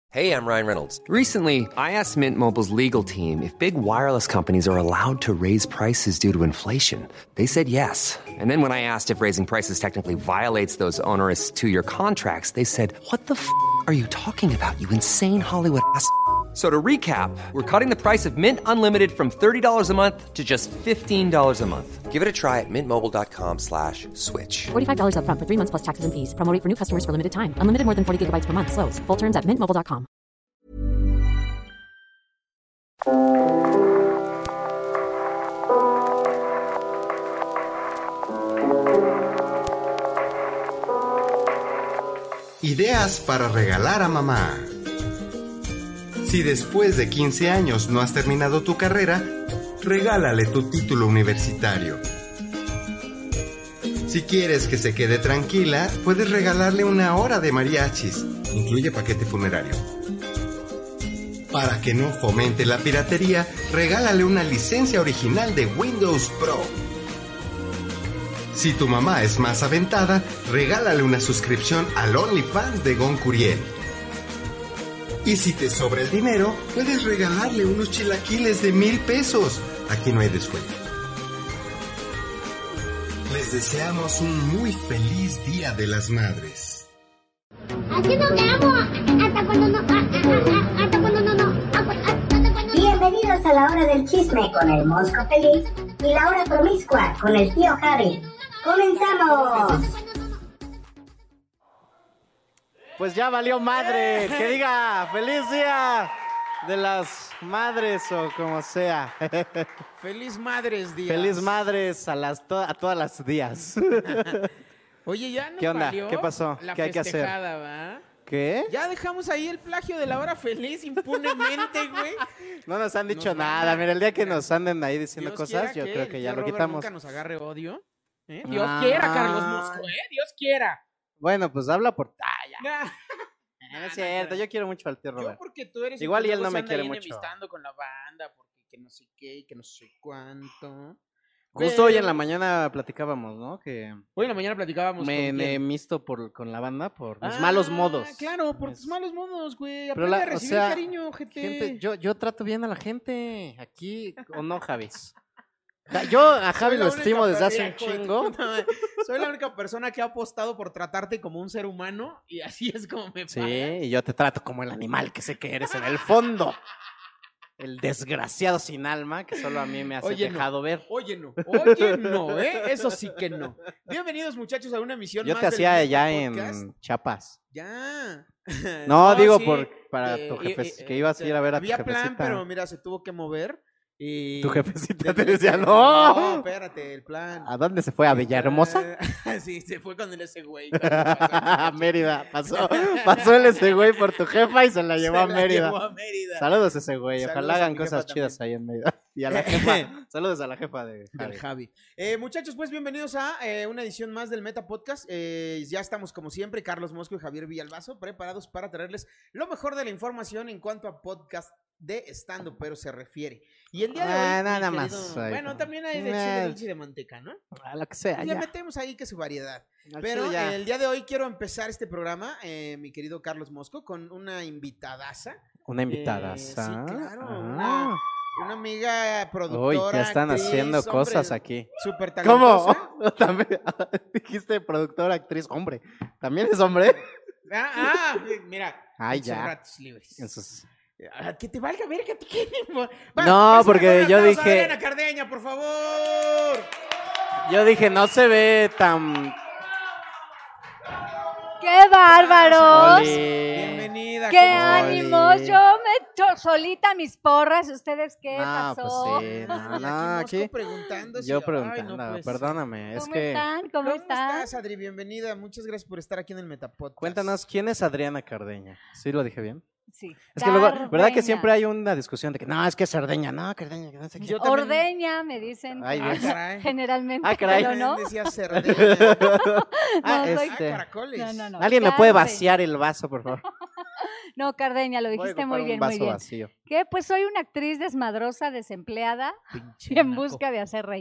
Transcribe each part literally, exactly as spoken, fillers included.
Hey, I'm Ryan Reynolds. Recently, I asked Mint Mobile's legal team if big wireless companies are allowed to raise prices due to inflation. They said yes. And then when I asked if raising prices technically violates those onerous two-year contracts, they said, what the f*** are you talking about, you insane Hollywood ass f- So to recap, we're cutting the price of Mint Unlimited from thirty dollars a month to just fifteen dollars a month. Give it a try at mintmobile.com slash switch. forty-five dollars up front for three months plus taxes and fees. Promo rate for new customers for limited time. Unlimited more than forty gigabytes per month. Slows full terms at mint mobile dot com. Ideas para regalar a mamá. Si después de quince años no has terminado tu carrera, regálale tu título universitario. Si quieres que se quede tranquila, puedes regalarle una hora de mariachis. Incluye paquete funerario. Para que no fomente la piratería, regálale una licencia original de Windows Pro. Si tu mamá es más aventada, regálale una suscripción al OnlyFans de Gon Curiel. Y si te sobra el dinero, puedes regalarle unos chilaquiles de mil pesos. Aquí no hay descuento. Les deseamos un muy feliz Día de las Madres. Aquí nos quedamos hasta cuando no, hasta cuando no, no, hasta cuando... Bienvenidos a la hora del chisme con el Mosco Feliz y la hora promiscua con el tío Javi. ¡Comenzamos! Pues ya valió madre, que diga feliz día de las madres o como sea. Feliz Madres Días. Feliz madres a las to- a todas las días. Oye, ya nos ¿Qué onda? valió ¿Qué pasó? la ¿Qué hay que hacer? festejada, ¿va? ¿Qué? Ya dejamos ahí el plagio de la hora feliz impunemente, güey. No nos han dicho Nos nada. van a- Mira, el día que nos anden ahí diciendo Dios cosas, quiera yo que creo el que ya tío lo Robert quitamos. nunca nos agarre odio. ¿eh? Dios Ah. quiera, Carlos Mosco, ¿eh? Dios quiera. Bueno, pues habla por... Ah, ya. Nah. No es cierto, yo quiero mucho al tío Yo Robert. porque tú eres... Igual y él luego no se me anda quiere ahí mucho. enemistando con la banda, porque que no sé qué y que no sé cuánto. Justo hoy en Pero- la mañana platicábamos, ¿no? Que Hoy en la mañana platicábamos me con quién. enemisto por, con la banda por mis Ah, malos modos. Claro, por Es- tus malos modos, güey. Pero Aprende la- a o recibir sea, cariño, gente. Gente, yo, yo trato bien a la gente. Aquí, ¿o no, Javis? Ja- Yo a Javi Soy la lo única estimo desde per- hace un Hijo de tu chingo. puta madre. Soy la única persona que ha apostado por tratarte como un ser humano y así es como me Sí, pagas. y yo te trato como el animal que sé que eres en el fondo. El desgraciado sin alma que solo a mí me has Oye, no. dejado ver. Oye, no. Oye, no, ¿eh? Eso sí que no. Bienvenidos, muchachos, a una emisión Yo más te del hacía Meta allá Podcast. en Chiapas. Ya. No, digo sí, por para eh, tu eh, jefe, eh, que ibas a ir a ver a tu Había plan, jefecita. pero mira, se tuvo que mover. Y... Tu jefecita De- te decía, No, ¡no! espérate, el plan. ¿A dónde se fue? ¿A Villahermosa? Sí, se fue con el ese güey. A Mérida. Pasó, pasó el ese güey por tu jefa y se la llevó Se a Mérida. llevó a Mérida. Saludos a ese güey. Saludos Ojalá a hagan mi cosas jefa chidas también. ahí en Mérida. Y a la jefa. Saludos a la jefa de Del Javi. Javi. Eh, muchachos, pues bienvenidos a eh, una edición más del Meta Podcast. Eh, ya estamos, como siempre, Carlos Mosco y Javier Villalbazo, preparados para traerles lo mejor de la información en cuanto a podcast de stand-up, pero se refiere. Y el día de hoy. Ah, mi nada querido- más, ay, Bueno, no. también hay de Nah. chile dulce y de manteca, ¿no? A lo que sea, Le ya. metemos ahí que su variedad. Al Pero chile ya. el día de hoy quiero empezar este programa, eh, mi querido Carlos Mosco, con una invitadaza. Una invitada. Eh, sí, claro. Ah. Una, una amiga productora. Uy, ya están actriz, haciendo hombre, cosas aquí. Súper ¿Cómo? talentosa. También dijiste productora, actriz, hombre. ¿También es hombre? Ah, ah, mira. Ay, en sus ya. ratos libres. En sus- Ah, que te valga ver que te quieren. No, porque yo dije- Adriana Cardeña, por favor. Yo dije, no se ve tan... ¡Qué bárbaros! Oli. Bienvenida. ¡Qué ¿cómo estás? Oli. ánimos! Yo me echo solita mis porras. ¿Ustedes qué No, pasó? pues sí, no, Ay, no, Mosco aquí... preguntando si- Yo ay, preguntando, no puede ser. perdóname, es ¿Cómo que... están? ¿Cómo, ¿Cómo están? estás, Adri? Bienvenida. Muchas gracias por estar aquí en el Metapodcast. Cuéntanos, ¿quién es Adriana Cardeña? ¿Sí lo dije bien? Sí. Es que luego, ¿verdad que Cardeña. siempre hay una discusión de que no, es que es Cerdeña, no, Cardeña, que no sé qué? Yo también- Ordeña, me dicen. Ay, Ah, Dios. caray. Generalmente, Ah, caray. pero no. Decía Cerdeña. Ah, No, soy- Ah, este... caracoles. No, no, no. ¿Alguien me puede Carde- vaciar el vaso, por favor? No, Cardeña, lo Voy a dijiste ocupar muy un bien, muy vaso bien. vacío. ¿Qué? Pues soy una actriz desmadrosa, desempleada Pinche y en naco. busca de hacer reír.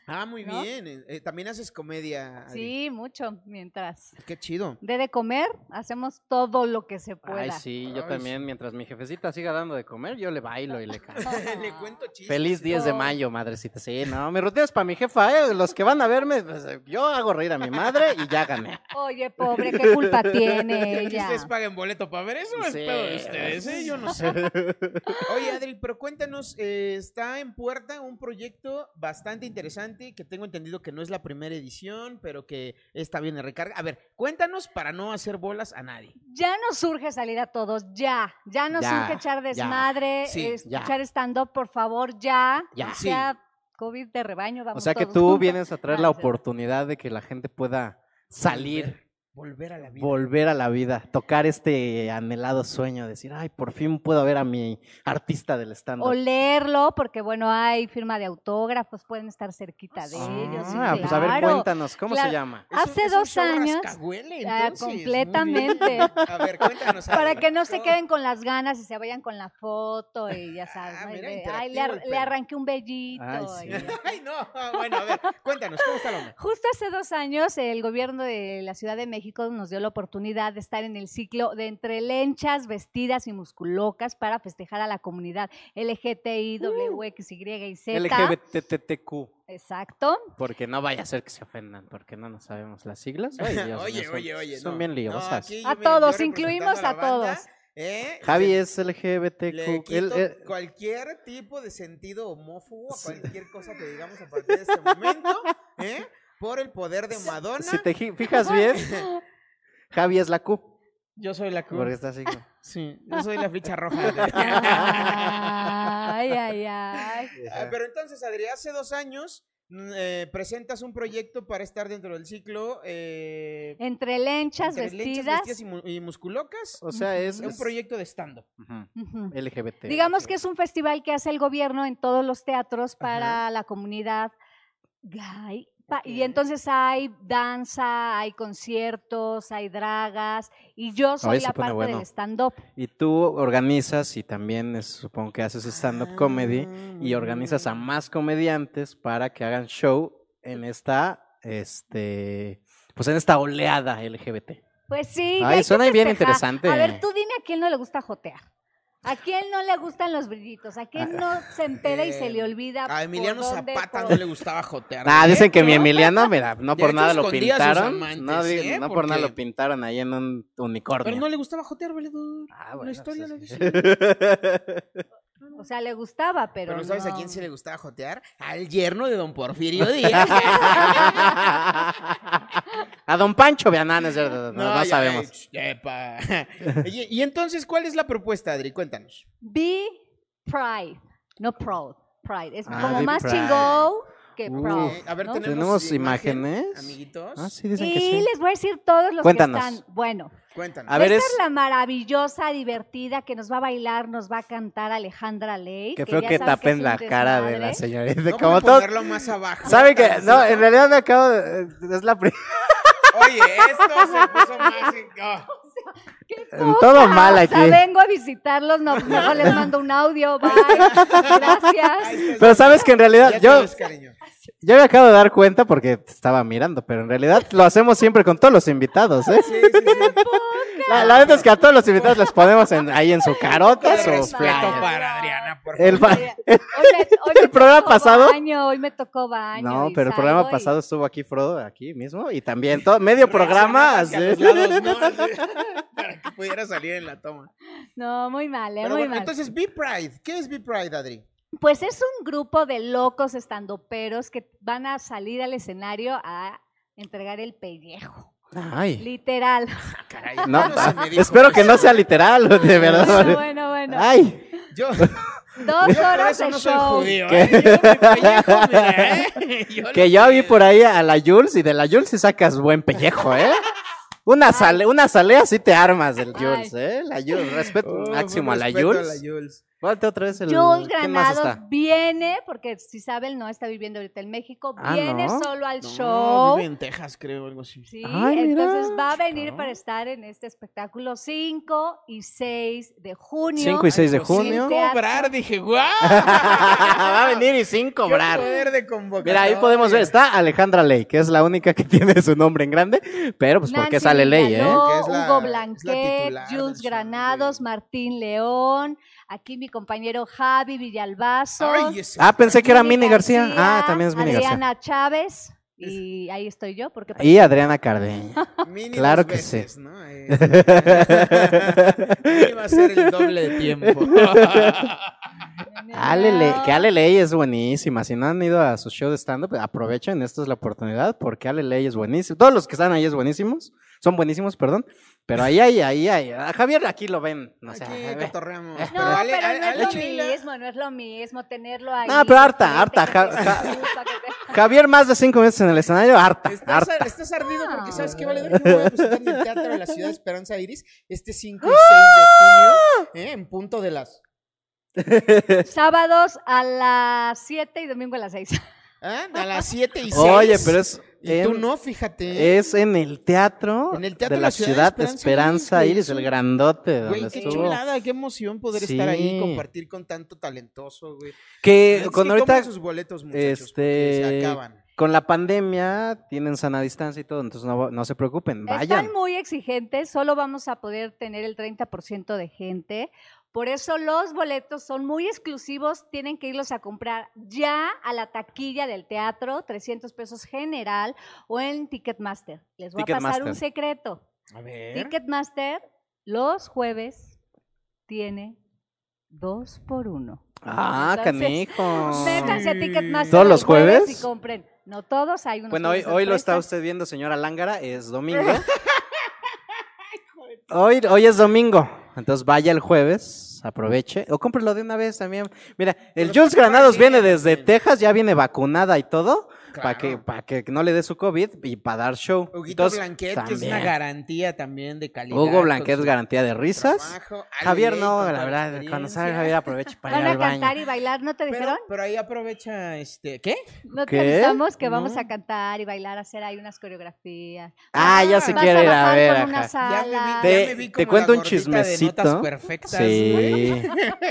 Ah, muy ¿no? bien. Eh, eh, también haces comedia. Adri. Sí, mucho, mientras Qué chido. de de comer, hacemos todo lo que se pueda. Ay, sí, yo Ay, también. Mientras mi jefecita siga dando de comer, yo le bailo y le canto. Le cuento chistes. Feliz diez de Oh. mayo, madrecita. Sí, no, mi rutina es para mi jefa, ¿eh? Los que van a verme, pues, yo hago reír a mi madre y ya gané. Oye, pobre, ¿qué culpa tiene Que ella? ustedes paguen boleto para ver eso, es Sí. pedo de ustedes, ¿eh? Yo no sé. Oye, Adri, pero cuéntanos, eh, está en puerta un proyecto bastante interesante que tengo entendido que no es la primera edición, pero que está bien de recarga. A ver, cuéntanos para no hacer bolas a nadie. Ya nos surge salir a todos, ya. Ya nos Ya, surge echar desmadre, Sí, escuchar stand-up, por favor, ya. Ya. O sea, COVID de rebaño, vamos O sea que todos tú juntos. vienes a traer No, la no sé. oportunidad de que la gente pueda salir, Volver a la vida. volver a la vida, tocar este anhelado sueño, decir, ay, por fin puedo ver a mi artista del stand-up. O leerlo, porque bueno, hay firma de autógrafos, pueden estar cerquita de ellos. sí, Ah, pues a ver, claro. cuéntanos, ¿cómo Claro. se llama? Es un- Hace es un dos show años, rascahuele, ah, entonces, muy bien. completamente. A ver, cuéntanos. Para Adri. que no se ¿Cómo? queden con las ganas y se vayan con la foto y ya sabes. Ah, ¿no? Y mira, de, interactivo ay, le, ar- el le pedo". arranqué un vellito. Ay, sí. y- Ay, no. Ah, Bueno, a ver, cuéntanos, ¿cómo está la onda? Justo hace dos años el gobierno de la Ciudad de México nos dio la oportunidad de estar en el ciclo de Entre Lenchas, Vestidas y Musculocas para festejar a la comunidad L G T I, W X Y y Z. L G B T T Q. Exacto. Porque no vaya a ser que se ofendan, porque no nos sabemos las siglas. Ay, Dios mío, Oye, son- oye, oye. Son no. bien No, liosas. aquí A yo me- todos, yo representando incluimos la a banda, todos. ¿eh? Javi Le- es L G B T Le Q. quito Él- él- cualquier tipo de sentido homófobo a cualquier cosa que digamos a partir de este momento, ¿eh? Por el poder de Madonna. si te ji- fijas bien, Javi es la Q. Yo soy la Q. Porque está así. como- Sí, yo soy la ficha roja. Ay, ay, ay. Ah, Pero entonces, Adri, hace dos años mm, eh, presentas un proyecto para estar dentro del ciclo eh, Entre lenchas, Entre Lenchas, vestidas. Vestidas y, mu- y Musculocas. O sea, es, Es un es- proyecto de stand-up. Ujú, Ujú. L G B T. Digamos que es un festival que hace el gobierno en todos los teatros para la comunidad gay. Pa- Y Ok. entonces hay danza, hay conciertos, hay dragas, y yo soy Ay, se la pone parte bueno. del stand-up. Y tú organizas y también es- supongo que haces stand-up comedy y organizas a más comediantes para que hagan show en esta, este, pues en esta oleada L G B T. Pues sí. y Ay, hay que suena bien festejar. interesante. A ver, tú dime a quién no le gusta jotear. ¿A quién no le gustan los brillitos? ¿A quién no se entera y se le olvida? A Emiliano por dónde, Zapata por- no le gustaba jotear. Ah, ¿eh? dicen que mi Emiliano, mira, no De por hecho, nada lo escondía a sus pintaron. amantes, No, di- ¿eh? no por nada Porque- lo pintaron ahí en un unicornio. Pero no le gustaba jotear, valedor. Ah, La bueno, historia pues lo así. dice. O sea, le gustaba, pero. Pero ¿sabes a no. quién se le gustaba jotear? Al yerno de don Porfirio Díaz. A don Pancho Vianán, es verdad, no, no ya, sabemos. ch, epa. Oye, y entonces, ¿cuál es la propuesta, Adri? Cuéntanos. Be Pride, no Proud. Pride. Es Ah, como Be más Pride. chingón que Uh, Proud. A ver, ¿no? tenemos, ¿Tenemos imagen, imágenes? amiguitos. Ah, sí, dicen que Y sí. les voy a decir todos los Cuéntanos. que están. Bueno, Cuéntanos. A ver, va a es estar la maravillosa, divertida, que nos va a bailar, nos va a cantar Alejandra Ley. que feo ya que saben tapen es la un cara de la desmadre. señorita. No Como puedo todo. ponerlo más abajo. ¿Saben que Tan no, así. en realidad me acabo de. Es la primera. Oye, esto se puso más... oh. ¡Qué En poca! todo mal aquí. O sea, vengo a visitarlos, no, mejor les mando un audio, bye. Gracias. Ahí está, Pero sabes que en realidad ya yo, te ves, cariño. yo me acabo de dar cuenta porque te estaba mirando, pero en realidad lo hacemos siempre con todos los invitados, ¿eh? Sí, sí, sí. La, la neta es que a todos los invitados les ponemos en- ahí en su carota Qué su respeto flyer. para Adriana, por El favor. fa- Hoy me, hoy me el programa tocó pasado- Baño, hoy me tocó baño. No, y pero el programa salgo y- pasado estuvo aquí Frodo, aquí mismo, y también todo, medio programa Hacia así. los lados, ¿no? Así, para que pudiera salir en la toma. No, muy mal, eh, Pero muy bueno, mal. entonces, Be Pride. ¿Qué es Be Pride, Adri? Pues es un grupo de locos estandoperos que van a salir al escenario a entregar el pellejo. Ay, Literal. Caray, no, no se me dijo espero que eso. no sea literal, de verdad. Bueno, bueno, bueno. Ay, Yo, Dos yo por horas eso de no soy show. judío. ¿Qué? ¿eh? Yo, mi pellejo, mira, ¿eh? Yo que lo yo vi quiero. por ahí a la Jules y de la Jules sí sacas buen pellejo, ¿eh? Una sale, una salea sí te armas del Ay. Jules, ¿eh? La Jules, respeto Oh, máximo a un la respeto Jules. a la Jules. Ponte otra vez el... Jules ¿quién más Granados está? viene, porque si saben, no está viviendo ahorita en México, Ah, viene ¿no? solo al No, show. vive en Texas, creo, algo así. Sí, Ay, mira. entonces va a venir para estar en este espectáculo cinco y seis de junio. cinco y seis de Pues, junio. Sin cobrar, dije, ¡guau! Va a venir y sin cobrar. ¡Qué poder de convocatoria! Mira, ahí podemos ver, está Alejandra Ley, que es la única que tiene su nombre en grande, pero pues porque Nancy sale Ley, ¿eh? Villaló, Que es la- Hugo es la Blanquet, titular del Jules show, Granados, güey. Martín León, aquí mi compañero Javi Villalbazo. Ay, ese- Ah, pensé que era Mini Mini García. Ah, también es Mini García. Adriana Chávez, y ahí estoy yo, porque Y Adriana Cardeña. Mini Claro dos que veces, sí. ¿no? Eh, Mini va a ser el doble de tiempo. Ale Ley, que Ale Ley es buenísima. Si no han ido a su show de stand-up, aprovechen, esta es la oportunidad, porque Ale Ley es buenísimo. Todos los que están ahí es buenísimos, son buenísimos, perdón. Pero ahí hay, ahí hay. A Javier aquí lo ven, no sé. Aquí a ver. cotorreamos. No, Pero Ale- pero Ale- no es Ale lo Chila- mismo, no es lo mismo tenerlo ahí. No, pero harta, de frente, harta, que ja- te ja- escupa, que te- Javier más de cinco minutos en el escenario, harta, Estás, harta. estás ardido porque No. sabes qué, Valedor, yo me voy a presentar en el Teatro de la Ciudad de Esperanza Iris este cinco y seis de junio, ¿eh? En punto de las... Sábados a las siete y domingo a las seis. ¿ah? A las siete y seis. Oye, pero es Y tú en- no, fíjate. Es en el teatro, En el Teatro de la ciudad de Esperanza Iris, el grandote, Güey, donde qué estuvo. chulada, qué emoción poder Sí. estar ahí y compartir con tanto talentoso, güey. Que Es con que ahorita, compren sus boletos, muchachos, porque se este, acaban. con la pandemia tienen sana distancia y todo, entonces no, no se preocupen, vayan. Están muy exigentes, solo vamos a poder tener el treinta por ciento de gente. Por eso los boletos son muy exclusivos, tienen que irlos a comprar ya a la taquilla del teatro, trescientos pesos general, o en Ticketmaster. Les voy a pasar Ticketmaster. un secreto. A ver. Ticketmaster los jueves tiene dos por uno. Ah, Entonces, canijo. Métanse a Ticketmaster ¿Todos los el jueves? y compren. No todos, hay unos Bueno, hoy, jueves hoy lo está sorpresas. usted viendo, señora Lángara, es domingo. Hoy, hoy es domingo, entonces vaya el jueves, aproveche, o cómprelo de una vez también. Mira, el Pero Jules ¿para Granados qué? viene desde Texas, ya viene vacunada y todo, para Claro. que, para que no le dé su COVID y para dar show. Huguito Entonces, Blanquet, que es también. una garantía también de calidad. Hugo Blanquet con es su garantía de risas. trabajo. Ale Javier Ley, no, con la toda verdad, experiencia. cuando salga Javier aproveche para ir Van a al baño. cantar y bailar, ¿no te Pero, dijeron? pero ahí aprovecha, este, ¿qué? No te ¿Qué? avisamos que vamos No. a cantar y bailar, hacer ahí unas coreografías. Ah, ya se Vas quiere a ir a bajar ver. con una ajá. sala. Ya me vi- Te, ya me vi te como cuento la un gordita de chismecito. Notas Perfectas, Sí.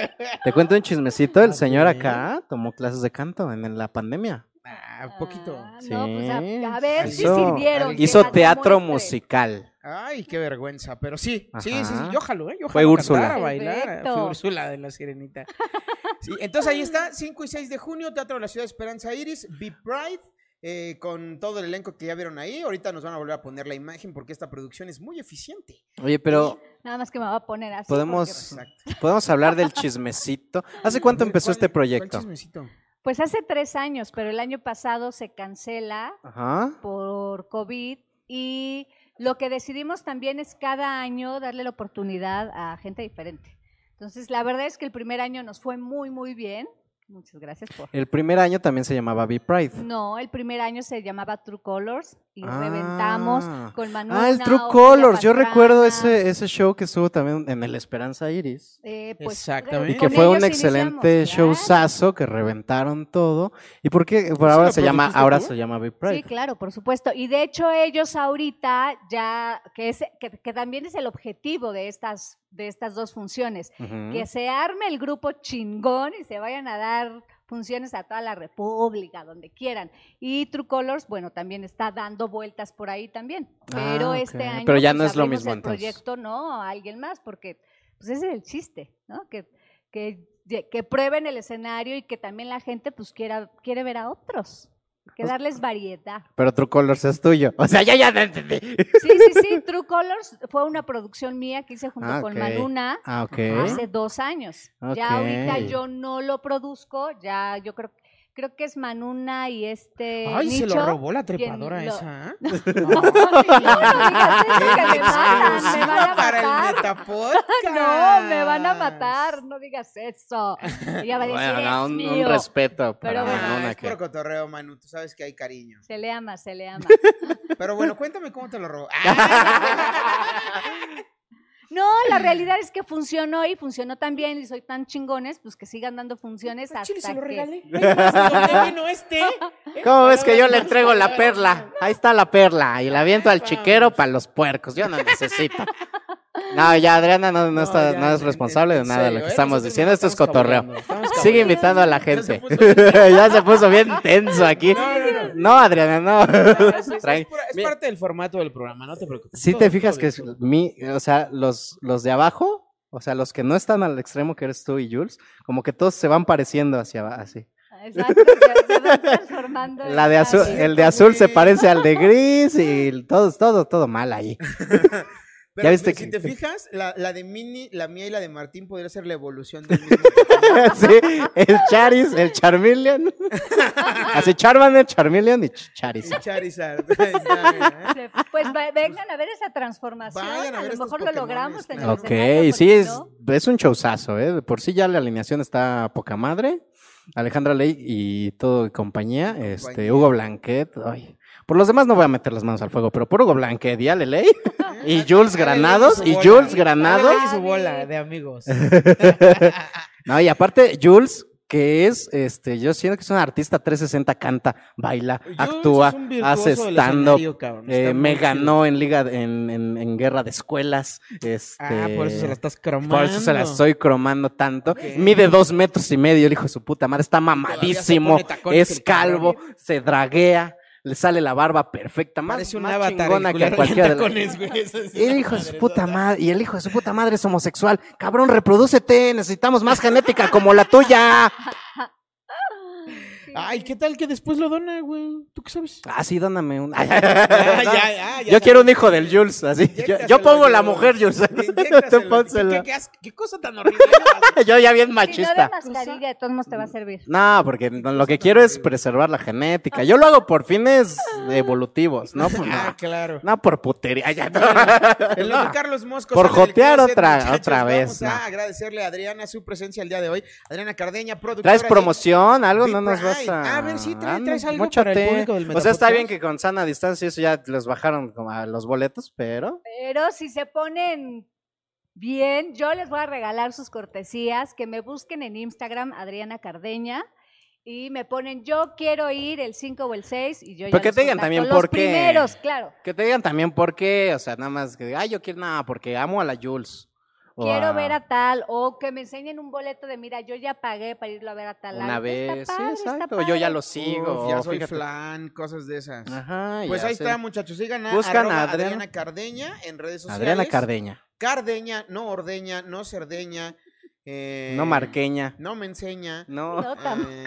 Te cuento un chismecito. El A señor ver. acá tomó clases de canto en, en la pandemia. Ah, poquito. Ah, no, pues a, Sí. a ver si Hizo- sirvieron. que Hizo las teatro demuestre. musical. Ay, qué vergüenza, pero sí, sí, sí, sí, Ajá. yo jalo, ¿eh? Yo Fue jalo a Úrsula. cantar, a bailar. Perfecto. Fue Úrsula de la Sirenita. Sí, entonces ahí está, cinco y seis de junio, Teatro de la Ciudad de Esperanza Iris, Be Pride, eh, con todo el elenco que ya vieron ahí. Ahorita nos van a volver a poner la imagen porque esta producción es muy eficiente. Oye, pero Nada más que me va a poner así. podemos, Exacto. podemos hablar del chismecito. ¿Hace cuánto A ver, empezó ¿cuál- este cuál proyecto? chismecito? porque- Pues hace tres años, pero el año pasado se cancela Ajá. por COVID y lo que decidimos también es cada año darle la oportunidad a gente diferente. Entonces, la verdad es que el primer año nos fue muy, muy bien. Muchas gracias por... El primer año también se llamaba Be Pride. No, el primer año se llamaba True Colors y Ah. reventamos con Manuela. Ah, el True Colors. Yo recuerdo ese, ese show que estuvo también en el Esperanza Iris. Eh, pues, Exactamente. Y con que fue un ellos excelente iniciamos, showzazo que reventaron todo. ¿Y por qué? Por ¿Eso ahora lo se llama, produjiste ahora tú? se llama Be Sí, Pride. claro, por supuesto. Y de hecho ellos ahorita ya, que, es, que, que también es el objetivo de estas, de estas dos funciones, Ujú. que se arme el grupo chingón y se vayan a dar funciones a toda la República, donde quieran. Y True Colors, bueno, también está dando vueltas por ahí también. Pero Ah, este ok. año Pero ya pues, no es lo abrimos mismo, el entonces. proyecto, no, a alguien más, porque pues ese es el chiste, ¿no? Que, que, que prueben el escenario y que también la gente pues quiera, quiere ver a otros. Que darles variedad. Pero True Colors es tuyo. O sea, ya, ya te entendí. Sí, sí, sí. True Colors fue una producción mía que hice junto Ah, con ok. Manuna Ah, ok. hace dos años. Ya Ok. ahorita yo no lo produzco, ya yo creo creo que es Manuna y este Ay, se lo Nicho robó la quien trepadora lo- esa. ¿eh? No, no, no digas eso, que me matan, me van a Para el matar. Metapodcast. No, me van a matar, no digas eso. Ella va a decir, Bueno, no, es un, un mío. respeto para Pero bueno. Ah, Manuna es que- puro cotorreo, Manu. Tú sabes que hay cariño. Se le ama, se le ama. Pero bueno, cuéntame cómo te lo robó. No, la realidad es que funcionó y funcionó tan bien y soy tan chingones, pues que sigan dando funciones hasta Chile se lo que... regalé. Ay, pues, donde vino este. ¿Cómo ves que yo le entrego la perla? Ahí está la perla y la aviento al chiquero para los puercos. Yo no necesito. No, ya Adriana no, no, está, ya, no es en- responsable en de nada de lo serio, que ¿eh? estamos Nosotros diciendo. nos Esto es estamos cotorreo. cabreando, estamos Sigue cabreando. invitando a la Ya gente. se puso bien- Ya se puso bien tenso aquí. No, no, no. No, Adriana, no. No, es, es- Trae- es pura- es Mi- parte del formato del programa, no te preocupes. Si Todo- te fijas todo que bien, es todo bien. mi, o sea, los, los de abajo, o sea, los que no están al extremo que eres tú y Jules, como que todos se van pareciendo hacia abajo, así. Exacto, se, se van transformando. en La de azul, así. el de azul se parece al de gris y todo, todo, todo mal ahí. Pero ¿Ya viste si que- te fijas, la, la de Mini, la mía y la de Martín podría ser la evolución del mismo. Sí, el Charis, el Charmeleon. Así Charmander, Charmeleon y Ch- Charis. El Charizard. Ahí está, mira, ¿eh? Pues va- vengan a ver esa transformación. Vayan a a ver lo estos mejor lo Pokémones, logramos en el ¿no? Ok, escenario, sí, ¿por qué es, no? es un showzazo, ¿eh? De por sí ya la alineación está poca madre. Alejandra Ley y todo y compañía. Este, Compañía. Hugo Blanquet. Ay. Por los demás no voy a meter las manos al fuego, pero por Hugo Blanquet y Ale Ley. Y Jules Granados. Y Jules Granados. Y su bola de amigos. No, y aparte, Jules, que es, este, yo siento que es un artista trescientos sesenta, canta, baila, Jules actúa, es un virtuoso hace del stand-up, escenario, cabrón, está eh, muy me chido. ganó en liga, de- en, en, en guerra de escuelas. Este, Ah, por eso se la estás cromando. Por eso se la estoy cromando tanto. Ok. Mide dos metros y medio, el hijo de su puta madre, está Todavía mamadísimo, se pone tacones es el cabrón, calvo, ¿eh? se draguea, le sale la barba perfecta, más, Parece un más avatar. chingona el que a culero cualquiera en de la- tacones, güey, eso es y el una hijo de su madre, puta eso- madre, y el hijo de su puta madre es homosexual. Cabrón, reprodúcete, necesitamos más genética como la tuya. Ay, ¿qué tal que después lo dona, güey? ¿Tú qué sabes? Ah, sí, dóname un. Ah, ya, ya, ya Yo quiero un hijo del Jules, así. Yo, yo Inyéctaselo, pongo la Jules. mujer, Jules. Inyéctaselo. Tú ¿Qué, pónselo. qué, qué as- qué cosa tan horrible. Yo ya bien Si no de machista. mascarilla, de todos modos te va a servir. No, porque no- lo que quiero es preservar la genética. Yo lo hago por fines evolutivos, ¿no? Pues Ah, no, claro. no por putería. Ya, no. En lo No. que Carlos Mosco Por sale del jotear closet, otra- muchachos, otra vez, Vamos a no. agradecerle a Adriana su presencia el día de hoy. Adriana Cardeña, productora. ¿Traes de promoción? ¿Algo? Big ¿No nos vas Pride. a...? A ver, sí, trae- Ah, traes algo móchate. para el público del O sea, está Metapodcast. bien que con sana distancia eso ya les bajaron como a los boletos, pero... Pero si se ponen bien, yo les voy a regalar sus cortesías, que me busquen en Instagram, Adriana Cardeña, y me ponen, yo quiero ir el cinco o el seis, y yo ya Pero que les te digan contacto. también Los por qué. primeros, claro. Que te digan también por qué, o sea, nada más que, ay, yo quiero nada, porque amo a la Jules. O Quiero ver a tal, o que me enseñen un boleto de, mira, yo ya pagué para irlo a ver a tal. Una lado. vez, Está sí, padre, está exacto. Yo ya padre. lo sigo. Uf, ya soy fíjate. flan, cosas de esas. Ajá, Pues ya ahí sé. está, muchachos. Sigan a Buscan arroba a Adriana- Adriana Cardeña en redes sociales. Adriana Cardeña, Cardeña, no ordeña, no cerdeña. eh, no marqueña, No me enseña. no. No, eh,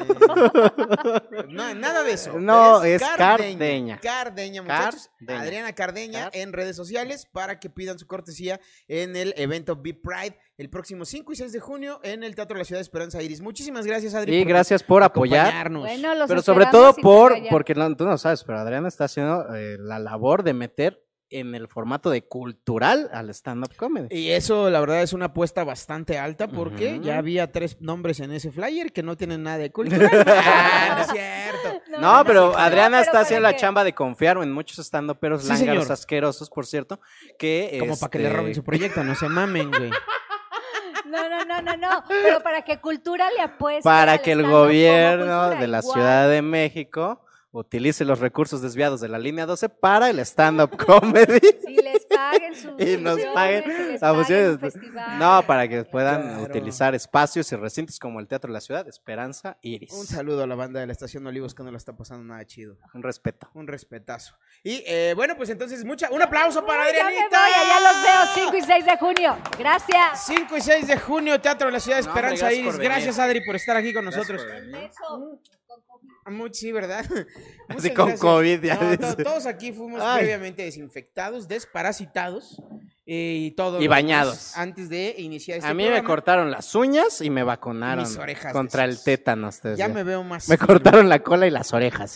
no, nada de eso. No, es Cardeña. Cardeña, muchachos. Cardeña. Adriana Cardeña Car- en redes sociales para que pidan su cortesía en el evento Be Pride el próximo cinco y seis de junio en el Teatro de la Ciudad de Esperanza Iris. Muchísimas gracias, Adri. Y gracias por apoyar. acompañarnos. Bueno, los Pero sobre esperamos todo y por, vayan. porque no, tú no sabes, pero Adriana está haciendo eh, la labor de meter en el formato de cultural al stand-up comedy. Y eso, la verdad, es una apuesta bastante alta porque Ujú. ya había tres nombres en ese flyer que no tienen nada de cultural. Ah, no es cierto. No, no, pero no, Adriana pero está para haciendo la que- chamba de confiar en muchos stand-uperos Sí, lángaros señor. asquerosos, por cierto, que Como para que le este, roben su proyecto, no se mamen, güey. No, no, no, no, no. Pero para que Cultura le apueste. para al que el stand-up como gobierno cultura, de la igual. Ciudad de México utilice los recursos desviados de la línea doce para el stand-up comedy. Y les paguen sus Y nos funciones, paguen y les las paguen funciones. un festival. No, para que puedan Claro. utilizar espacios y recintos como el Teatro de la Ciudad, Esperanza Iris. Un saludo a la banda de la Estación Olivos que no la está pasando nada chido. Un respeto. Un respetazo. Y eh, bueno, pues entonces, mucha, un aplauso para Ay, ya me Adrianita. voy, allá los veo cinco y seis de junio. Gracias. cinco y seis de junio, Teatro de la Ciudad de No, hombre, Esperanza gracias Iris. por venir. Gracias, Adri, por estar aquí con Gracias nosotros. por venir. Beso. Mucho, sí, ¿verdad? Así Muchas con gracias. COVID ya No, dice. to- todos aquí fuimos Ay. previamente desinfectados, desparasitados eh, y todo. Y lo bañados. demás antes de iniciar este A mí me programa. cortaron las uñas y me vacunaron Mis orejas contra el decías. tétanos. te Ya decía. me veo más. Me fino. cortaron la cola y las orejas.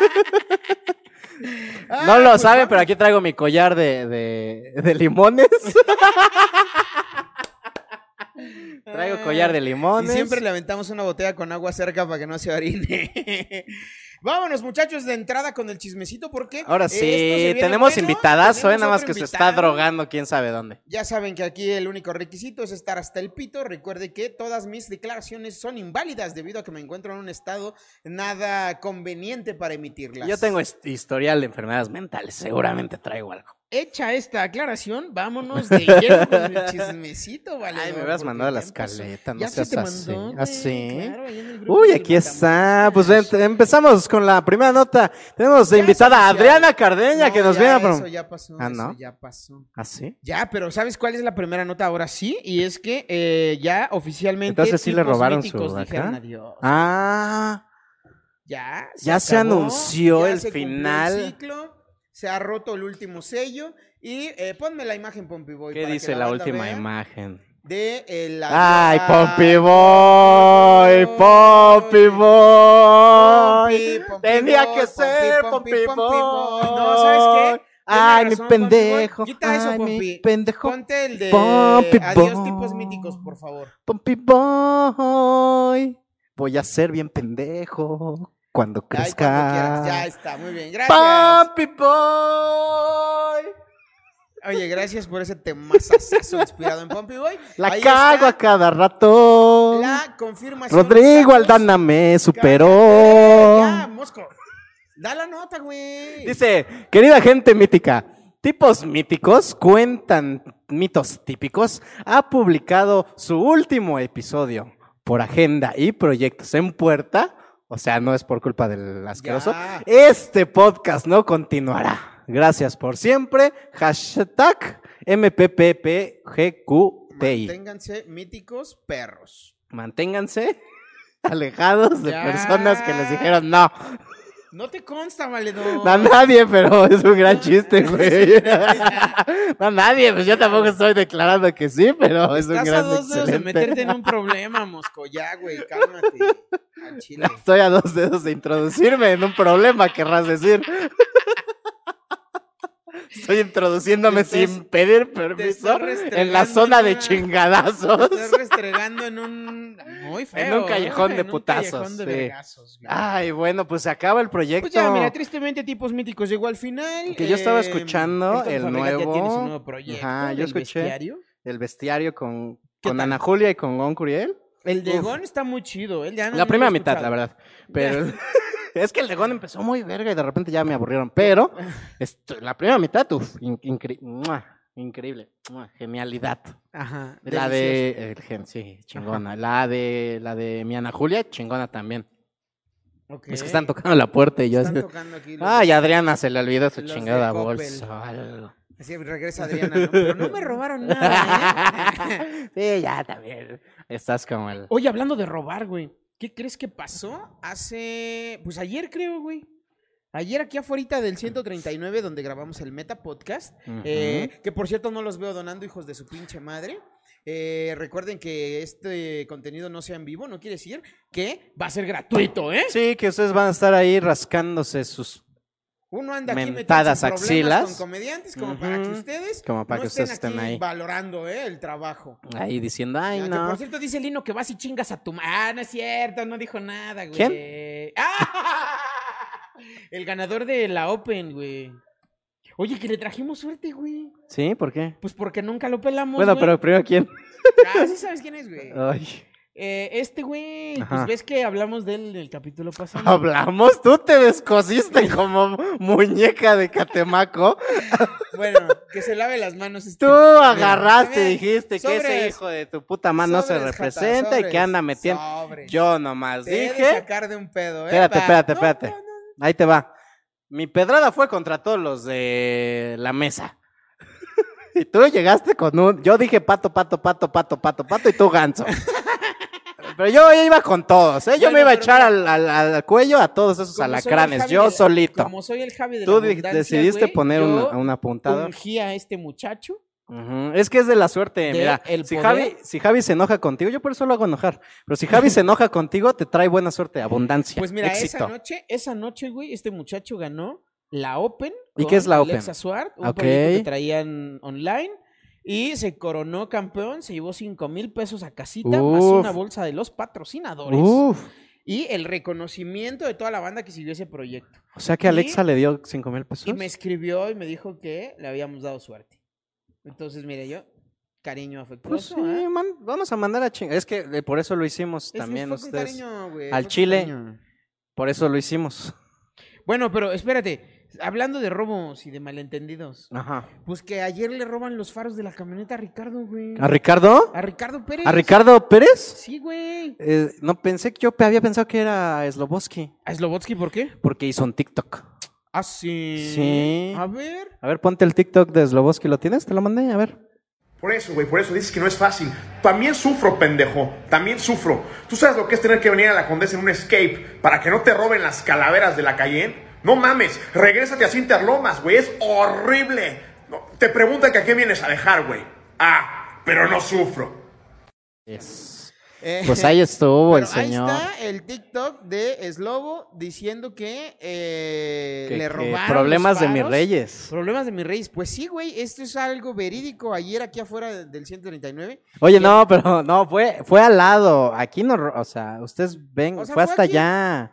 Ah, No lo pues saben, vamos. pero aquí traigo mi collar de, de, de limones. Traigo collar de Y limones. siempre le aventamos una botella con agua cerca para que no se orine. Vámonos, muchachos, de entrada con el chismecito porque... Ahora eh, sí, esto se viene tenemos bueno, invitadas, tenemos nada más otro que se está invitado. drogando quién sabe dónde. Ya saben que aquí el único requisito es estar hasta el pito. Recuerde que todas mis declaraciones son inválidas debido a que me encuentro en un estado nada conveniente para emitirlas. Yo tengo est- historial de enfermedades mentales, seguramente traigo algo. Hecha esta aclaración, vámonos de lleno con el chismecito, ¿vale? Ay, me hubieras Porque mandado la ya empezó. escaleta, no Ya se seas te así. mandó, ¿Ah, güey, sí? claro, ahí en el grupo Uy, del aquí está. Matamoros. Pues em- empezamos con la primera nota. Tenemos de Ya invitada es a oficial. Adriana Cardeña, No, que nos ya viene a... Eso prom- ya pasó, Ah, eso ¿no? ya pasó. ¿Ah, sí? Ya, pero ¿sabes cuál es la primera nota ahora sí? Y es que eh, ya oficialmente Entonces sí le tipos robaron míticos su dijeron acá. adiós. Ah, Ya, Ya se acabó, anunció ya el se cumplió final. el ciclo, se ha roto el último sello y eh, ponme la imagen, Pompey Boy. ¿qué para que dice la banda última vea imagen? De el Ay, adiós. Pompey Boy, Pompey Boy. Pompey, Pompey Tenía Boy, que Pompey, ser Pompey, Pompey Pompey Boy. No, ¿sabes qué? Ay, Tienes mi razón, Pompey Boy. pendejo. Quita eso, Ay, mi Pompey. pendejo. Ponte el de Pompey adiós Boy. tipos míticos, por favor. Pompey Boy. Voy a ser bien pendejo cuando Ay, cuando crezca. quieras. Ya está, muy bien. Gracias. Pompey Boy. Oye, gracias por ese temazazazo inspirado en Pompey Boy. La Ahí cago está a cada rato. la confirmación. Rodrigo muchachos. Aldana me superó. Cállate, ya, Mosco. Da la nota, güey. Dice, querida gente mítica, tipos míticos cuentan mitos típicos. Ha publicado su último episodio por agenda y proyectos en puerta. O sea, no es por culpa del asqueroso. Ya. Este podcast no continuará. Gracias por siempre. Hashtag M P P P G Q T I. Manténganse míticos perros. Manténganse alejados de Ya. personas que les dijeron no. No te consta, valedor. No a nadie, pero es un gran chiste, güey. No a nadie, pues yo tampoco estoy declarando que sí, pero es un Estás a gran dos dedos de excelente. meterte en un problema, Mosco. Ya, güey, cálmate. Al chile. Estoy a dos dedos de introducirme en un problema, querrás decir. Estoy introduciéndome Te estás- sin pedir te permiso estás en restregando la zona en de una- chingadazos. Te estás restregando en un... Muy feo. En un callejón ¿eh? de En un putazos, callejón de sí. vergazos, güey. Ay, bueno, pues se acaba el proyecto. Pues ya, mira, tristemente Tipos Míticos llegó al final. Que yo estaba eh, escuchando Hilton el Fabregat nuevo- Ya tiene su nuevo proyecto. Ajá, yo del escuché. Bestiario. El bestiario con, ¿Qué con tal? Ana Julia y con Gon Curiel. El de Uf. Gon está muy chido. Él ya no La lo primera he mitad, escuchado. la verdad. Pero es que el de Gon empezó muy verga y de repente ya me aburrieron. Pero esto- la primera mitad, uf, in- incre- ¡mua! Increíble. ¡Mua! Genialidad. Ajá. La delicioso. de. el gen- sí, chingona. La de la de mi Ana Julia, chingona también. Ok. Es que están tocando la puerta y yo Están así. tocando aquí los- Ay, Adriana se le olvidó su los de chingada Coppel. bolsa. o algo. Así regresa Adriana, ¿no? Pero no me robaron nada, ¿eh? Sí, ya también. Estás como el. Oye, hablando de robar, güey. ¿Qué crees que pasó? Hace... Pues ayer creo, güey. Ayer aquí afuera del ciento treinta y nueve, donde grabamos el Meta Podcast, Ujú. eh, que por cierto no los veo donando, hijos de su pinche madre. Eh, recuerden que este contenido no sea en vivo, no quiere decir que va a ser gratuito, ¿eh? Sí, que ustedes van a estar ahí rascándose sus. Uno anda aquí Mentadas metiéndose en problemas axilas. con comediantes como para que Ujú. ustedes Como para no que estén ustedes estén aquí ahí. valorando, ¿eh? El trabajo. Ahí diciendo, ay, Ah, que no. por cierto dice Lino que vas y chingas a tu ma- Ah, no es cierto, no dijo nada, güey. ¿Quién? ¡Ah! El ganador de la Open, güey. Oye, que le trajimos suerte, güey. Sí, ¿por qué? Pues porque nunca lo pelamos, Bueno, güey. pero primero, ¿quién? Ah, sí sabes quién es, güey. Ay. Eh, este güey, Ajá. pues ves que hablamos de él en el capítulo pasado. Hablamos, tú te descosiste como muñeca de Catemaco. Bueno, que se lave las manos. Este... Tú agarraste, Mira, dijiste que ese sobres. hijo de tu puta madre no se Sobres, representa jata, y que anda sobres, metiendo. sobres. Yo nomás Te he de dije. sacar de un pedo, ¿eh? Espérate, Va. espérate, No, espérate. no, no. Ahí te va. Mi pedrada fue contra todos los de la mesa. Y tú llegaste con un. Yo dije pato, pato, pato, pato, pato, pato y tú ganso. Pero yo iba con todos, ¿eh? Yo Bueno, me iba a pero echar mira, al, al- al cuello a todos esos Como soy el alacranes, Javi yo de la- solito. Como soy el Javi de Tú la di- abundancia, decidiste güey, poner yo una- un apuntador. ungí a este muchacho. Ujú. Es que es de la suerte, De mira. el Si poder. Javi, si Javi se enoja contigo, yo por eso lo hago enojar. Pero si Javi se enoja contigo, te trae buena suerte, abundancia, Pues mira, éxito. esa noche, esa noche, güey, este muchacho ganó la Open. ¿Y con qué es la Open? Alexa Suart, un Ok. proyecto que traían online. Y se coronó campeón, se llevó cinco mil pesos a casita, más Uf. una bolsa de los patrocinadores. Uf. y el reconocimiento de toda la banda que siguió ese proyecto. O sea que Y- Alexa le dio cinco mil pesos. Y me escribió y me dijo que le habíamos dado suerte. Entonces, mire, yo, cariño Pues afectuoso. sí, ¿eh? man, vamos a mandar a chingar. Es que eh, por eso lo hicimos Es- también fue con ustedes. cariño, güey, Al fue con Chile. cariño. Por eso lo hicimos. Bueno, pero espérate, hablando de robos y de malentendidos, Ajá. pues que ayer le roban los faros de la camioneta a Ricardo, güey. ¿A Ricardo? A Ricardo Pérez. ¿A Ricardo Pérez? Sí, güey. Eh, no, pensé que yo pe- había pensado que era Slobodsky. ¿A Slobodsky por qué? Porque hizo un TikTok. Ah, sí. Sí. A ver. A ver, ponte el TikTok de Slobodsky. ¿Lo tienes? Te lo mandé, a ver. Por eso, güey, por eso dices que no es fácil. También sufro, pendejo. También sufro. ¿Tú sabes lo que es tener que venir a la Condesa en un escape para que no te roben las calaveras de la Cayenne? No mames, regrésate a Cinterlomas, güey. Es horrible. No, te preguntan que a qué vienes a dejar, güey. Ah, pero no sufro. Yes. Eh, Pues ahí estuvo pero el señor. Ahí está el TikTok de Slobo diciendo que, eh, Que- le que robaron problemas los de mis faros. reyes. Problemas de mis reyes. Pues sí, güey, esto es algo verídico. Ayer aquí afuera del ciento treinta y nueve. Oye, no, pero no, fue, fue al lado. Aquí no, ro- o sea, ustedes ven, O sea, fue fue hasta aquí. allá.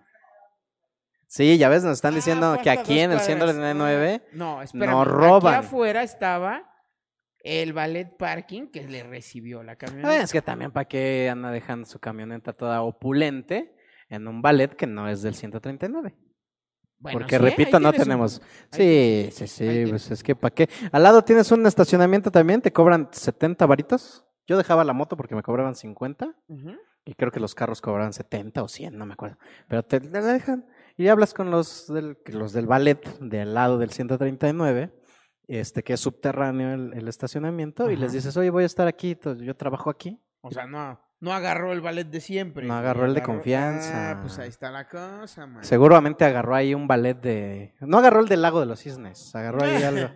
Sí, ya ves, nos están Ah, diciendo fue que hasta aquí dos en el cuadras. ciento treinta y nueve Ah, No, espérame. nos roban. Aquí afuera estaba el ballet parking que le recibió la Ah, camioneta. es que también para qué anda dejando su camioneta toda opulente en un ballet que no es del ciento treinta y nueve. Bueno, Porque sí, repito, ahí no tienes un tenemos. punto. Ahí Sí, tienes- sí, ahí sí, tienes. pues es que para qué. Al lado tienes un estacionamiento también, te cobran setenta varitos. Yo dejaba la moto porque me cobraban cincuenta Ujú. y creo que los carros cobraban setenta o cien, no me acuerdo. Pero te la dejan y hablas con los del, los del ballet del lado del ciento treinta y nueve, este que es subterráneo el, el estacionamiento, y les Ajá. dices, oye, voy a estar aquí, to- yo trabajo aquí. O sea, no, no agarró el ballet de siempre. No güey, agarró el de confianza. Ah, pues ahí está la cosa, man. Seguramente agarró ahí un ballet de... No agarró el del lago de los cisnes, agarró ahí algo.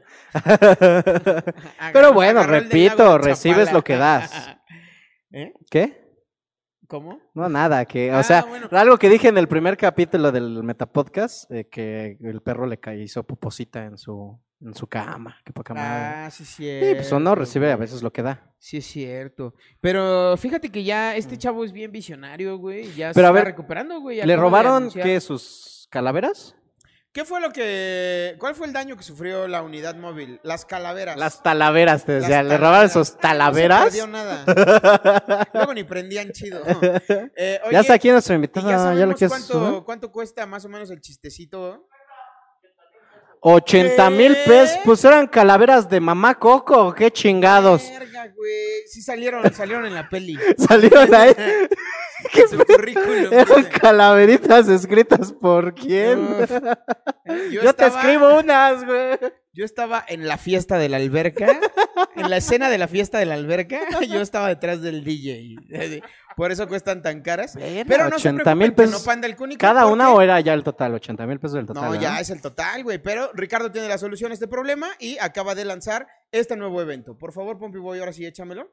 Pero bueno, Agarró el del repito, lago de recibes Chapala. lo que das. ¿Eh? ¿Qué? ¿Cómo? No, nada, que, o Ah, sea, bueno. algo que dije en el primer capítulo del Metapodcast, eh, que el perro le ca- hizo poposita en su, en su cama, que poca madre. Ah, sí, sí. Sí, pues uno recibe a veces lo que da. Sí, es cierto. Pero fíjate que ya este chavo es bien visionario, güey. Ya se Pero a está ver, recuperando, güey. ¿Le acaba de robaron anunciar. qué, sus calaveras? ¿Qué fue lo que... ¿Cuál fue el daño que sufrió la unidad móvil? Las calaveras. Las talaveras, te Las decía, ¿le talaveras. robaron sus No talaveras? se perdió nada. Luego ni prendían chido. Eh, Ya está aquí nuestro ¿y invitado, ya ¿ya, lo sabemos quieres cuánto, subir? cuánto cuesta más o menos el chistecito? ochenta mil ¿Qué? pesos, pues eran calaveras de mamá Coco, qué chingados. Verga, güey. Sí salieron, salieron en la peli. Salieron ahí. En su currículum. Eran calaveritas escritas por quién. Uf. Yo, Yo te estaba- escribo unas, güey. Yo estaba en la fiesta de la alberca, en la escena de la fiesta de la alberca, yo estaba detrás del D J. Por eso cuestan tan caras. Pero no se ochenta mil preocupen, que pesos. no Panda el Cúnico, ¿Cada porque- una o era ya el total? ochenta mil pesos el total. No, ya ¿verdad? es el total, güey. Pero Ricardo tiene la solución a este problema y acaba de lanzar este nuevo evento. Por favor, Pompi Boy, ahora sí échamelo.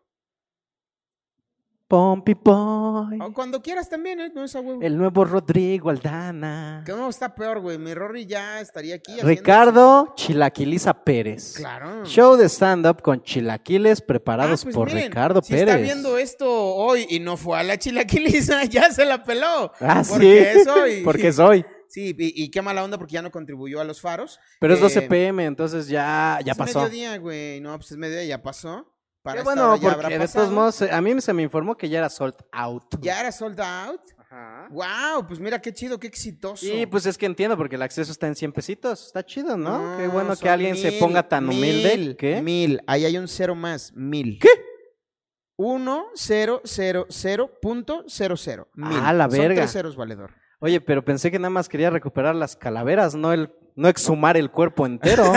Pompi Boy. O cuando quieras también, ¿eh? No es a huevo. El nuevo Rodrigo Aldana. Que no, está peor, güey. Mi Rory ya estaría aquí. haciendo- Ricardo Chilaquiliza Pérez. Claro. Show de stand-up con chilaquiles Ah, preparados pues por miren, Ricardo si Pérez. está viendo esto hoy y no fue a la chilaquiliza, ya se la peló. Ah, porque sí. es hoy. Porque es hoy. Sí, y, y qué mala onda porque ya no contribuyó a los faros. Pero es Eh, doce pm, entonces ya, ya es pasó. mediodía, güey. No, pues es mediodía, ya pasó. Para Qué esta bueno, hora ya habrá porque de pasado. todos modos, eh, a mí se me informó que ya era sold out. ¿Ya era sold out? Ajá. Wow, pues mira qué chido, qué exitoso. Y pues es que entiendo, porque el acceso está en cien pesitos. Está chido, ¿no? Qué bueno que son alguien se mil, ponga tan humilde. mil, ¿Qué? Mil. Ahí hay un cero más. Mil. ¿Qué? Uno, cero, cero, cero, punto, cero, cero. Mil. Ah, la Son verga. tres ceros, valedor. Oye, pero pensé que nada más quería recuperar las calaveras, no el, no exhumar el cuerpo entero.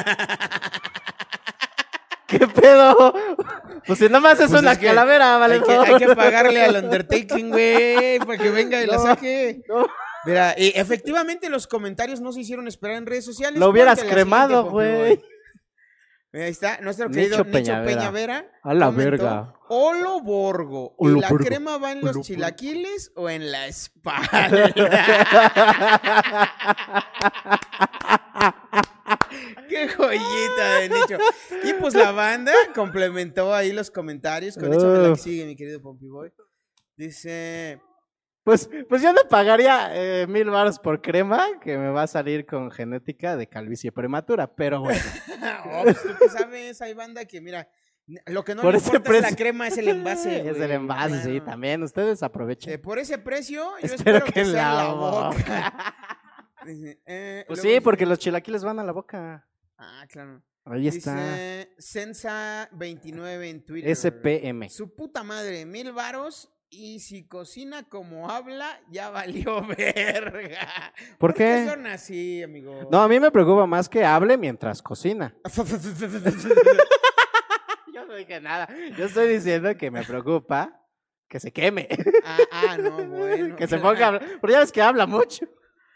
¿Qué pedo? Pues si nada más es Pues una es que calavera, vale. Hay que, hay que pagarle al Undertaking, güey, para que venga y la No, saque. no. Mira, y efectivamente los comentarios no se hicieron esperar en redes sociales. Lo hubieras Ponte la cremado, siguiente, Pompi güey. Boy. Ahí está, nuestro Nicho querido Nicho Peñavera. Peñavera. A la comentó, verga. Olo Borgo. ¿Y Olo la Borgo. crema va en Olo los Borgo. chilaquiles o en la espalda? Qué joyita de Nicho. Y pues la banda complementó ahí los comentarios con échame la que Uf. sigue, mi querido Pompi Boy. Dice, Pues, pues yo no pagaría eh, mil baros por crema que me va a salir con genética de calvicie prematura, pero bueno. Oh, pues tú qué sabes, hay banda que mira, lo que no Por le ese importa precio- es la crema, es el envase. Es güey. el envase, sí, Claro. también. Ustedes aprovechen. Eh, por ese precio, yo Espero espero, que que, en sea en la la boca. boca. Dice, eh, Pues luego sí, dice- porque los chilaquiles van a la boca. Ah, claro. Ahí está. Dice Sensa veintinueve en Twitter. S P M. Su puta madre, mil varos. Y si cocina como habla, ya valió verga. ¿Por qué? son así, amigo? No, a mí me preocupa más que hable mientras cocina. Yo no dije nada. Yo estoy diciendo que me preocupa que se queme. ah, ah, no, bueno. Que se ponga a hablar. Pero ya ves que habla mucho.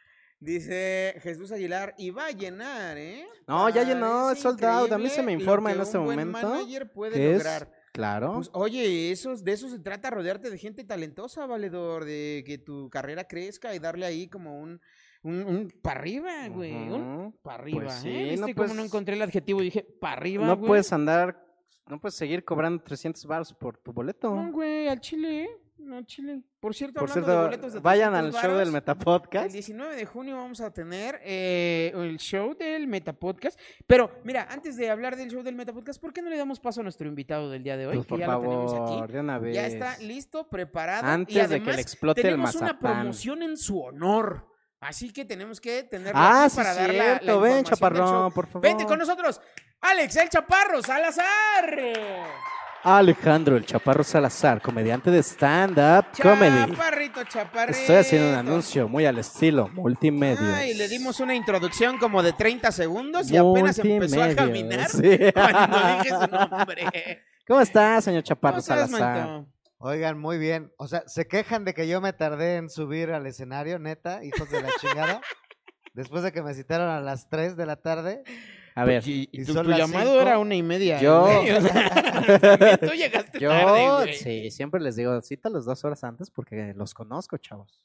Dice Jesús Aguilar, y va a llenar, ¿eh? No, ya llenó, Parece es sold out. A mí se me increíble informa lo en que este un buen momento manager puede que es- lograr. Claro. Pues, oye, eso, de eso se trata, rodearte de gente talentosa, valedor, de que tu carrera crezca y darle ahí como un, un, un para arriba, güey, un Ujú. para arriba, Pues sí, ¿eh? ¿Viste no cómo puedes- no encontré el adjetivo? Dije, para arriba, no güey. puedes andar, no puedes seguir cobrando trescientos baros por tu boleto. No, güey, al Chile, ¿eh? No, al Chile. Por cierto, Por hablando de cierto, boletos de vayan al trescientos show del varos, Metapodcast. el diecinueve de junio vamos a tener eh, el show del Metapodcast. Pero, mira, antes de hablar del show del Metapodcast, ¿por qué no le damos paso a nuestro invitado del día de hoy? Pues, que por ya lo tenemos favor, aquí. de una vez. Ya está listo, preparado. Antes y de que además le explote el tenemos una mazapán. promoción en su honor. Así que tenemos que tenerlo Ah, aquí sí, para dar la, la cierto. Ven, información del chaparrón, show. por favor. Vente con nosotros, Alex, el Chaparro Salazar. Alejandro el Chaparro Salazar, comediante de stand-up comedy. Chaparrito, chaparrito. Estoy haciendo un anuncio muy al estilo multimedia. Ay, le dimos una introducción como de treinta segundos y apenas empezó a Multimedios, caminar sí. cuando dije su nombre. ¿Cómo estás, señor Chaparro ¿Cómo estás, Salazar? manito? Oigan, muy bien. O sea, ¿se quejan de que yo me tardé en subir al escenario, neta, hijos de la chingada? Después de que me citaron a las tres de la tarde. A ver, Y, y ¿Y tu, son tu las llamado cinco? era una y media. Yo- güey, o sea, también tú llegaste yo tarde, güey. sí, siempre les digo, cítalos dos horas antes porque los conozco, chavos.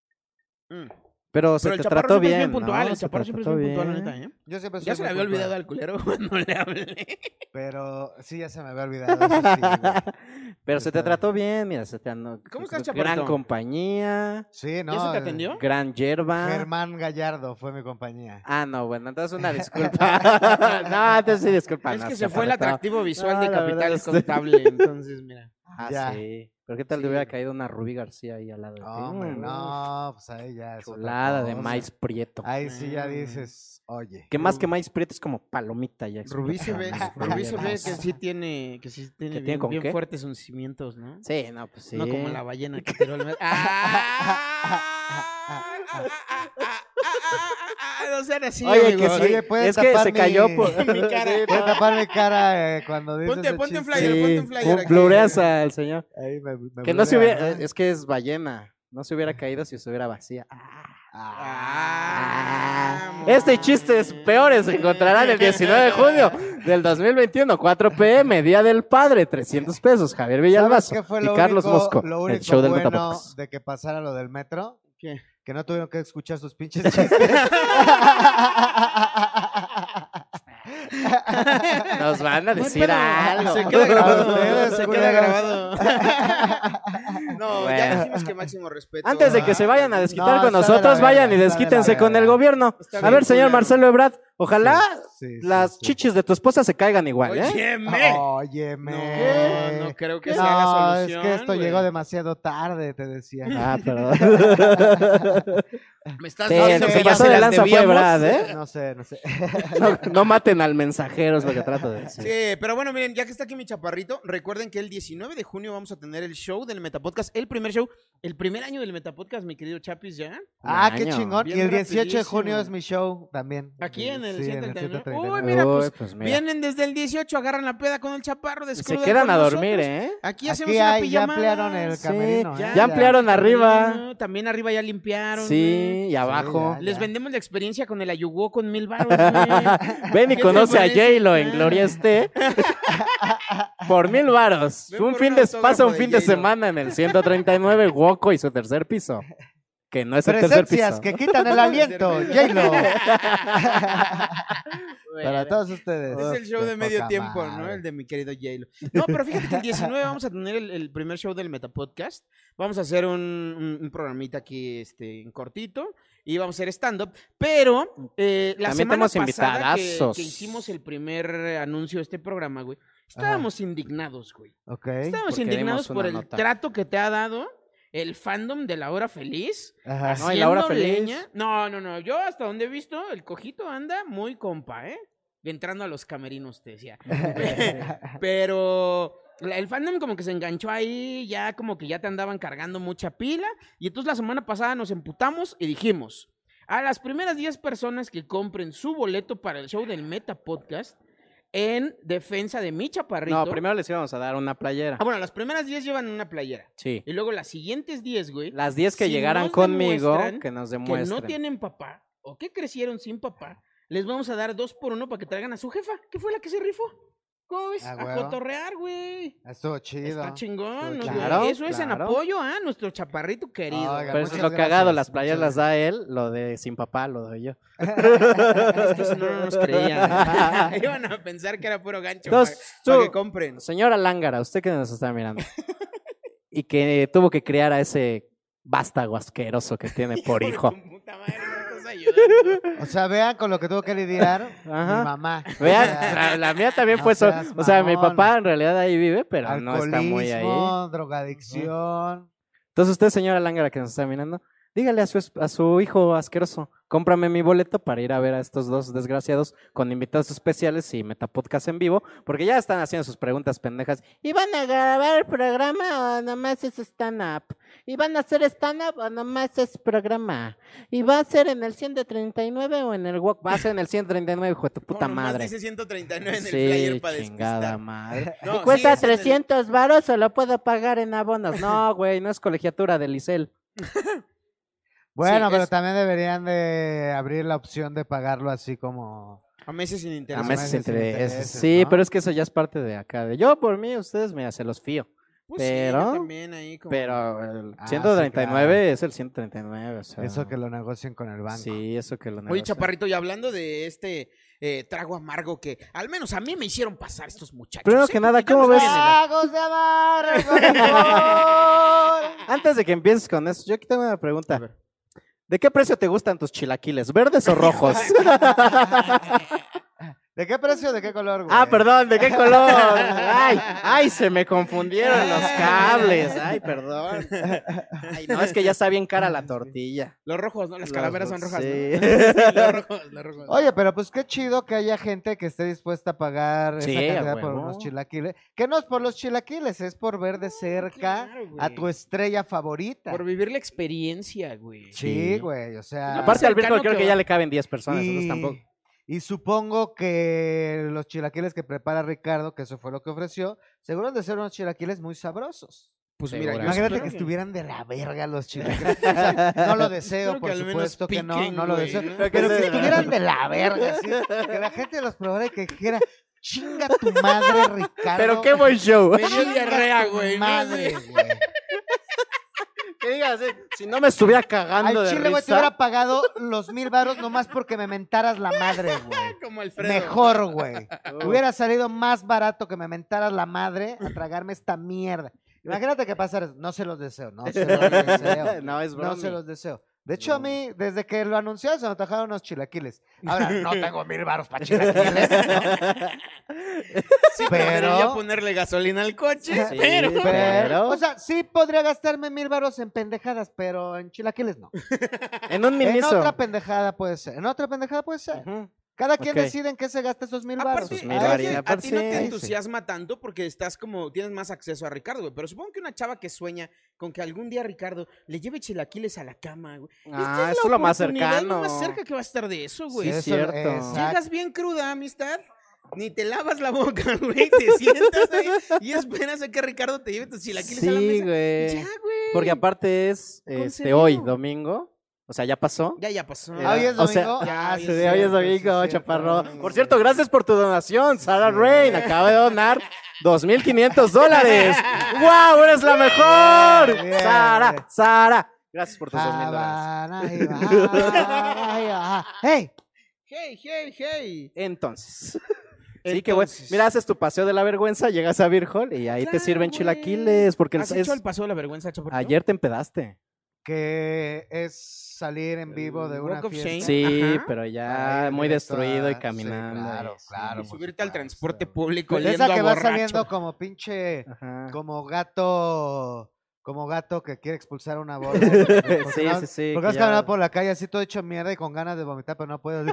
Mm. Pero se Pero el te Chaparro trató siempre es bien, bien puntual, ¿no? el Se Chaparro te siempre es trató bien puntual, la bien. neta, ¿eh? Yo siempre Ya soy se muy le había puntual. olvidado al culero cuando le hablé. Pero sí, ya se me había olvidado. Eso sí, güey. Pero se te Está- trató bien, mira, se te andó. ¿Cómo estás, Gran Chaparrito? compañía, Sí, ¿no? ¿Y eso te eh, atendió? gran yerba. Germán Gallardo fue mi compañía. Ah, no, bueno, entonces una disculpa. No, entonces sí, disculpa. Es no, que se fue el Chaparrito. atractivo visual No, de la verdad Capital es- Contable, entonces, mira. Ah, Ya. sí. ¿Pero qué tal Sí, te hubiera güey. caído una Rubí García ahí al lado de ti? Hombre, Mm, no, pues ahí ya es otra Chulada de cosa. maíz prieto. Ahí sí ya Mm. dices, oye. Que más que maíz prieto es como palomita ya. Rubí se ve, explotando. Rubí se ve que sí tiene, que sí tiene, ¿Que bien, tiene con bien qué? fuertes sus cimientos, ¿no? Sí, no, pues sí. No como la ballena que tiró el mar. ¡Ah! No sean así, Oye, que amigos. sí, Oye, ¿puedes es que tapar se mi- cayó por... mi cara. Sí, Voy a no. tapar mi cara eh, cuando dices Ponte- el ponte un chiste. flyer, ponte un Sí, flyer bu- aquí. blureas al señor. Ahí me- me Que no se blurea, hubiera... ¿no? Es que es ballena. No se hubiera caído si estuviera vacía. Ah, Este y chistes peores se encontrarán el diecinueve de junio del dos mil veintiuno, cuatro p m, Día del Padre, trescientos pesos, Javier Villalbazo ¿Sabes qué fue y lo Carlos único, Mosco, lo el único show del bueno Metapodcast. de que pasara lo del metro? ¿Qué? Que no tuvieron que escuchar sus pinches chistes. Nos van a No hay decir pedo. algo. Se queda grabado. Ustedes, Se queda culeros. grabado. No, ya Bueno. dijimos que máximo respeto. Antes de que a- se vayan a desquitar No, con está de la nosotros, verga, vayan y está de la desquítense con verga. el gobierno. Está A bien, ver, señor culero. Marcelo Ebrard, ojalá Sí, sí, las sí. chichis de tu esposa se caigan igual, ¿eh? Óyeme. Óyeme. No, no creo que No, sea la solución. es que esto güey. llegó demasiado tarde, te decía. Ah, perdón. Me estás Sí, diciendo el que que ya pasó se de las lanza fue debíamos. Brad, ¿eh? No sé, no sé. No, no maten al mensajero, es lo que trato de decir. Sí, pero bueno, miren, ya que está aquí mi chaparrito, recuerden que el diecinueve de junio vamos a tener el show del Metapodcast, el primer show, el primer año del Metapodcast, mi querido Chapis, ¿ya? Ah, Un qué año. chingón. Bien Y el dieciocho de rapidísimo. junio es mi show también. Aquí en el Sí, ciento treinta y nueve. ciento treinta y nueve. Uy, mira, Uy, pues, pues mira. vienen desde el dieciocho, agarran la peda con el chaparro de Se Screwdriver quedan con a dormir, nosotros. ¿eh? Aquí hacemos Aquí una hay, ya pijamada. ampliaron el Sí, camerino. ya- ¿eh? Ya ampliaron arriba. No, también arriba ya limpiaron. Sí, y ya, abajo. güey. Les ya. vendemos la experiencia con el ayugó con mil baros, güey. Ven y ¿Qué te conoce a parece? J-Lo en Gloria esté por mil varos. Ven Un por fin un de, autógrafo pasa un de fin de J-Lo. semana en el ciento treinta y nueve, Woco y su tercer piso. que no es el tercer Presencias piso. que quitan el aliento, J-Lo. Bueno, Para todos ustedes. Es el show de Qué medio poca tiempo, ¿no? madre. El de mi querido J-Lo. No, pero fíjate que el diecinueve vamos a tener el, el primer show del Metapodcast. Vamos a hacer un, un, un programita aquí este, en cortito y vamos a hacer stand-up. Pero eh, la También semana tenemos pasada que, invitadazos. que hicimos el primer anuncio de este programa, güey, estábamos indignados, güey. Ok. Estábamos Porque indignados dimos por una el nota. trato que te ha dado el fandom de La Hora Feliz. Ajá. No, y La Hora haciendo Feliz. leña. No, no, no. Yo hasta donde he visto, el cojito anda muy compa, ¿eh? Entrando a los camerinos, te decía. Pero la- el fandom como que se enganchó ahí, ya como que ya te andaban cargando mucha pila. Y entonces la semana pasada nos emputamos y dijimos, a las primeras diez personas que compren su boleto para el show del Meta Podcast, en defensa de mi chaparrito. No, primero les íbamos a dar una playera. Ah, bueno, las primeras diez llevan una playera. Sí. Y luego las siguientes diez, güey. Las diez que si llegaran nos conmigo, demuestran que nos que demuestren. no tienen papá o que crecieron sin papá, les vamos a dar dos por uno para que traigan a su jefa, que fue la que se rifó. ¿Cómo ves? Ah, A huevo. cotorrear, güey. Estuvo chido. Está chingón. Estuvo ¿no? chido. Claro, Eso es en claro. apoyo a nuestro chaparrito querido. Oiga, Pero eso es muchas lo cagado, gracias, las playeras muchas las da él, lo de sin papá lo doy yo. Es que si no, no nos creían. Iban a pensar que era puro gancho para, Entonces, tú, para que compren. señora Lángara, usted que nos está mirando, y que tuvo que criar a ese vástago asqueroso que tiene por hijo. Tu puta madre, no estás ayudando. O sea, vean con lo que tuvo que lidiar Ajá. mi mamá. Vean, O sea, la, la mía también no fue eso. seas O sea, mi mamón. papá en realidad ahí vive, pero no está muy ahí. alcoholismo, drogadicción. Entonces usted, señora Lángara, que nos está mirando, dígale a su, es- a su hijo asqueroso, cómprame mi boleto para ir a ver a estos dos desgraciados con invitados especiales y Metapodcast en vivo, porque ya están haciendo sus preguntas pendejas. ¿Y van a grabar el programa o nomás es stand-up? ¿Y van a hacer stand-up o nomás es programa? ¿Y va a ser en el ciento treinta y nueve o en el walk? Va a ser en el ciento treinta y nueve, hijo de tu puta No, nomás madre. dice ciento treinta y nueve en el Sí, flyer para chingada despistar. madre. No, ¿Y cuesta sí, es en el- trescientos varos o lo puedo pagar en abonos? No, güey, no es colegiatura de Licel. Bueno, Sí, pero es- también deberían de abrir la opción de pagarlo así como... A meses sin interés. A meses meses sin intereses. intereses, Sí, ¿no? pero es que eso ya es parte de acá. De yo por mí, ustedes me se los fío. Pues sí, yo pero, también ahí como- pero el Ah, ciento treinta y nueve sí, claro. es el ciento treinta y nueve. O sea, Eso que lo negocien con el banco. Sí, eso que lo Oye, negocian. Chaparrito, y hablando de este eh, trago amargo que al menos a mí me hicieron pasar estos muchachos. Primero ¿eh? que nada, Porque yo ¿cómo no ves? estoy en edad. ¡Tragos de amargo! Antes de que empieces con eso, yo aquí tengo una pregunta. ¿De qué precio te gustan tus chilaquiles? ¿Verdes o rojos? ¿De qué precio, de qué color, güey? Ah, perdón, ¿de qué color? Ay, ay, se me confundieron los cables. Ay, perdón. Ay, no, es que ya está bien cara la tortilla. Los rojos, ¿no? Las Los calaveras ro- son rojas, sí. ¿no? Sí, los rojos, los rojos. Oye, pero pues qué chido que haya gente que esté dispuesta a pagar Sí, esa a cantidad por huevo. unos chilaquiles. Que no es por los chilaquiles, es por ver de cerca claro, güey. a tu estrella favorita. Por vivir la experiencia, güey. Sí, güey, o sea... Aparte al cercano Virgo creo que que va. ya le caben diez personas, y, entonces tampoco. y supongo que los chilaquiles que prepara Ricardo, que eso fue lo que ofreció, seguro han de ser unos chilaquiles muy sabrosos. Pues Seguro. mira, yo Imagínate espero que estuvieran de la verga los chilaquiles. O sea, no lo deseo, Espero por que al menos supuesto que no, piquen, no lo güey, deseo. ¿no? Pero que estuvieran de la verga, ¿sí? Que la gente los probara y que dijera, chinga tu madre, Ricardo. Pero qué buen show. Me dio Chinga diarrea, tu güey. ¿no? madre, güey. Que digas, eh, si no me estuviera cagando Al de chile, güey, te risa. hubiera pagado los mil varos nomás porque me mentaras la madre, güey. Como Alfredo. Mejor, güey. Hubiera salido más barato que me mentaras la madre a tragarme esta mierda. Imagínate que pasara eso. No se los deseo, no se los deseo. No, es No bromi. se los deseo. De hecho, a mí, desde que lo anunció, se me antojaron unos chilaquiles. Ahora, no tengo mil varos para chilaquiles, ¿no? Sí, Pero- preferiría ponerle gasolina al coche, Sí, pero... Pero, Pero- o sea, sí podría gastarme mil varos en pendejadas, pero en chilaquiles no. En un En miniso. otra pendejada puede ser. En otra pendejada puede ser. Ujú. Cada quien Ok. decide en qué se gasta esos mil varos. Aparte, Sus mil a ti- varillas, a ti no sí. te entusiasma tanto porque estás como, tienes más acceso a Ricardo, güey. Pero supongo que una chava que sueña con que algún día Ricardo le lleve chilaquiles a la cama, güey. Ah, Esta eso es lo más oportunidad, cercano. Lo más cerca que va a estar de eso, güey. Sí, es Eso- cierto. exacto. Llegas bien cruda, amistad. Ni te lavas la boca, güey. Te sientas ahí y esperas a que Ricardo te lleve tus chilaquiles a la Sí, mesa. güey. Ya, güey. Porque aparte es este Concedido. hoy, domingo. O sea, ya pasó. Ya, ya pasó. Era- ¿Hoy es o sea, domingo? ya, Ah, sí, Sí, sí, hoy es cierto, domingo, sí, cierto. chaparro. Por cierto, gracias por tu donación, Sarah Rain. Acaba de donar dos mil quinientos dólares. ¡Wow! ¡Eres la mejor! Bien. Sara, Sara. Gracias por tus dos mil dólares. ¡Hey! Hey, hey, hey. Entonces. Sí, que bueno. Mira, haces tu paseo de la vergüenza, llegas a Beer Hall y ahí te Claro, sirven güey. chilaquiles. Porque ¿Has es- hecho el paseo de la vergüenza, Chaparrito? ayer te empedaste. Que es salir en vivo de una Walk of fiesta. Shame. Sí, Ajá. pero ya Ahí muy directo destruido a- y sí, caminando. claro, y- claro. Y por subirte al supuesto. transporte público Pues oliendo esa que a va borracho. saliendo como pinche, Ajá. como gato, como gato que quiere expulsar una bola. Porque Sí, no- sí, sí, Porque que vas ya- caminando por la calle así todo hecho mierda y con ganas de vomitar, pero no puedes.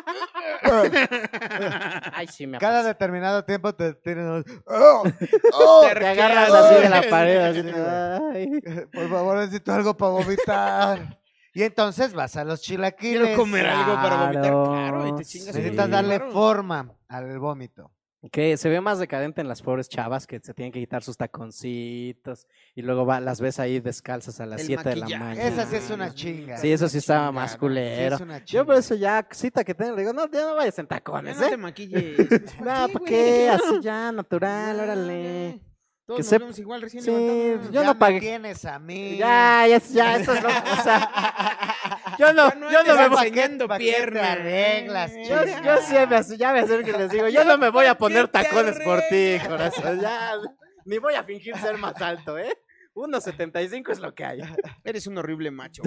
Ay, sí, me ha Cada pasado. determinado tiempo te tienes. ¡Oh! ¡Oh! Te agarras así de la pared. Así, ay. Por favor, necesito algo para vomitar. Y entonces vas a los chilaquiles. Quiero comer algo para vomitar, Claro, claro, y te chingas sí. Necesitas unos darle varos. forma al vómito. Que se ve más decadente en las pobres chavas que se tienen que quitar sus taconcitos y luego va, las ves ahí descalzas a las El siete de la maquillaje. mañana. Esa sí es una chinga. Sí, eso sí estaba chingada, más Sí, culero. es una Yo por chinga. eso ya, cita que tengo, le digo, no, ya no vayas en Ya tacones, no te ¿eh? maquilles. No, ¿para qué? Así ya, natural, órale. Todos Que nos se- vemos igual recién Sí, levantados. yo Ya no me pagué. tienes a mí. Ya, ya, ya, eso es lo o sea, yo no, Ya no yo no andes me voy, enseñando ¿pa' qué te pierna. arreglas, yo, chica? yo siempre así, ya me acerco y les digo, yo no me voy a poner ¿Qué te tacones por ti, arreglas? corazón, ya, ni voy a fingir ser más alto, ¿eh? uno setenta y cinco es lo que hay. Eres un horrible macho.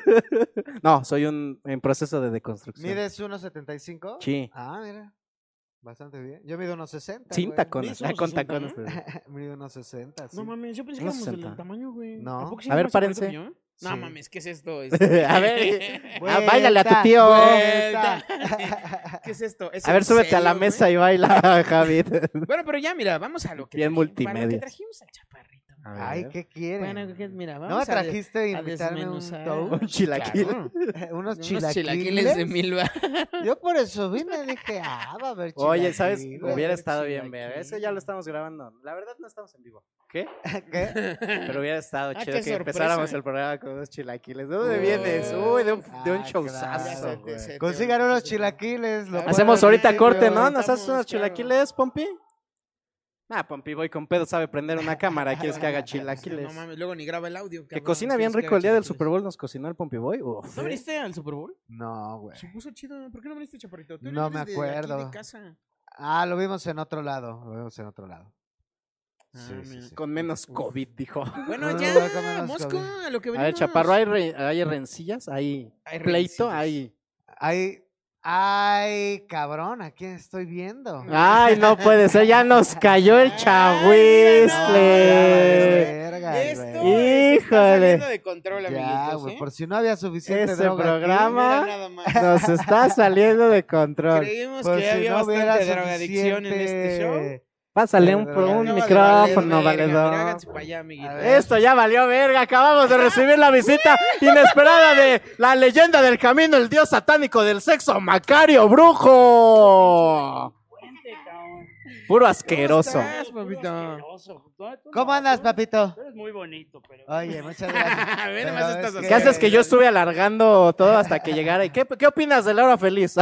No, soy un en proceso de deconstrucción. ¿Mides uno setenta y cinco? Sí. Ah, mira. Bastante bien. Yo mido unos sesenta. Sin güey. tacones, ¿Mides ah, unos con sesenta, tacones. no? pero- Mido unos sesenta, sí. No mames, yo pensé que Unos éramos del sesenta. tamaño, güey. No. ¿A poco sí A ver, eres más chaparrito párense. que yo? No Sí. mames, ¿qué es esto? A ver, ah, báilale a tu tío. Vuelta. ¿Qué es esto? ¿Es A ver, en súbete a la serio, güey? mesa y baila, Javi. Bueno, pero ya, mira, vamos a lo que Bien trajimos. Para lo que multimedias. trajimos al chaparrito. Ay, ¿qué quieren? Bueno, ¿qué- mira, ¿No vamos me a de- trajiste a a invitarme un desmenuzar. toast? Un chilaquil. Claro. Unos Unos chilaquiles. chilaquiles de mil ba- Yo por eso vine, dije, ah, va a haber Oye, ¿sabes? chilaquiles. Hubiera ver, estado bien chilaquiles. ver. Eso ya lo estamos grabando. La verdad no estamos en vivo. ¿Qué? ¿Qué? Pero hubiera estado Ah, chido qué que sorpresa. empezáramos el programa con unos chilaquiles. ¿De dónde vienes? Uy, de un, de un Ah, showzazo, claro. güey. Se te- Consigan unos chilaquiles. lo Hacemos ponen ahorita al corte, principio. ¿no? ¿Nos haces Estamos, unos claro. chilaquiles, Pompi? Ah, Pompi, voy con pedo, sabe prender una cámara. ¿Quieres que haga chilaquiles? No mames, luego ni graba el audio. Que cabrón. cocina bien Tienes que rico el día hacer del Super Bowl, nos cocinó el Pompi Boy. Uf. ¿No viniste al Super Bowl? No, güey. Se puso chido. ¿Por qué no viniste, chaparrito? Tú No eres me de aquí de acuerdo. casa. Ah, lo vimos en otro lado. Lo vimos en otro lado. Ah, Sí, sí, mira. sí. Con menos COVID, dijo. Bueno, No, ya, no, no, no, no, Mosco, no. a lo que A venimos. ver, Chaparro, ¿hay, re- hay rencillas? ¿Hay, Hay pleito? rencillas. ¿Hay...? Ay, ay, cabrón, ¿a quién estoy viendo? Ay, no puede ser, ya nos cayó el No, chahuistle. verga, Esto güey. se está Híjole. saliendo de control, Ya, amiguitos, güey, ¿eh? por si no había suficiente Ese droga aquí. programa Mira nada más. nos está saliendo de control. Creímos Por que si había no hubiera bastante drogadicción en este show. suficiente- Pásale un, Pero un acaba de micrófono, valer verga. Mira, valedor. háganse para allá, amiguitos. A ver. Esto ya valió verga. Acabamos de recibir la visita inesperada de la leyenda del camino, el dios satánico del sexo, Macario Brujo. Puro asqueroso. ¿Cómo estás, papito? ¿Cómo andas, papito? Eres muy bonito, pero... Oye, muchas gracias. A ver, Pero nomás es estás que- ¿Qué haces que yo estuve alargando todo hasta que llegara? ¿Y qué, qué opinas de la hora feliz?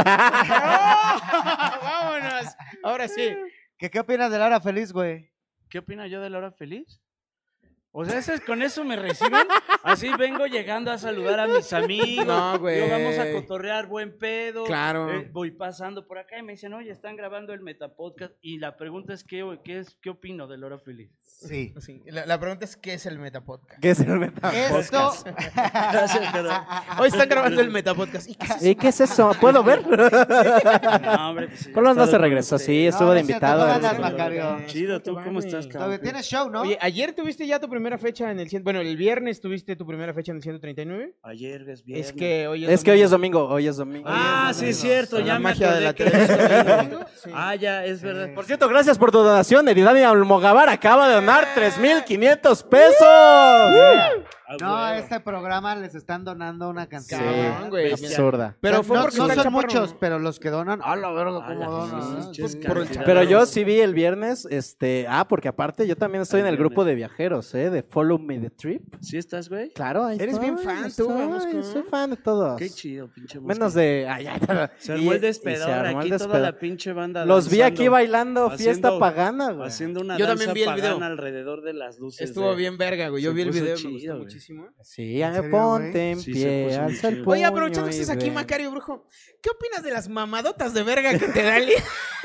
Vámonos. Ahora sí. ¿Qué, ¿Qué opinas de la hora feliz, güey? ¿Qué opina yo de la hora feliz? O sea, ¿ese- ¿con eso me reciben? Así vengo llegando a saludar a mis amigos. No, güey. Yo vamos a cotorrear buen pedo. Claro. Eh, voy pasando por acá y me dicen, oye, están grabando el Metapodcast. Y la pregunta es, ¿qué, qué, es, qué opino de la hora feliz? Sí. Sí, La, la pregunta es, ¿qué es el Metapodcast? ¿Qué es el Metapodcast? Esto. Gracias, perdón. Hoy están grabando el Metapodcast. ¿Y qué es eso? ¿Y qué es eso? ¿Puedo ver? No, hombre, pues, Polo ya no he se estado regresó, con sí, ustedes. estuvo No, de no es cierto, invitado. ¿cómo en andas, el- Macario? Chido, ¿tú ¿Cómo cómo te estás, va, cabrón? ¿Tienes show, no? Oye, ayer tuviste ya tu primera fecha en el cien, bueno, el viernes tuviste tu primera fecha en el ciento treinta y nueve. Ayer es viernes. Es que hoy es Es que hoy es domingo, hoy es domingo. Ah, sí, es cierto, Con ya la me magia de acordé la que es televisión. domingo. Ah, ya, es verdad. Por cierto, gracias por tu donación. Eridani Almogavar acaba de donar tres mil quinientos pesos. Ah, No, a huevo. este programa les están donando una cantidad. Cabrón, güey. Absurda. Pero O sea, fue no, porque no está el son chaparro, muchos, ¿no? pero los que donan, a la verga, Ah, cómo la donan. pinches por el cantidades. Pero yo sí vi el viernes, este, ah, porque aparte yo también estoy en el grupo de viajeros, ¿eh? De Follow Me the Trip. ¿Sí estás, güey? Claro, ahí Eres estoy, bien fan, ahí tú, estoy, vamos con- soy fan de todos. Qué chido, pinche Mosco. Menos de, ay, ay, Se y- armó el y se despedor, armó el aquí toda despedor. la pinche banda Los vi aquí danzando, bailando fiesta haciendo- pagana, güey. Haciendo una Yo danza también vi el video. pagana alrededor de las luces. Estuvo de- bien verga, güey. Yo Se vi el puso video, me chido, gustó güey. muchísimo. Sí, ya ponte en Sí, se pie, puso muy alza el chido. puño. Oye, aprovechando que y estás aquí, ven. Macario Brujo, ¿qué opinas de las mamadotas de verga que te da el...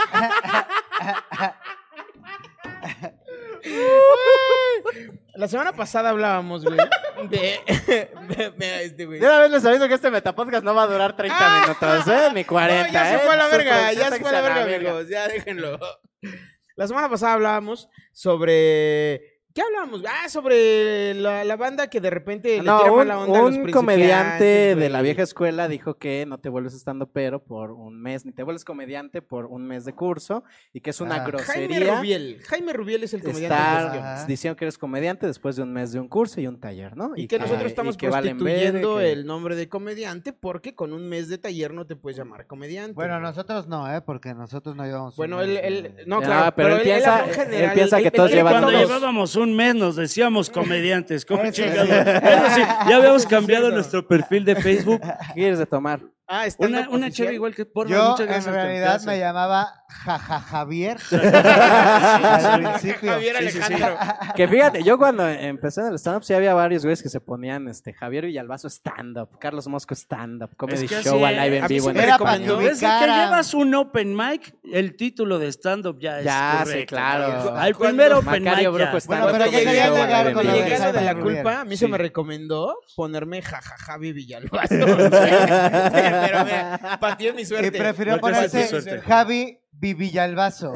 La semana pasada hablábamos, güey, de... de- Mira este, güey. De una vez les aviso que este Metapodcast no va a durar treinta minutos, ¿eh? Ni cuarenta, No, ya ¿eh? se fue a la Sus verga, ya producciones se que fue a la se verga, verga. amigos, ya déjenlo. La semana pasada hablábamos sobre... ¿Qué hablábamos? Ah, sobre la, la banda que de repente le No, tira un, mala onda a los un comediante principiantes, de la güey. vieja escuela dijo que no te vuelves estando pero por un mes, ni te vuelves comediante por un mes de curso, y que es una Ah. grosería. Jaime Rubiel. Jaime Rubiel es el comediante. Estar en cuestión. Ajá. diciendo que eres comediante después de un mes de un curso y un taller, ¿no? Y que nosotros estamos y que valen prostituyendo verga, que- el nombre de comediante porque con un mes de taller no te puedes llamar comediante. Bueno, nosotros no, ¿eh? Porque nosotros no llevamos. Bueno, un él, mes él, de- no, Ah, claro, pero él piensa- habló en él general, piensa que todos él- llevan Cuando todos. llevábamos un mes nos decíamos comediantes. ¿Cómo Eso chingados? sí. Eso sí, ya habíamos Eso sí es cambiado cierto. nuestro perfil de Facebook. ¿Qué quieres de tomar? Ah, está Una, una chévere igual que por Yo, muchas en gracias. realidad, me llamaba Jaja Javier. sí, Al principio. Javier Sí, sí, sí. Alejandro. Que fíjate, yo cuando empecé en el stand-up sí había varios güeyes que se ponían este Javier Villalbazo stand-up, Carlos Mosco stand-up, comedy Es que show así alive es. en A mí vivo. sí en me el Era para español. que Desde que ubicaran. llevas un open mic, el título de stand-up ya es Ya, sí, correcto. claro. Al Cuando primer open Macario mic ya Brujo está. stand-up, Bueno, pero comedy llegué a show llegar alive en con Cuando lo vivo. llegué a lo de la Jaime Rubiel. culpa, a mí se Sí. me recomendó ponerme jajajavi Villalbazo. O sea, pero mira, pateé mi Y suerte. prefirió Porque esa es tu ponerse suerte. Javi Villalbazo.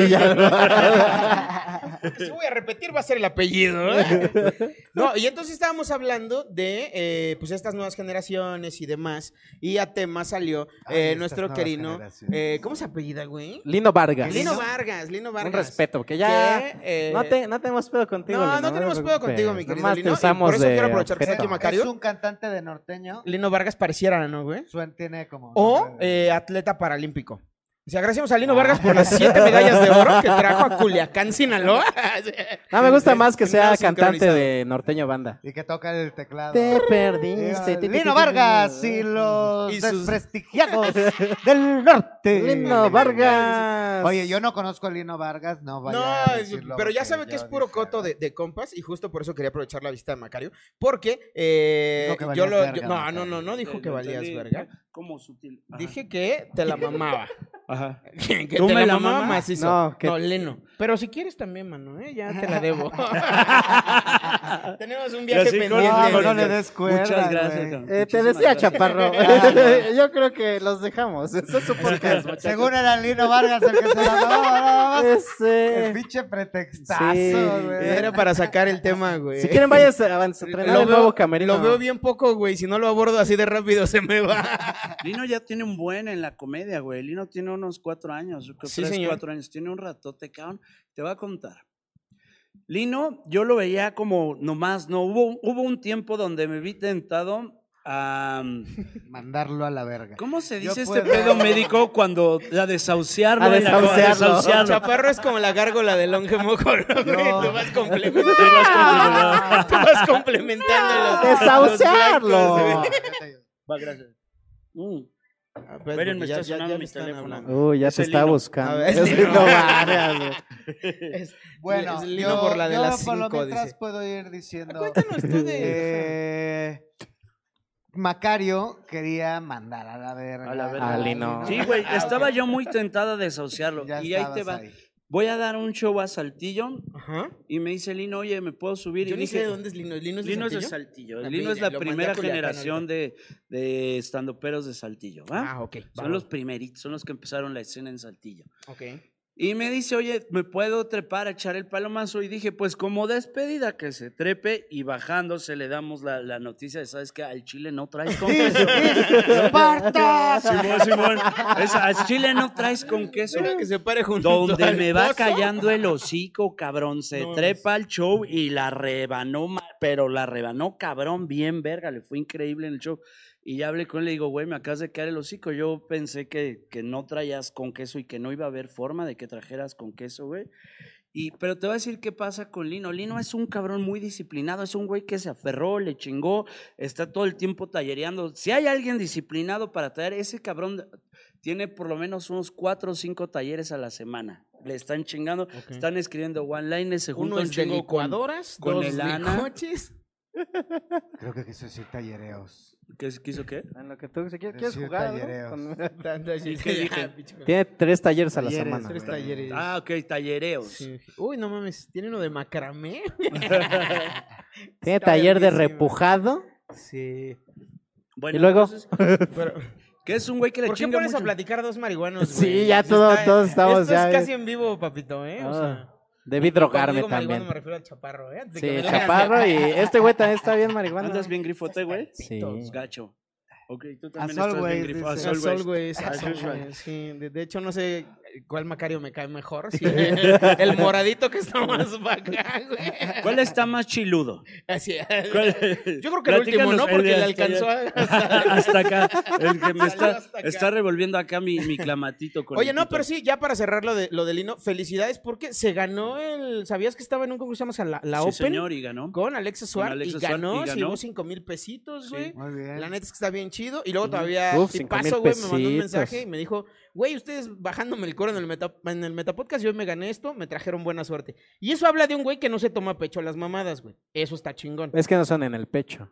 Si voy a repetir va a ser el apellido. ¿eh? No, y entonces estábamos hablando de eh, pues estas nuevas generaciones y demás. Y a tema salió Ay, eh, estas nuestro nuevas querido. generaciones. Eh, ¿Cómo se apellida, güey? Lino Vargas. Lino Vargas, Lino Vargas. Un respeto, porque ya Que, eh, no, te, no tenemos pedo contigo. No, Lino, no tenemos te pedo preocupes. contigo, mi querido Nomás te Lino, y usamos por eso de quiero aprovechar que está objeto. aquí Macario. Es un cantante de norteño. Lino Vargas pareciera, ¿no, güey? Suen tiene como. O eh, atleta paralímpico. O sea, agradecemos a Lino Vargas por las siete medallas de oro que trajo a Culiacán, Sinaloa. No, me gusta más que sea Nada cantante sincronizado. de norteño banda. Y que toca el teclado. Te perdiste. Eh, ti, ti, ti, Lino ti, Vargas ti. y los Y sus- desprestigiados del norte. Lino Vargas. Oye, yo no conozco a Lino Vargas, no vaya No, a es- decirlo pero ya porque sabe que yo es puro dije, coto "Ah". de, de compas y justo por eso quería aprovechar la visita de Macario. Porque eh, Dijo que yo valías lo. verga, yo- no, Macario. no, no, no dijo que valías verga. ¿Cómo sutil? Ajá. Dije que te la mamaba. Ajá. que ¿Tú te me la la mamaba mamas? macizo. No, No, que- Leno. Pero si quieres también, mano, ¿eh? Ya te la debo. Tenemos un Y viaje así con- pendiente. No, no, con- le des cuerda, Muchas gracias. güey. cabrón. Eh, te Muchísimas decía, gracias. Chaparro. Ah, Yo creo que los dejamos. Eso es su podcast, muchachos. Según era Lino Vargas el que se la mamaba. Ese- El pinche pretextazo, Sí. güey. Era para sacar el tema, güey. Si quieren, vayas a a entrenar Lo el veo- nuevo camerino. Lo veo bien poco, güey. Si no lo abordo así de rápido, se me va. Lino ya tiene un buen en la comedia, güey. Lino tiene unos cuatro años, yo creo Sí, tres, señor. cuatro años. Tiene un ratote, cabrón. Te voy a contar. Lino, yo lo veía como nomás, no, hubo, hubo un tiempo donde me vi tentado a... Mandarlo a la verga. ¿Cómo se Yo dice este puedo- pedo médico cuando a desahuciarlo? A en la co- a desahuciarlo. desahuciarlo. Chaparro es como la gárgola del longe moco, ¿no, güey? No. Tú vas complementando. Te vas complementando. Tú vas complementando los- Desahuciarlo. los blancos, güey. Va, gracias. Mm. Ah, espérate, Esperen, me ya- está ya- sonando ya me mi están teléfono. hablando. Uy, ya Es te el está Lino. buscando. A ver, Es sí, Lino no. Vargas, güey. Es- Bueno, es Lino yo, por la de yo las por lo cinco, mientras dice. puedo ir diciendo. Cuéntanos tú de... Eh, Macario quería mandar a la verga. A la verga. A Lino. Sí, güey, Ah, estaba ok. yo muy tentada a desahuciarlo. Ya y ahí te estabas va. ahí. Voy a dar un show a Saltillo Ajá. y me dice Lino, oye, ¿me puedo subir? Yo y ni dije, sé de dónde es Lino. ¿Lino es de Lino es de Saltillo? Saltillo. A Lino mí es la lo mandé a primera Culiacán generación ahorita. de, de estandoperos de Saltillo, ¿va? Ah, ok. Son va, los va. primeritos, son los que empezaron la escena en Saltillo. Ok. Y me dice, oye, ¿me puedo trepar a echar el palomazo? Y dije, pues como despedida, que se trepe y bajándose le damos la, la noticia de, ¿sabes qué? Al Chile no traes con queso. ¡Esparta! Simón, Simón. Es- al Chile no traes con queso. Espera que se pare junto Donde al me va pozo. callando el hocico, cabrón. Se No, trepa al show y la rebanó, ma- pero la rebanó, cabrón, bien verga. Le fue increíble en el show. Y ya hablé con él, le digo, güey, me acabas de caer el hocico. Yo pensé que, que no traías con queso y que no iba a haber forma de que trajeras con queso, güey. Y, pero te voy a decir qué pasa con Lino. Lino es un cabrón muy disciplinado, es un güey que se aferró, le chingó, está todo el tiempo tallereando. Si hay alguien disciplinado para tallar, ese cabrón tiene por lo menos unos cuatro o cinco talleres a la semana. Le están chingando, están escribiendo one-liners, se Uno junta un es de chingo con, licuadoras, con dos el de Ana. coches. Creo que quiso decir tallereos. ¿Qué quiso qué? En lo que tú si quieres, Decir quieres jugar, ¿no? tallereos. Con- ¿Y qué dije? Tiene tres talleres a la Talleres, semana. Tres güey. talleres. Ah, ok, tallereos. Sí. Uy, no mames, ¿tiene uno de macramé? Tiene Está taller de verguísima. repujado. Sí. Bueno, Y luego. entonces, Pero, que es un güey que le ¿por qué chinga pones mucho. a platicar dos marihuanos, Sí, güey? ya Sí todo- está- todos estamos esto ya- es casi en vivo, papito, ¿eh? O Ah, sea, debí y cuando drogarme digo marihuano también. me refiero al chaparro, ¿eh? Antes de Sí, que me lo chaparro y digas. este güey también está bien marihuana. ¿Andas bien grifote, güey? Sí. Pues, gacho. Ok, tú A también Sol, estás güey, bien grifado. dice. A Sol, güey, Ah, a Sol, Sol, güey. güey, sí. De, de hecho, no sé cuál Macario me cae mejor. Si el moradito que está más para acá, güey. ¿Cuál está más chiludo? Así, ¿Cuál- yo creo que el último, Platícanos, ¿no? Porque de le hasta alcanzó allá. a... Hasta acá. El que me Salió está, hasta acá. está revolviendo acá mi, mi clamatito. Con Oye, el no, pito. pero sí, ya para cerrar lo de, lo de Lino, felicidades porque se ganó el... ¿Sabías que estaba en un concurso que se llama la, la Sí, Open? señor, y ganó. Con Alexa Suárez. Alexa Y Suárez, ganó, y se ganó. llevó cinco mil pesitos, Sí. güey. Muy bien. La neta es que está bien chido. Y luego todavía, Uf, y cinco mil paso, güey, me mandó un pesitos. mensaje y me dijo, güey, ustedes bajándome el coro en el, meta, en el Metapodcast y hoy me gané esto, me trajeron buena suerte. Y eso habla de un güey que no se toma pecho a las mamadas, güey. Eso está chingón. Es que no son en el pecho.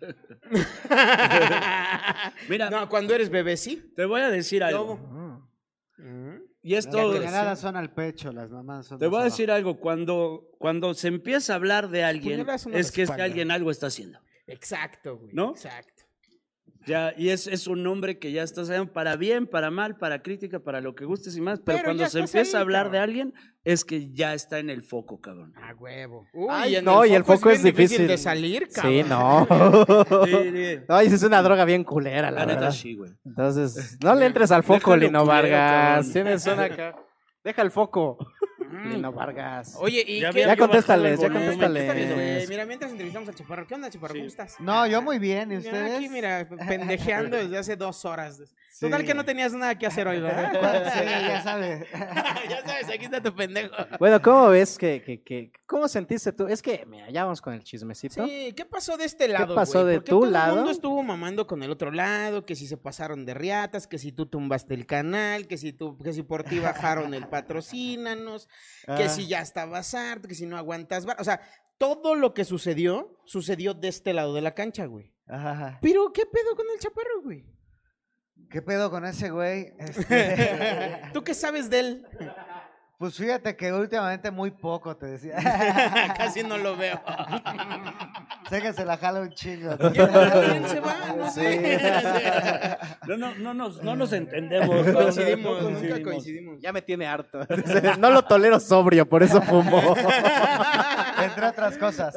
Mira, No, cuando eres bebé, sí. te voy a decir algo. Luego, mm, Y esto, Las nada son al pecho, las mamás son te más voy a abajo. decir algo. Cuando, cuando se empieza a hablar de alguien, Puñaladas son a la es que ese espalda. alguien algo está haciendo. Exacto, güey. ¿No? Exacto. Ya, y es, es un nombre que ya está sabiendo para bien, para mal, para crítica, para lo que gustes y más. Pero, Pero cuando ya se estás empieza ahí, a hablar cabrón. de alguien, es que ya está en el foco, cabrón. A huevo. Uy, Ay, en no, y el foco es bien difícil. de salir, cabrón. Sí, no. Sí, sí. No, y esa es una droga bien culera, la, La neta verdad. sí, güey. Entonces, no le entres al foco, Déjalo Lino culero, Vargas. cabrón. Tienes una acá. Deja el foco, Lino Vargas. Oye, ¿y Ya qué? había Ya yo contéstales, bajado ya el volumen. contéstales. Contéstales, güey. Mira, mientras entrevistamos al Chaparro. ¿Qué onda, Chaparro? Sí. ¿Cómo estás? No, yo muy bien, ¿y Mira, ustedes? aquí, mira, pendejeando desde hace dos horas. Sí. Total que no tenías nada que hacer hoy, ¿verdad? Sí, ya sabe. Ya sabes, aquí está tu pendejo. Bueno, ¿cómo ves que, que, que cómo sentiste tú? Es que, mira, ya vamos con el chismecito. Sí, ¿qué pasó de este lado, pasó güey? de Porque tu todo lado? el mundo estuvo mamando con el otro lado, que si se pasaron de riatas, que si tú tumbaste el canal, que si tú, que si por ti bajaron el patrocínanos, que Ah. si ya estabas harto, que si no aguantas bar- o sea, todo lo que sucedió, sucedió de este lado de la cancha, güey. Ajá. Pero, ¿qué pedo con el Chaparro, güey? ¿Qué pedo con ese güey? Este, ¿Tú qué sabes de él? pues fíjate que últimamente muy poco, te decía. Casi no lo veo. Sé que se la jala un chingo. Ya también se va, no Sí. sé. No, no, no, nos, no nos entendemos. No no, coincidimos, no nunca coincidimos. Ya me tiene harto. No lo tolero sobrio, por eso fumo. Entre otras cosas.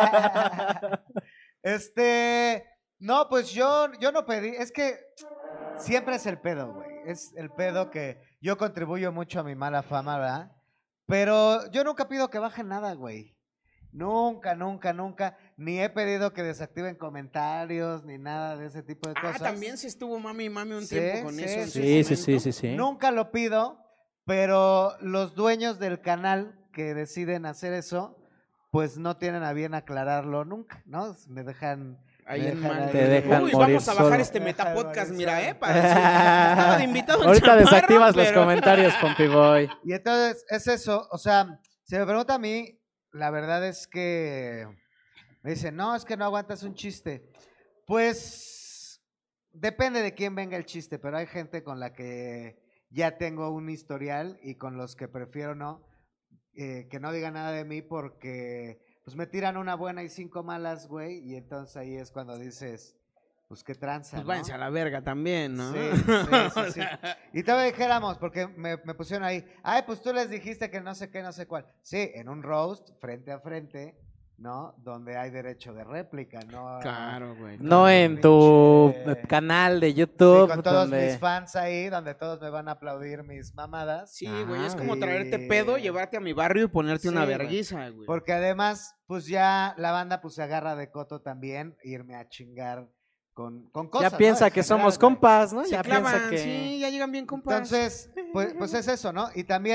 Este, no, pues yo, yo no pedí, es que siempre es el pedo, güey. Es el pedo que yo contribuyo mucho a mi mala fama, ¿verdad? Pero yo nunca pido que bajen nada, güey. Nunca, nunca, nunca. Ni he pedido que desactiven comentarios, ni nada de ese tipo de Ah, cosas. también se estuvo mami y mami un Sí, tiempo con sí, eso. en sí, su Sí, sí, momento. sí, sí, sí. Nunca lo pido, pero los dueños del canal que deciden hacer eso, pues no tienen a bien aclararlo nunca, ¿no? Me dejan... Ahí me en dejan mal. ahí- Te dejan Uy, morir vamos a bajar solo. este Deja de metapodcast, morir mira, solo. ¿eh? Para decir, estaba de invitado un Ahorita Chaparro, desactivas los pero- comentarios, Pompi Boy. Y entonces es eso, o sea, si me pregunta a mí, la verdad es que me dicen, no, es que no aguantas un chiste. Pues depende de quién venga el chiste, pero hay gente con la que ya tengo un historial y con los que prefiero no, eh, que no digan nada de mí porque pues me tiran una buena y cinco malas, güey, y entonces ahí es cuando dices, pues qué tranza, Pues ¿no? váyanse a la verga también, ¿no? Sí, sí, sí, sí. Y todavía dijéramos, porque me, me pusieron ahí, ay, pues tú les dijiste que no sé qué, no sé cuál. Sí, en un roast, frente a frente, ¿no? Donde hay derecho de réplica, ¿no? Claro, güey. No Con en tu pinche- canal de Sí, YouTube. con todos donde... mis fans ahí, donde todos me van a aplaudir mis mamadas. Sí, güey, es Ah, como y- traerte pedo, llevarte a mi barrio y ponerte Sí, una güey. verguiza, güey. Porque además, pues ya la banda pues se agarra de coto también, irme a chingar con, con cosas. Ya piensa ¿no? que En somos general, güey. compas, ¿no? Se Ya clavan, piensa que... sí, ya llegan bien compas. Entonces, pues, pues es eso, ¿no? Y también,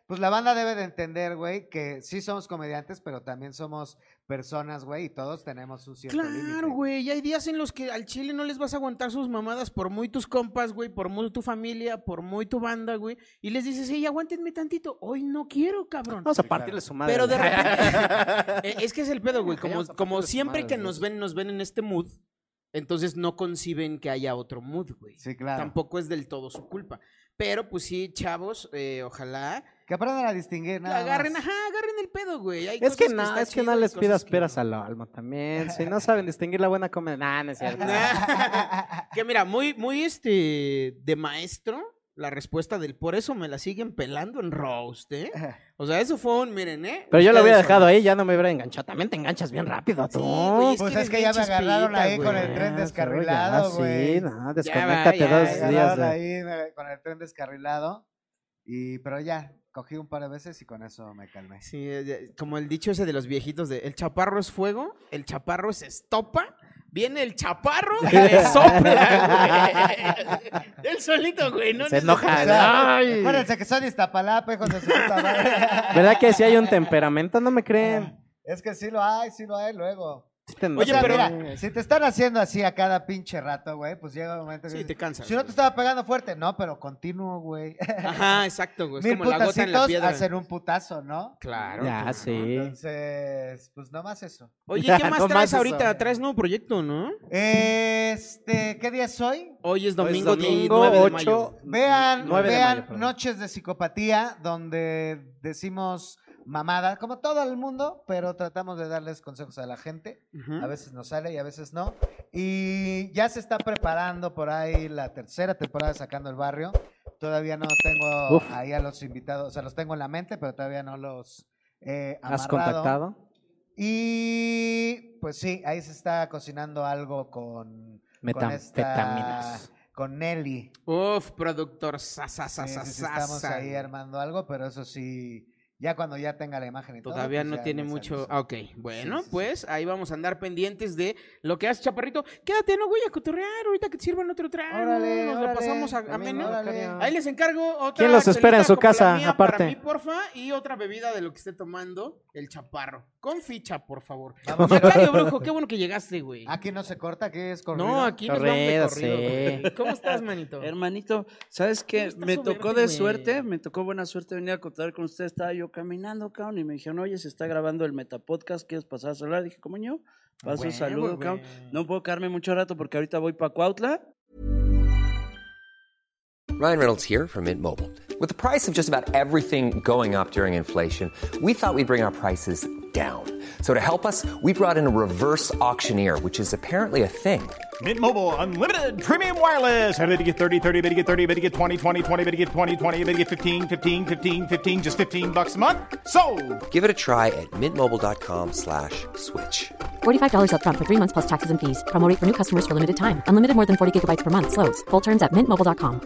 pues la banda debe de entender, güey, que sí somos comediantes, pero también somos personas, güey, y todos tenemos un cierto límite. Claro, güey, y hay días en los que al chile no les vas a aguantar sus mamadas por muy tus compas, güey, por muy tu familia, por muy tu banda, güey, y les dices, hey, aguántenme tantito, hoy no quiero, cabrón. Vamos a partirle su madre. Pero de güey. repente, eh, es que es el pedo, güey, como, Vamos a como partirle su siempre madre, que nos güey. ven, nos ven en este mood, entonces no conciben que haya otro mood, güey. Sí, claro. Tampoco es del todo su culpa. Pero, pues sí, chavos, eh, ojalá Que aprendan a distinguir, que nada agarren, más. ajá, agarren el pedo, güey. Hay Es que cosas no, está es que no chido y les cosas pidas que peras no. al olmo también. Si no saben distinguir la buena comedia. Nah, no es cierto. Que mira, muy, muy este de maestro, la respuesta del por eso me la siguen pelando en roast, ¿eh? O sea, eso fue un, miren, ¿eh? Pero yo lo hubiera Ustedes dejado son- ahí, ya no me hubiera enganchado. También te enganchas bien rápido tú. güey, Pues que es que eres ya me bien agarraron chispita, ahí con el güey. tren Ya, descarrilado, ya, güey. Sí, no, Ya desconéctate va, ya, dos ya, días. Agarraron de- ahí me- con el tren descarrilado. Y, pero ya, cogí un par de veces y con eso me calmé. Sí, eh, eh, como el dicho ese de los viejitos de el chaparro es fuego, el chaparro es estopa, viene el chaparro y le sopla, güey. Él solito, güey, no Se necesita enoja. nada. Ay. Acuérdense que son de Iztapalapa, hijos de su puta madre. ¿Verdad que si hay un temperamento? No me creen. Es que sí lo hay, sí lo hay luego. Sí te Oye, enojas. mira, si te están haciendo así a cada pinche rato, güey, pues llega un momento que Sí, dices, te cansas, si no te güey. estaba pegando fuerte, no, pero continuo, güey. Ajá, exacto, güey. Es Mil como la gota en la putacitos piedra. hacen un putazo, ¿no? Claro. Ya, claro. sí. Entonces, pues nomás eso. Oye, Ya, ¿qué más no traes más ahorita? eso. Traes nuevo proyecto, ¿no? Este, ¿qué día es hoy? Hoy es Hoy es domingo, domingo, nueve de ocho. mayo. Vean, nueve de vean mayo, perdón. Noches de Psicopatía, donde decimos mamadas, como todo el mundo, pero tratamos de darles consejos a la gente. Ujú. A veces nos sale y a veces no. Y ya se está preparando por ahí la tercera temporada de Sacando el Barrio. Todavía no tengo Uf. ahí a los invitados, o sea, los tengo en la mente, pero todavía no los he ¿Has amarrado. contactado? Y pues sí, ahí se está cocinando algo con, con esta, Metanfetaminas. con Nelly. Uf, productor. Sa, sa, sa, Sí, sa, sí, sí, sa, estamos sa. ahí armando algo, pero eso sí, ya cuando ya tenga la imagen y todo. Todavía pues no ya tiene les mucho. aviso. Ah, ok, bueno, Sí, sí, pues ahí vamos a andar pendientes de lo que hace Chaparrito. Quédate, no voy a cotorrear ahorita que te sirvan otro trago. Órale, Nos órale, lo pasamos a, también, ameno. órale. Ahí les encargo otra. ¿Quién los espera en chelita su como la casa, mía aparte? Para mí, porfa, y otra bebida de lo que esté tomando el Chaparro. Con ficha, por favor. Vamos. Macario, brujo, qué bueno que llegaste, güey. Aquí no se corta, aquí es corrido. No, aquí nos vamos de Corrido, corrido, sí. güey. ¿Cómo estás, manito? Hermanito, ¿sabes qué? ¿Cómo Me estás, tocó verte, de güey? suerte, me tocó buena suerte venir a contar con usted. Estaba yo caminando, cabrón, y me dijeron, oye, se está grabando el Metapodcast, ¿quieres pasar a saludar? Dije, ¿cómo yo? Paso Huevo, saludo, güey. cabrón. No puedo quedarme mucho rato porque ahorita voy para Cuautla. Ryan Reynolds here from Mint Mobile. With the price of just about everything going up during inflation, we thought we'd bring our prices down. So to help us, we brought in a reverse auctioneer, which is apparently a thing. Mint Mobile Unlimited Premium Wireless. How to get thirty, thirty, how to get thirty, how to get twenty, twenty, twenty, how to get twenty, twenty, how to get fifteen, fifteen, fifteen, fifteen, just fifteen bucks a month? Sold! Give it a try at mintmobile.com slash switch. forty-five dollars upfront for three months plus taxes and fees. Promo rate for new customers for limited time. Unlimited more than forty gigabytes per month. Slows full terms at mint mobile dot com.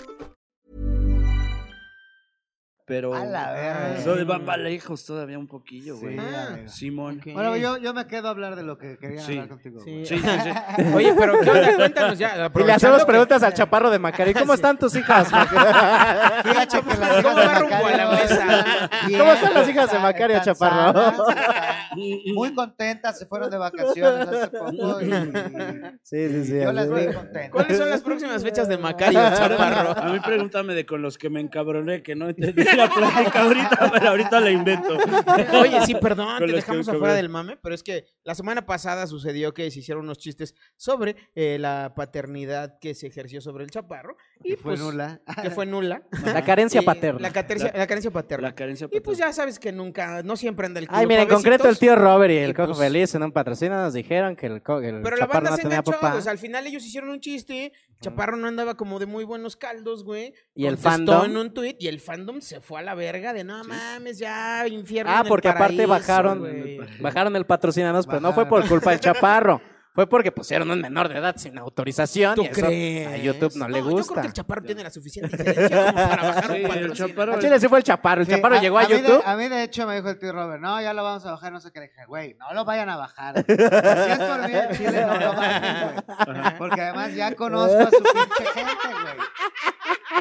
Pero A la verga. eso de van lejos todavía un poquillo, güey. Sí, amigo. Simón. Ok. Bueno, yo, yo me quedo a hablar de lo que querían Sí. hablar contigo. Sí. güey. Sí, sí, sí. Oye, pero ¿qué onda? Cuéntanos ya. Y le aprovechando hacemos que- preguntas al chaparro de Macari. ¿Cómo están tus hijas? Fíjate que las ¿Cómo hijas de va rumbo a la Macario- mesa? Bien, ¿Cómo están las hijas de están- Macario, están Chaparro? sanas, están muy contentas, se fueron de vacaciones hace poco y, y Sí, sí, sí. yo las así. vi contentas. ¿Cuáles son las próximas fechas de Macario, Chaparro? A mí pregúntame de con los que me encabroné, que no entendí la plática ahorita, pero ahorita la invento. Oye, sí, perdón, Con te los dejamos que- que afuera veo. del mame, pero es que la semana pasada sucedió que se hicieron unos chistes sobre eh, la paternidad que se ejerció sobre el Chaparro. Y Que fue pues, nula. Que fue nula. La carencia Y paterna. La, catencia- la carencia paterna. La carencia Y pues ya sabes que nunca, no siempre anda el culo Ay, mira, en pa' concreto el besitos. tío Robert y el Y Cojo pues- Feliz en un patrocinio nos dijeron que el, co- el Pero la Chaparro banda no se tenía enganchó, papá. o sea, al final ellos hicieron un chiste, Chaparro no andaba como de muy buenos caldos, güey. ¿Y el Contestó fandom? en un tuit y el fandom se fue a la verga de no mames, ya, infierno Ah, en el porque aparte paraíso, bajaron, güey. bajaron el patrocinanos, pero no fue Bajaron. por culpa del Chaparro. Fue porque pusieron un menor de edad sin autorización. ¿Tú Y eso crees? a YouTube no le Yo creo gusta. que el Chaparro tiene la suficiente injerencia como para bajar Sí, un el patrocinio. Chaparro- A Chile sí fue el Chaparro. El Sí, Chaparro llegó a, mí de- YouTube. a mí, de hecho, me dijo el tío Robert, no, ya lo vamos a bajar, no sé qué. Le dije, güey, no lo vayan a bajar. Si es por mí, el Chile no lo bajen, güey. Porque además ya conozco a su pinche gente, güey.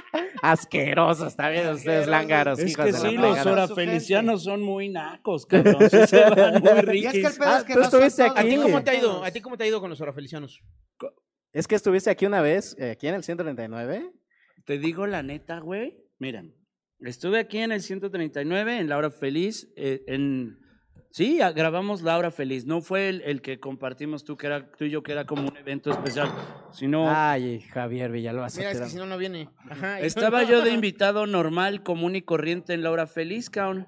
Asquerosos también ustedes, lángaros. Es hijos que de sí, la los fregada. orafelicianos son muy nacos, cabrón. Sí se van muy riquis. Y es que el pedo Ah, es que tú no son estuviste todos ¿A ti aquí. cómo te ha ido? ¿A ti cómo te ha ido con los orafelicianos? Es que estuviste aquí una vez, eh, aquí en el ciento treinta y nueve. Te digo la neta, güey. Miren, estuve aquí en el ciento treinta y nueve, en La Hora Feliz, eh, en... Sí, a- grabamos La Hora Feliz. No fue el, el que compartimos tú, que era, tú y yo, que era como un evento especial, sino... Ay, Javier Villalbazo. Mira, es te que si da- no, no viene. Ajá. Estaba yo de invitado normal, común y corriente en La Hora Feliz, cabrón.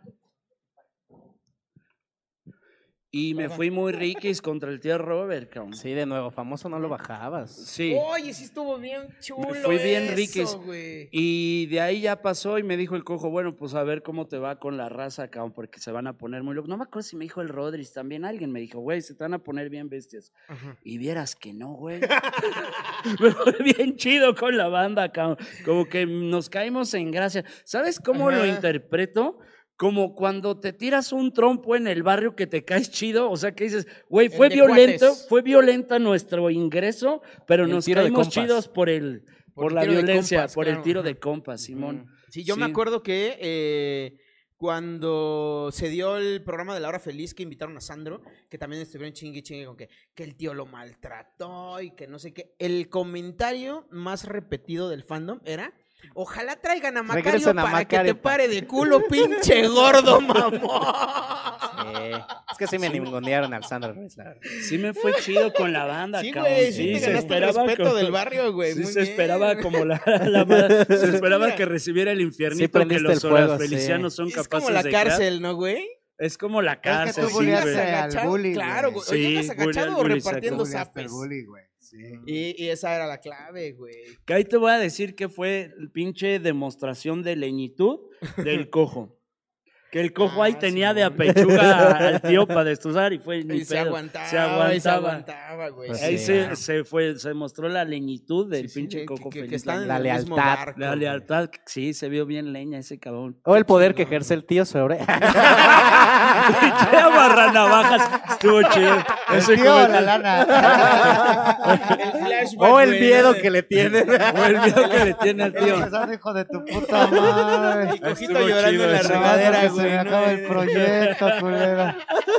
Y me fui muy riquis contra el tío Robert, cabrón. Sí, de nuevo, famoso no lo bajabas. Sí. Oye, sí estuvo bien chulo. Me fui bien eso, riquis. güey. Y de ahí ya pasó y me dijo el cojo, bueno, pues a ver cómo te va con la raza, cabrón, porque se van a poner muy locos. No me acuerdo si me dijo el Rodríguez también, alguien me dijo, güey, se te van a poner bien bestias. Ajá. Y vieras que no, güey. Me fue bien chido con la banda, cabrón. Como que nos caímos en gracia. ¿Sabes cómo lo Ajá. interpreto? Como cuando te tiras un trompo en el barrio que te caes chido, o sea que dices, güey, fue El de violento, cuates. fue violenta nuestro ingreso, pero Y el nos tiro de caímos compas. chidos por el, por, Por el la tiro de violencia, compas, por el claro. tiro Ajá. de compas, Simón. Sí, yo me Sí. acuerdo que eh, cuando se dio el programa de La Hora Feliz que invitaron a Sandro, que también estuvieron chingue y chingue con que, que el tío lo maltrató y que no sé qué. El comentario más repetido del fandom era: ojalá traigan a Macario Regresen a para Macario que te pa- pare de culo, pinche gordo mamón. Sí. Es que sí me ningunearon al Sandro Ruiz, la verdad. Sí me fue chido con la banda, Sí, cabrón. güey, sí te se ganaste el esperaba respeto como- del barrio, güey, Sí, muy se bien. esperaba como la, la madre- se esperaba Mira. que recibiera el Sí infiernito que prendiste los el fuego, orafelicianos son Es capaces como la de crear. cárcel, ¿no, güey? Es como la Es que cárcel, tú sí, bulleaste güey. al agachado, bully, claro, güey. güey. O llegas Sí, agachado bully o al bully, repartiendo Bulleaste al zapes. bully, güey. Sí. Y, y esa era la clave, güey. Que ahí te voy a decir que fue el pinche demostración de leñitud del cojo. Que el cojo Ah, ahí tenía sí, de güey. apechuga al tío para destrozar y fue ni Y se pedo. aguantaba, se y aguantaba. se aguantaba, güey. Pues Ahí sí, se, ah. se fue, se mostró la leñitud del Sí, sí, pinche que- cojo que, que feliz. están en La el mismo lealtad. barco, La güey. lealtad, sí, se vio bien leña ese cabrón. O el poder que chingón. ejerce el tío sobre. Pinche amarranavajas, estuvo chido. El Ese tío o la comentario- lana. El flashback, O el güey, miedo ¿no? que le tiene. O el miedo que le tiene al tío. Empezando, hijo de tu puta madre. Y Cojito Estuvo llorando chido en la ese. regadera, Que güey. se me ¿no? acaba el proyecto, culera.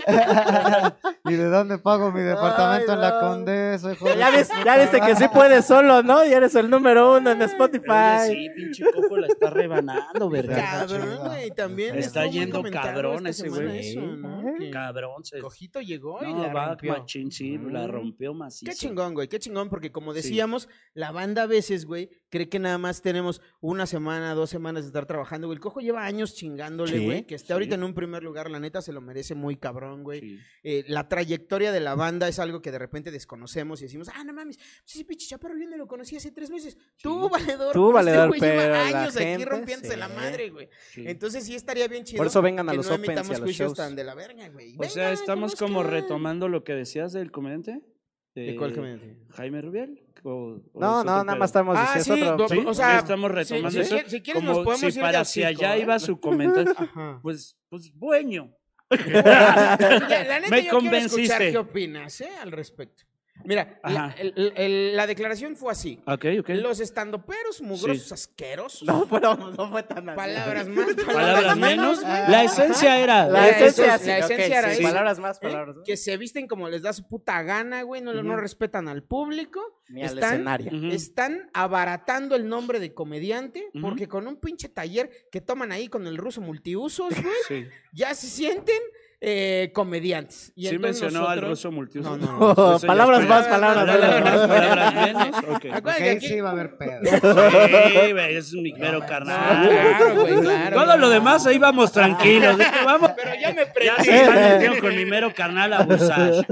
¿Y de dónde pago mi departamento en la Condesa, hijo de Ya, tu ves, puta ya viste que sí puedes solo, ¿no? Y eres el número uno en Spotify. Oye, sí, pinche cojo la está rebanando, ¿verdad? Cabrón, güey, también Está estuvo muy yendo comentado cabrón esta ese semana güey. eso, ¿no? Que Cabrón, se... Cojito llegó y No, la va rompió. machín, sí, la rompió macizo. Qué chingón, güey, qué chingón, porque como decíamos, la banda a veces, güey, cree que nada más tenemos una semana, dos semanas de estar trabajando, güey. El Cojo lleva años chingándole, Sí, güey, que esté sí. ahorita en un primer lugar, la neta se lo merece muy cabrón, güey. Sí. Eh, la trayectoria de la banda es algo que de repente desconocemos y decimos, ah, no mames, ese pinche chaparro yo no lo conocí hace tres meses. Tú, valedor. Tú, pero este valedor, güey lleva pero la años aquí gente, rompiéndose sí. la madre, güey. Sí. Entonces sí estaría bien chido. Por eso vengan a que los no opens y emitamos a los juicios shows. tan de la verga, güey. O sea, Vengan, estamos como conozcan. retomando lo que decías del comediante. ¿De cuál comediante? Jaime Rubiel. O, o No, es no, otro nada pedo? más estamos Ah, diciendo sí, otro. do- Sí, o sea, estamos sí, retomando si eso. quie- si quieres nos como podemos si ir para de hacia hocico, allá ¿eh? iba su comentario. Ajá. Pues, pues, bueno. Ya, la neta, Me yo quiero escuchar convenciste. qué opinas, ¿eh? Al respecto. Mira, la, Ajá. el- el- el- la declaración fue así. Ok, ok. Los estandoperos mugrosos Sí. asquerosos. No, pero no fue tan así. Palabras más, palabras, Palabras menos. güey. La esencia era. La La esencia, esencia- sí, la ok, esencia era sí, esa. palabras más, ¿eh? palabras más. Que se visten como les da su puta gana, güey. No, no Ujú. respetan al público. Ni al están, escenario. Ujú. están abaratando el nombre de comediante Ujú. porque con un pinche taller que toman ahí con el ruso multiusos, güey, Sí. ya se sienten eh, comediantes. Y Sí entonces mencionó al nosotros- ruso multiuso. No, no, no. Eso ya Palabras es más, pedo. palabras Palabras menos. más, palabras menos. Ok. Acuérdate Porque que ahí aquí- sí va a haber pedo. Sí, güey, es un micmero No, carnal. claro, güey, claro. Todo lo demás ahí vamos tranquilos. Es que vamos. Pero ya me Ya prendí. se están metiendo con mi mero carnal a abusar.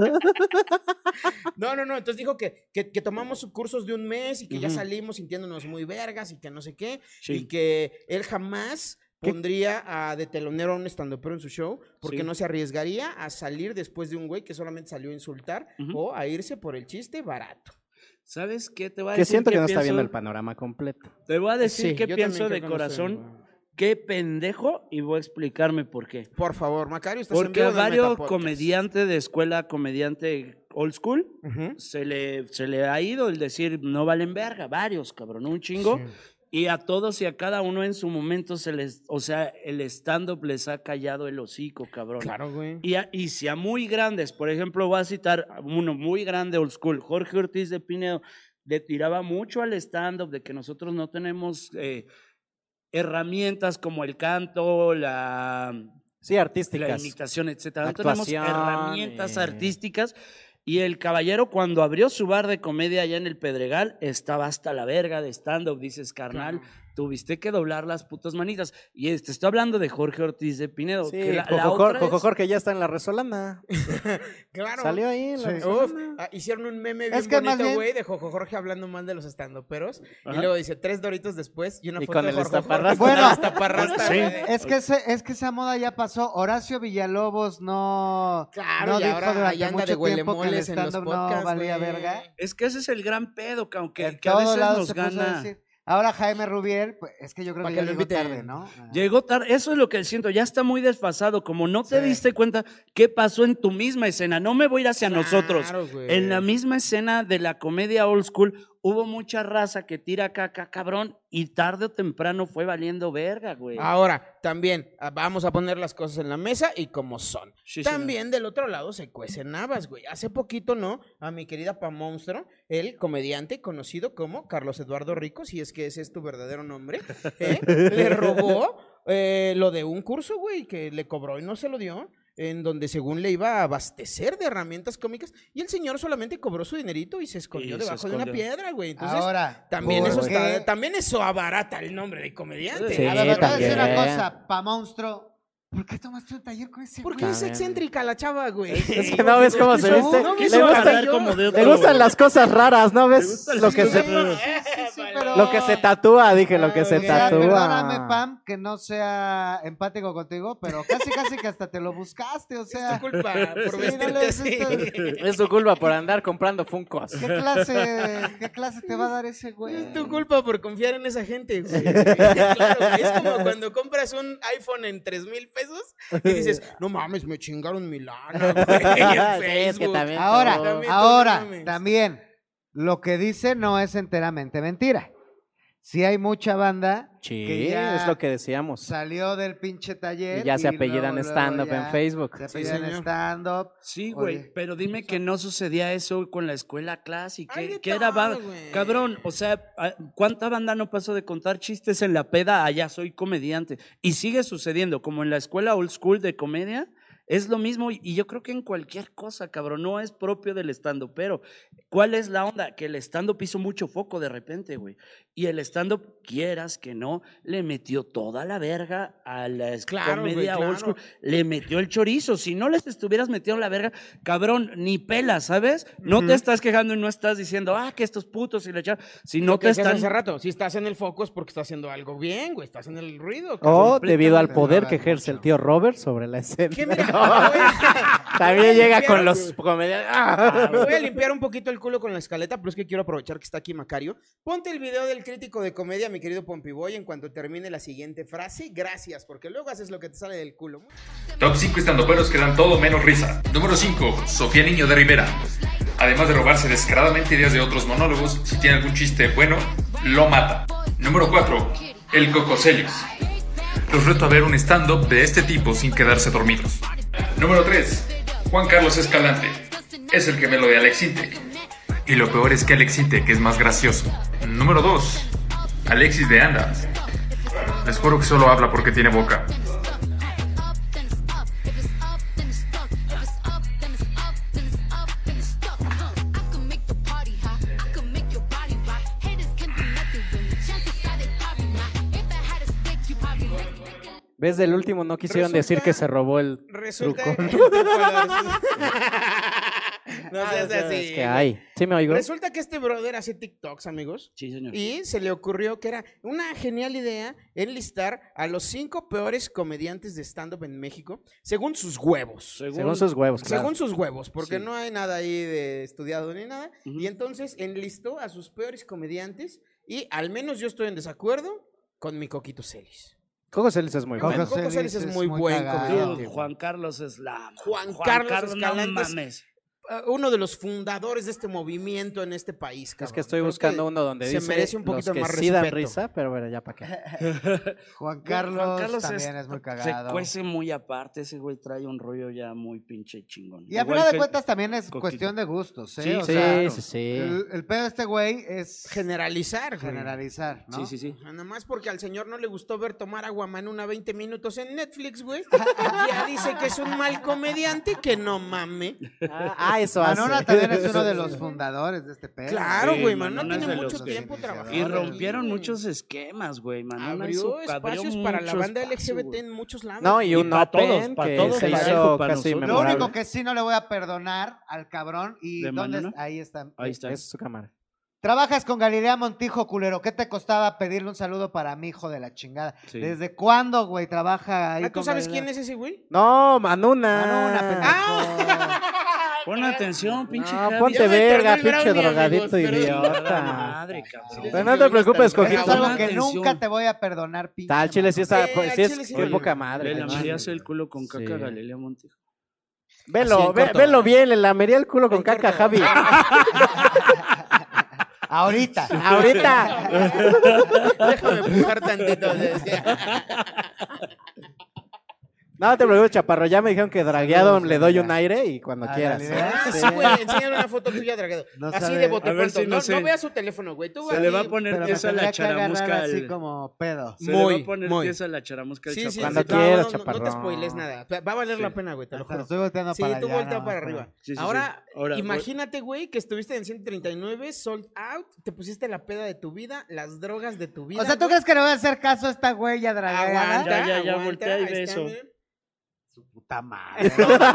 No, no, no. Entonces dijo que, que, que tomamos cursos de un mes y que ya Ujú. salimos sintiéndonos muy vergas y que no sé qué. Sí. Y que él jamás pondría a de telonero a un estandopero en su show porque Sí. no se arriesgaría a salir después de un güey que solamente salió a insultar Ujú. o a irse por el chiste barato. ¿Sabes qué te voy a Que decir? siento que qué no está pienso? viendo el panorama completo. Te voy a decir Sí, qué yo también pienso creo de que no estoy- corazón. Qué pendejo y voy a explicarme por qué. Por favor, Macario, estás Porque en a vivo en el varios Metapodcast. comediantes de escuela, comediante old school, Ujú. se le, se le ha ido el decir no valen verga, varios, cabrón, un chingo. Sí. Y a todos y a cada uno en su momento se les, o sea, el stand-up les ha callado el hocico, cabrón. Claro, güey. Y, a, y si a muy grandes, por ejemplo, voy a citar uno muy grande, old school, Jorge Ortiz de Pinedo, le tiraba mucho al stand-up de que nosotros no tenemos eh, herramientas como el canto, la... Sí, artísticas. La imitación, etcétera. No Actuación, tenemos herramientas eh. artísticas. Y el caballero, cuando abrió su bar de comedia allá en el Pedregal, estaba hasta la verga de stand-up. Dices, carnal, Claro. tuviste que doblar las putas manitas. Y este, estoy hablando de Jorge Ortiz de Pinedo. Sí, que la, Jojo, la Jor- otra Jojo es- Jorge ya está en la Resolana. Claro. Salió ahí en la Sí. Resolana. Uf, ah, hicieron un meme bien Es que más bonito, bien- güey, de Jojo Jorge hablando mal de los estandoperos. Y Ajá. luego dice, tres doritos después y una Y foto con de el Jojo Jorge estaparrasta. con el Bueno, estaparrasta, sí. güey. Es que, ese- es que esa moda ya pasó. Horacio Villalobos no, Claro, no y dijo ahora durante ahí anda mucho de tiempo que el huelemoles en los stand-up no podcasts, valía güey. verga. Es que ese es el gran pedo, que aunque En que a todos veces lados nos se puso a gana. decir. Ahora Jaime Rubiel, pues es que yo creo Pa' que que ya lo llegó inviten. tarde, ¿no? Llegó tarde, eso es lo que siento, ya está muy desfasado, como no te Sí. diste cuenta qué pasó en tu misma escena, no me voy a ir hacia Claro, nosotros, güey. en la misma escena de la comedia old school hubo mucha raza que tira caca, cabrón, y tarde o temprano fue valiendo verga, güey. Ahora, también ah, vamos a poner las cosas en la mesa y como son. Sí, También del otro lado se cuecen habas, güey. Hace poquito, ¿no? A mi querida Pa Monstruo, el comediante conocido como Carlos Eduardo Rico, si es que ese es tu verdadero nombre, ¿eh? le robó eh, lo de un curso, güey, que le cobró y no se lo dio, en donde según le iba a abastecer de herramientas cómicas, y el señor solamente cobró su dinerito y se escondió Y se debajo de una escondió. piedra, güey. Entonces, Ahora, también ¿por eso qué? está, también eso abarata el nombre de comediante. Sí, A ver, te voy a decir una también. cosa, Pa Monstruo. ¿Por qué tomaste un taller con ese Porque güey? es excéntrica la chava, güey. Es que no ves cómo se No, viste. no, Le quiso gusta- hablar como de otro- Le gustan las cosas raras, ¿no ves? Lo que se, Sí, pero- lo que se tatúa, dije, lo que se O sea, tatúa. perdóname, Pam, que no sea empático contigo, pero casi, casi que hasta te lo buscaste, o sea. Es tu culpa por Sí, vestirte no le- así. Es su culpa por andar comprando Funkos. ¿Qué clase, qué clase te va a dar ese güey? Es tu culpa por confiar en esa gente, güey. Claro, güey. Es como cuando compras un iPhone en tres mil pesos y dices, no mames, me chingaron mi lana, güey, en Sí, es que Facebook. también Ahora, todo. También tú, ahora, no mames. también, lo que dice no es enteramente mentira. Sí hay mucha banda Sí, que ya es lo que decíamos. salió del pinche taller. Y ya se apellidan luego- luego stand-up ya en Facebook. Se Sí, apellidan señor. stand-up. Sí, güey, Oye, pero dime que no sucedía eso con la escuela clásica. Hay que de que era todo, banda. güey. Cabrón, o sea, ah, ¿cuánta banda no pasó de contar chistes en la peda? Allá soy comediante. Y sigue sucediendo, como en la escuela old school de comedia, es lo mismo. Y y yo creo que en cualquier cosa, cabrón, no es propio del stand-up. Pero, ¿cuál es la onda? Que el stand-up hizo mucho foco de repente, güey. Y el stand-up, quieras que no, le metió toda la verga a la es- Claro, güey, comedia old claro. school. Le metió el chorizo. Si no les estuvieras metiendo la verga, cabrón, ni pelas, ¿sabes? No te estás quejando y no estás diciendo, ah, que estos putos y la chava. Si no Lo que te decías están. hace rato, si estás en el foco es porque estás haciendo algo bien, güey, estás en el ruido. O cabrón. debido al completamente poder no que hagas ejerce mucho. el tío Robert sobre la escena. ¿Qué mira? Voy a- También llega limpiar- con los comediantes. ¡Ah! Voy a limpiar un poquito el culo con la escaleta, pero es que quiero aprovechar que está aquí Macario. Ponte el video del crítico de comedia, mi querido Pompiboy, en cuanto termine la siguiente frase. Gracias, porque luego haces lo que te sale del culo. Top cinco estandoperos que dan todo menos risa. Número cinco, Sofía Niño de Rivera. Además de robarse descaradamente ideas de otros monólogos, si tiene algún chiste bueno, lo mata. Número cuatro, El Cocoselios. Los reto a ver un stand-up de este tipo sin quedarse dormidos. Número tres, Juan Carlos Escalante. Es el gemelo de Alex Intec. Y lo peor es que Alex Intec es más gracioso. Número dos, Alexis de Anda. Les juro que solo habla porque tiene boca. ¿Ves? Del último no quisieron Resulta- decir que se robó el Resulta truco. que... No seas Ah, así. es que güey. hay. ¿Sí me oigo? Resulta que este brother hace TikToks, amigos. Sí, señor. Y se le ocurrió que era una genial idea enlistar a los cinco peores comediantes de stand-up en México, según sus huevos. Según sus huevos, claro. Según sus huevos, porque Sí. no hay nada ahí de estudiado ni nada. Ujú. Y entonces enlistó a sus peores comediantes y al menos yo estoy en desacuerdo con mi Coquito Celis. Coco Celis es muy Coco bueno. Celis es muy buen cagado. comediante. Juan Carlos es la. Juan Carlos no Escalante es- mames. uh, uno de los fundadores de este movimiento en este país, cabrón. Es que estoy Creo buscando que uno donde se dice merece un poquito los que más sí dan respeto. risa, pero bueno, ya para qué. Juan Carlos, Juan Carlos también es, muy cagado. Se cuece muy aparte, ese güey trae un rollo ya muy pinche chingón. Y a Igual final de que cuentas también es Coquito. cuestión de gustos, ¿eh? Sí, O sí, sea, sí, sí. El, el pedo de este güey es generalizar, güey. generalizar, ¿no? Sí, sí, sí. Nada más porque al señor no le gustó ver tomar agua Manuna veinte minutos en Netflix, güey. Ya dice que es un mal comediante, que no mame. Ah, ah, eso hace. Manona también es uno de los fundadores de este pedo. Claro, Sí, güey, Manona Manuna es tiene de mucho los tiempo que- trabajando. Y rompieron aquí, güey. muchos esquemas, güey. Manona Abrió hizo- espacios abrió para la mucho banda espacio, L G B T güey. en muchos lados. No, y Y un pa' todos, Open pa' que todos, se para hizo él, para casi nosotros. Lo memorable. único que sí no le voy a perdonar al cabrón y ¿De ¿dónde Manona? está? Ahí está. Ahí está. Es su cámara. Trabajas con Galilea Montijo, culero. ¿Qué te costaba pedirle un saludo para mi hijo de la chingada? Sí. ¿Desde cuándo, güey, trabaja ahí Ah, ¿tú con sabes Galilea? quién es ese güey? No, Manuna. Manuna, pendejo. Pon atención, pinche No, Javi. ponte Ya me verga, tardé el pinche brownie, drogadito amigos, pero- idiota. Madre, cabrón. Pero no te preocupes, Eso Coquito. es algo Pon que atención. nunca te voy a perdonar, pinche. Tal chile sí está, Sí, pues, al sí es, chile sí, es oye, poca madre. Le no lamerías mames. el culo con caca Sí. a Galilea Montijo. Así Velo, en ve- corto. velo bien, le lamería el culo con En caca, corto. Javi. Ahorita. Ahorita. Déjame empujar tantito. decía. No te preocupes, chaparro. Ya me dijeron que dragueado le doy un aire y cuando Ah, quieras. Galilea. Ah, Sí. sí, güey, enséñale una foto tuya, dragado. No Así sabe. de bote A ver pronto. si no no, sé. no veas su teléfono, güey. Tú Se aquí- le va a poner Pero me pieza a la tendría que agarrar charamusca. así al- como pedo. Se le Muy, va a poner muy. pieza a la charamusca al Sí, sí, Cuando sí, chaparrito. no, quieras, no, no, no te chaparrón. spoiles nada. Va a valer la pena, güey, te lo Hasta juro. Estoy volteando Sí, para tú allá. voltea nada para más, arriba. para- Sí, sí, sí. Ahora, Ahora, imagínate, güey, que estuviste en ciento treinta y nueve, sold out, te pusiste la peda de tu vida, las drogas de tu vida. O sea, ¿tú güey. crees que le voy a hacer caso a esta güey ya dragueada? Aguanta, Ya, ya, ya, aguanta, voltea y ahí ve está, eso. miren. Su puta madre.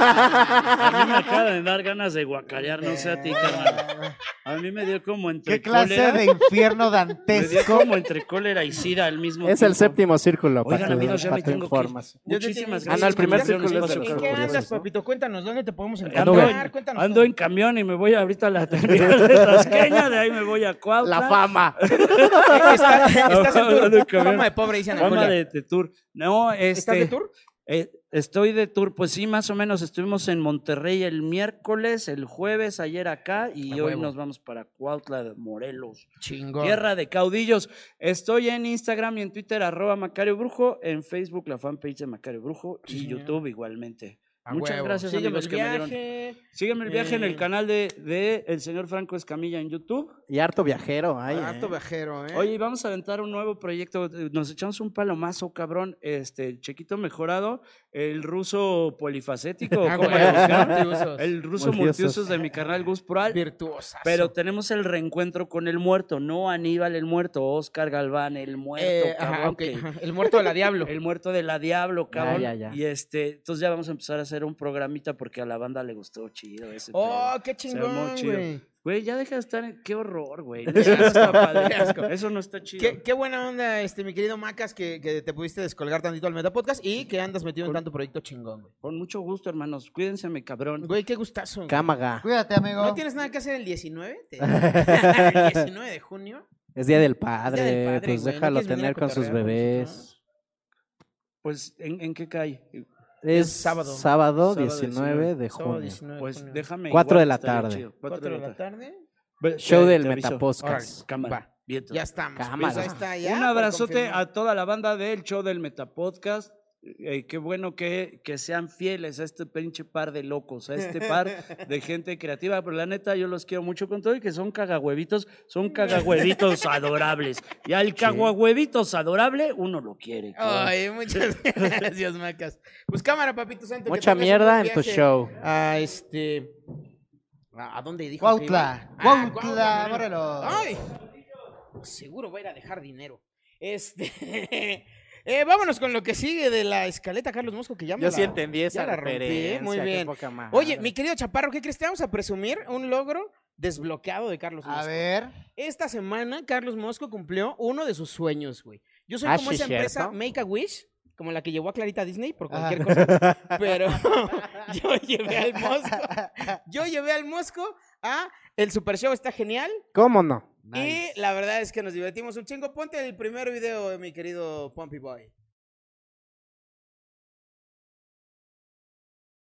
A mí me acaba de dar ganas de guacarear, no sé a ti, carnal. A mí me dio como entre ¿Qué clase cólera. de infierno Me dio dantesco? como entre cólera y sida al mismo Es tiempo. el séptimo círculo. Oigan, para tu, amigos, ya para me tu tengo que- información. Muchísimas Ah, gracias. no, el primer por darme un círculo es espacio. de ¿En los qué curiosos, andas, ¿no? papito? Cuéntanos, ¿dónde te podemos Ando, encontrar? en- Cuéntanos ando todo. en camión y me voy ahorita a la terminal de Tasqueña, de ahí me voy a Cuautla. La fama. Está- estás en Ando en tour. camión. Fama de pobre, dicen en Fama Julia. de, de tour. No, este, ¿Estás de tour? eh, estoy de tour, pues sí, más o menos. Estuvimos en Monterrey el miércoles, el jueves, ayer acá, y A hoy huevo. nos vamos para Cuautla de Morelos. Chingón. Tierra de caudillos. Estoy en Instagram y en Twitter, arroba Macario Brujo, en Facebook la fanpage de Macario Brujo y Sí, YouTube igualmente. A Muchas huevo. gracias, Sígueme amigos, el que me dieron. viaje. Sígueme el viaje en el Eh. canal de, de el señor Franco Escamilla en YouTube. Y harto viajero. Ay, Harto eh. viajero, ¿eh? Oye, vamos a aventar un nuevo proyecto. Nos echamos un palomazo, cabrón. Este, el Chequito Mejorado, el ruso polifacético, Ah, ¿cómo güey, le buscan? multiusos. El ruso Multiusos. multiusos de mi carnal Gus Proal. Virtuosazo. Pero tenemos el reencuentro con el muerto, no Aníbal el muerto, Oscar Galván el muerto, Eh, ajá, cabrón. ok, que- ajá. El muerto de la Diablo. El muerto de la Diablo, cabrón. ya, ya. Y este, entonces ya vamos a empezar a hacer un programita porque a la banda le gustó chido ese Oh, pedo. qué Se armó chingón, chido. güey. Güey, ya deja de estar en... Qué horror, güey. Eso no está padre. Qué asco. Eso no está chido. Qué, qué buena onda, este, mi querido Macas, que, que te pudiste descolgar tantito al Meta Podcast y que andas metido en tanto proyecto chingón, güey. Con mucho gusto, hermanos. Cuídense, mi cabrón. Güey, qué gustazo. güey. Cámaga. Cuídate, amigo. ¿No tienes nada que hacer el diecinueve? ¿Te- el diecinueve de junio. Es Día del Día Padre. del Padre, Pues güey. ¿No déjalo quieres venir a tener con sus cotorrear con bebés. nosotros? Pues, ¿en, en qué cae? Es sábado. sábado, Sábado diecinueve de Sábado junio. diecinueve de Pues junio. déjame. Cuatro igual, de la estaría tarde. chido. ¿Cuatro de la tarde? Ve- Show te- del te aviso. Metapodcast. Cámara. Va. Vientos. Ya estamos. Cámara. Pues ahí está, ya. Un para abrazote confirmar. a toda la banda del show del Metapodcast. Eh, qué bueno que, que sean fieles a este pinche par de locos, a este par de gente creativa. Pero la neta, yo los quiero mucho con todo y que son cagahuevitos, son cagahuevitos adorables. Y al cagahuevitos adorable, uno lo quiere. cabrón. Ay, muchas gracias, Macas. Pues cámara, papito santo. que Mucha tengas un mierda buen en tu viaje show. A este. ¿A a dónde dijo? que Cuautla. iba? Ah, Cuautla, Morelos. Ay, seguro va a ir a dejar dinero. Este. eh, vámonos con lo que sigue de la escaleta, Carlos Mosco, que ya me Yo la- sí entendí esa ya la rompí, referencia. muy qué bien. poca madre. Oye, mi querido Chaparro, ¿qué crees? Te vamos a presumir un logro desbloqueado de Carlos Mosco. A ver. Esta semana, Carlos Mosco cumplió uno de sus sueños, güey. Yo soy Ah, como sí, esa empresa cierto. Make a Wish, como la que llevó a Clarita a Disney por Ah. cualquier cosa. Pero yo llevé al Mosco. Yo llevé al Mosco a El Super Show está genial. ¿Cómo no? Nice. Y la verdad es que nos divertimos un chingo. Ponte el primer video, mi querido Pompey Boy.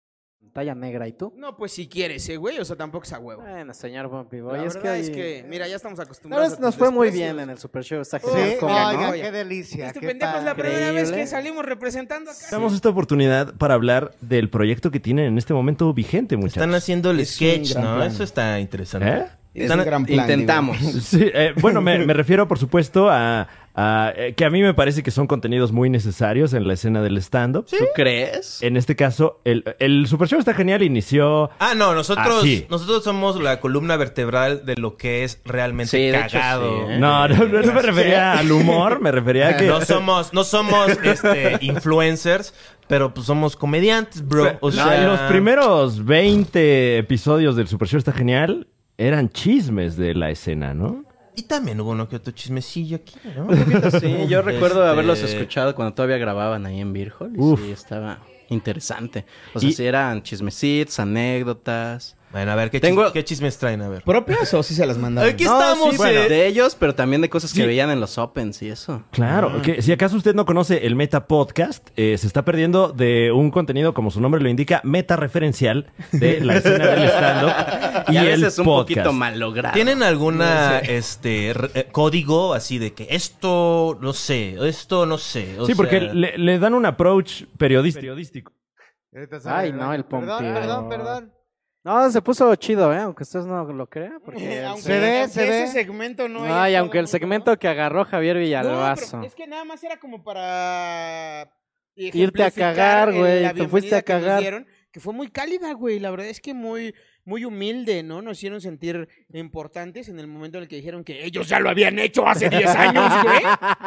talla negra, ¿y tú? No, pues si quieres, eh, güey, o sea, tampoco es a huevo. Bueno, señor Bumpy La Boy, es verdad que... es hay- que, mira, ya estamos La acostumbrados verdad a nos tus fue muy desprecios. bien en el Super Show, está Sí, genial. como oigan, no. qué delicia. Este qué pendejo es la padre. primera vez que Increíble. salimos representando acá. Damos esta oportunidad para hablar del proyecto que tienen en este momento vigente, muchachos. Están haciendo el Es un sketch, gran ¿no? plan. Eso está interesante. ¿Eh? Están- Intentamos. Sí, eh, bueno, me, me refiero, por supuesto, a, a, eh, que a mí me parece que son contenidos muy necesarios en la escena del stand-up. ¿Tú crees? En este caso, el, el Super Show está genial, inició... Ah, no, nosotros, así. nosotros somos la columna vertebral de lo que es realmente Sí, de hecho, cagado. sí, ¿eh? No, no, no, no me refería al humor, me refería a que... No somos, no somos este, influencers, pero pues somos comediantes, bro. O No, sea, los primeros veinte episodios del Super Show está genial eran chismes de la escena, ¿no? Y también hubo uno que otro chismecillo aquí, ¿no? Un poquito sí, yo recuerdo Este- haberlos escuchado cuando todavía grababan ahí en Beer Hall. Y Uf. sí, estaba interesante. O sea, Y- sí eran chismecitos, anécdotas. Bueno, a ver, ¿qué, Tengo- chis- qué chismes traen? A ver. ¿Propias o sí se las mandaron? Aquí estamos, sí, bueno, eh. de ellos, pero también de cosas que Sí. veían en los Opens y eso. Claro, Ah. que si acaso usted no conoce el Meta Podcast, eh, se está perdiendo de un contenido, como su nombre lo indica, meta referencial de la escena del stand-up y, Y a el veces un podcast. poquito mal logrado. ¿Tienen alguna, Sí. este, re- eh, código así de que esto, no sé, esto, no sé? o Sí, porque sea- le, le dan un approach periodístico. Ahorita sale Ay, el no, baño. el Perdón, Pompeo. perdón, perdón. No, se puso chido, ¿eh? Aunque usted no lo crea. Porque Aunque, Se ve, aunque se ve. ese segmento no Ay, haya aunque el todo segmento que agarró Javier mundo- No, Villalbazo. pero es que nada más era como para Irte a ejemplificar cagar, el- güey, la te fuiste a bienvenida que nos cagar. dieron, que fue muy cálida, güey. La verdad es que muy, muy humilde, ¿no? Nos hicieron sentir importantes en el momento en el que dijeron que ellos ya lo habían hecho hace diez años, güey.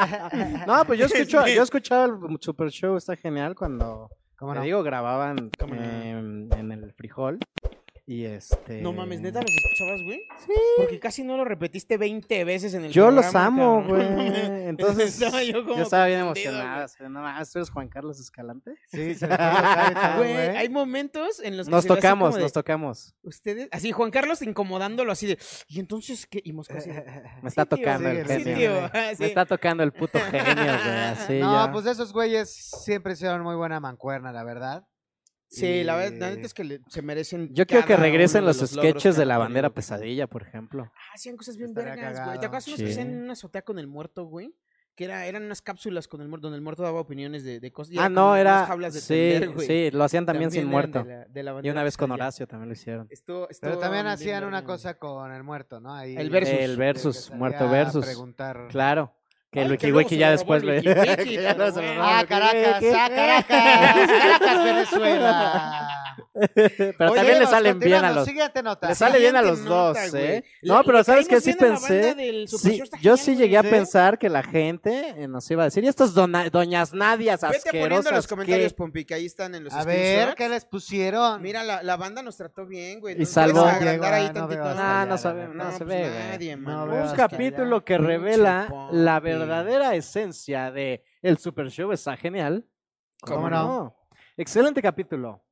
No, pues yo escucho, yo escuchaba el Super Show, está genial cuando, ¿Cómo te no? digo, grababan ¿Cómo no? em, en el frijol y este... No mames, ¿neta los escuchabas, güey? Sí. Porque casi no lo repetiste veinte veces en el Yo programa. los amo, cabrón. güey. Entonces, Estaba yo como estaba bien confundido, emocionado. güey. o sea, no mames, ¿tú eres Juan Carlos Escalante? Sí, se me fue la cara y todo, Güey, güey. hay momentos en los que Nos se ve así tocamos, como de, nos tocamos. Ustedes, así Juan Carlos incomodándolo así de, ¿y entonces qué? Y Mosco así de, Me está "Sí, tío, tocando el sí, genio. tío". güey. Ah, sí. Me está tocando el puto genio, güey. Así No, ya. pues esos güeyes siempre hicieron muy buena mancuerna, la verdad. Sí, la verdad, la Y- neta es que le- se merecen. Yo quiero que cada regresen uno de los logros sketches que de han la tenido, bandera güey. pesadilla, por ejemplo. Ah, hacían cosas bien Estaría vergas, güey. cagado. ¿Te acuerdas unos que Sí. hacían en una azotea con el muerto, güey? Que era, eran unas cápsulas con el muerto, donde el muerto daba opiniones de, de cosas. y Ah, eran no, como unas era... jaulas de Sí, tender, güey. sí, lo hacían también, sin eran muerto. de la- de la Y bandera una vez con pesadilla. Horacio también lo hicieron. Estuvo- Pero estuvo también bien hacían una verga. cosa con el muerto, ¿no? Ahí, El versus. El versus, que salía muerto a versus. preguntar. Claro. Que Ay, el que Wiki luego Wiki se ya lo después robó lo... el Wiki Wiki, que ya pero no se lo bueno. robó el Ah, Wiki Caracas, Wiki. ah, Caracas, Caracas, Venezuela. Pero Oye, también le vamos, salen bien a continuando, los... siguiente nota. Le sale bien a los Siguiente dos, nota, güey. ¿eh? Le- No, le pero ¿sabes qué? caímos Sí bien a la banda pensé... del Super Sí, Show, está yo genial, sí güey. llegué a ¿Sí? pensar que la gente eh, nos iba a decir, y estas dona- doñas nadias Vete poniendo en los asquerosas comentarios, que... Pompi, que ahí están en los A ver, screenshots. ¿qué les pusieron? Mira, la, la banda nos trató bien, güey. Y ¿No salvó- puedes agrandar ahí No tantito? veo hasta No, allá, no la sabe, verdad. no No, se pues ve, güey. nadie, No mano. veo Un hasta capítulo allá. que Pinche revela Pompi. la verdadera esencia de El Super Show está genial. ¿Cómo no? Excelente capítulo.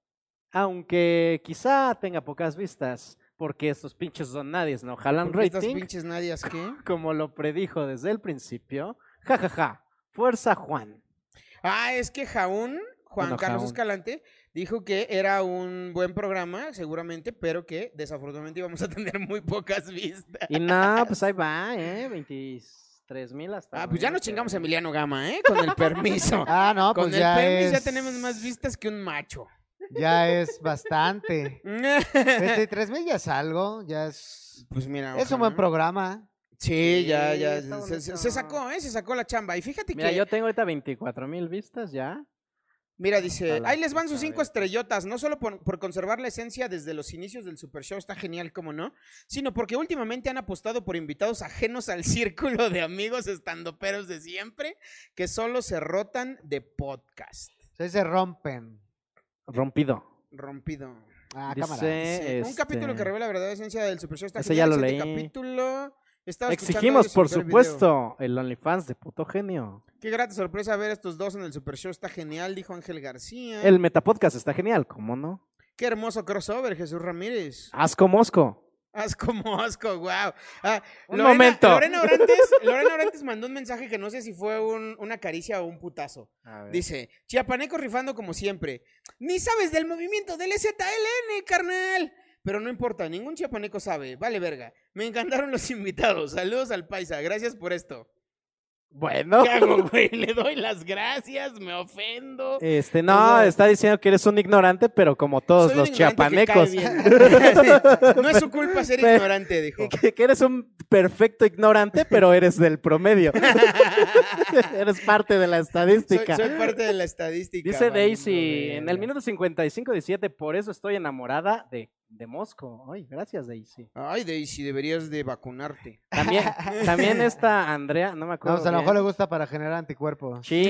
Aunque quizá tenga pocas vistas, porque estos pinches don nadies no jalan Porque estas rating, pinches nadias, ¿qué? como lo predijo desde el principio. Ja, ja, ja. Fuerza Juan. Ah, es que Jaún, Juan Bueno, Carlos Jaún. Escalante, dijo que era un buen programa, seguramente, pero que desafortunadamente íbamos a tener muy pocas vistas. Y no, pues ahí va, ¿eh? veintitrés mil hasta... Ah, pues ya nos chingamos a Emiliano Gama, ¿eh? Con el permiso. Ah, no, Con pues el ya permiso es... ya tenemos más vistas que un macho. Ya es bastante. veintitrés mil ya es algo, ya es... Pues mira. Es un ojalá. buen programa. Sí, ya, ya. está Se, se- bonito. se sacó, ¿eh? Se sacó la chamba. Y fíjate Mira, que. yo tengo ahorita veinticuatro mil vistas ya. Mira, dice, Está la ahí les van sus puta, cinco güey. estrellotas, no solo por, por conservar la esencia desde los inicios del Super Show, está genial, como no, sino porque últimamente han apostado por invitados ajenos al círculo de amigos estandoperos de siempre, que solo se rotan de podcast. Se se rompen. Rompido. Rompido. Ah, Dice, cámara. Sí, Un este, capítulo que revela la verdadera esencia del Super Show está Ese ya genial. lo excelente leí. capítulo. Estaba escuchando Exigimos, audio por sin ver video. supuesto, el OnlyFans de puto genio. Qué grata sorpresa ver a estos dos en el Super Show, está genial, dijo Ángel García. El Metapodcast está genial, ¿cómo no? Qué hermoso crossover, Jesús Ramírez. Asco Mosco. Asco mosco, wow. Ah, Un Lorena, momento. Lorena Orantes, Lorena Orantes mandó un mensaje que no sé si fue un- una caricia o un putazo. A ver. Dice, chiapaneco rifando como siempre. Ni sabes del movimiento del E Z L N, carnal. Pero no importa, ningún chiapaneco sabe. Vale verga. Me encantaron los invitados. Saludos al paisa. Gracias por esto. Bueno. ¿Qué hago, güey? Le doy las gracias, me ofendo. Este, no, O sea, está diciendo que eres un ignorante, pero como todos soy los un ignorante que chiapanecos. cae bien. No es su culpa ser Pe- ignorante, dijo. Que, que eres un perfecto ignorante, pero eres del promedio. Eres parte de la Soy, estadística. soy parte de la estadística. Dice valiendo Daisy, en el verga. minuto cincuenta y cinco diecisiete, por eso estoy enamorada de, de Mosco. Ay, gracias, Daisy. Ay, Daisy, deberías de vacunarte. También, también esta Andrea, no me No, acuerdo. pues a lo bien. mejor le gusta para generar anticuerpos. Sí.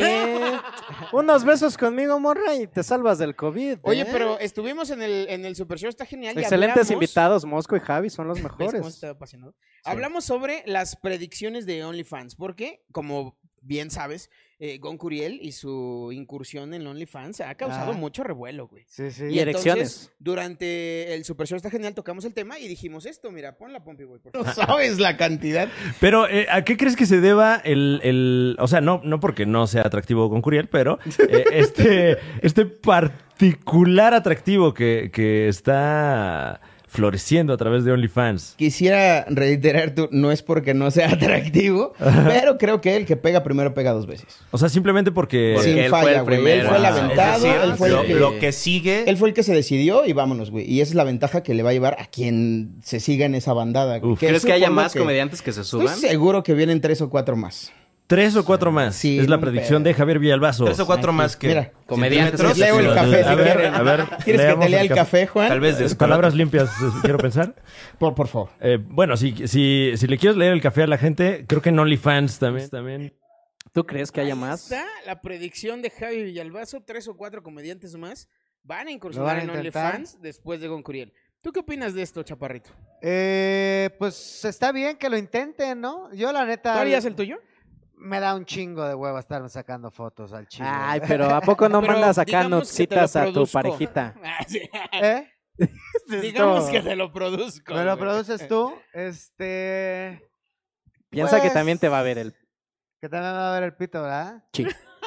Unos besos conmigo, morra, y te salvas del COVID. Oye, ¿eh? pero estuvimos en el, en el Super Show, está genial. y Excelentes hablamos- invitados, Mosco y Javi, son los ¿Ves cómo mejores. está apasionado? Hablamos sobre las predicciones de OnlyFans, porque, como bien sabes, eh, Gon Curiel y su incursión en OnlyFans ha causado Ah. mucho revuelo, güey. Sí, sí. Y erecciones. Durante el Super Show está genial, tocamos el tema y dijimos esto, mira, ponla, Pompi, güey, por No favor. sabes la cantidad. Pero, eh, ¿a qué crees que se deba el, el- o sea, no, no porque no sea atractivo con Curiel, pero eh, este, este particular atractivo que, que está floreciendo a través de OnlyFans? Quisiera reiterar, tú, no es porque no sea atractivo, pero creo que el que pega primero pega dos veces. O sea, simplemente porque... Sin él fue falla, el güey. Él primero. fue el Ah, aventado, es decir, él fue lo, el que... lo que sigue. Él fue el que se decidió y vámonos, güey. Y esa es la ventaja que le va a llevar a quien se siga en esa bandada. güey. Uf. ¿Crees que haya supongo más comediantes que se Estoy suban? seguro que vienen tres o cuatro más. Tres o cuatro más. Sí, es la un predicción pedo. de Javier Villalbazo. Tres o cuatro más que. Mira, comediantes centímetros. que Leo el A café ver, si a ver, quieren. a ver, ¿Quieres que leamos te lea el el café. café, Juan? Tal vez de Eh, Palabras limpias, eh, quiero pensar. Por, por favor. Eh, bueno, si, si, si le quieres leer el café a la gente, creo que en OnlyFans también. también. ¿Tú crees que haya más? Está la predicción de Javi Villalbazo, tres o cuatro comediantes más van a Lo incursionar van a en intentar. OnlyFans después de Gon Curiel. ¿Tú qué opinas de esto, chaparrito? Eh, pues está bien que lo intenten, ¿no? Yo la neta... ¿Tú harías el tuyo? Me da un chingo de huevo estarme sacando fotos al chile. Ay, pero ¿a poco no Pero mandas acá digamos que te lo notcitas a tu produzco. parejita? Ah, sí. ¿Eh? Digamos Esto- que te lo produzco. ¿Me lo güey. produces tú? Este... Piensa que Pues- también te va a ver el... Que también va a ver el pito, ¿verdad? Sí.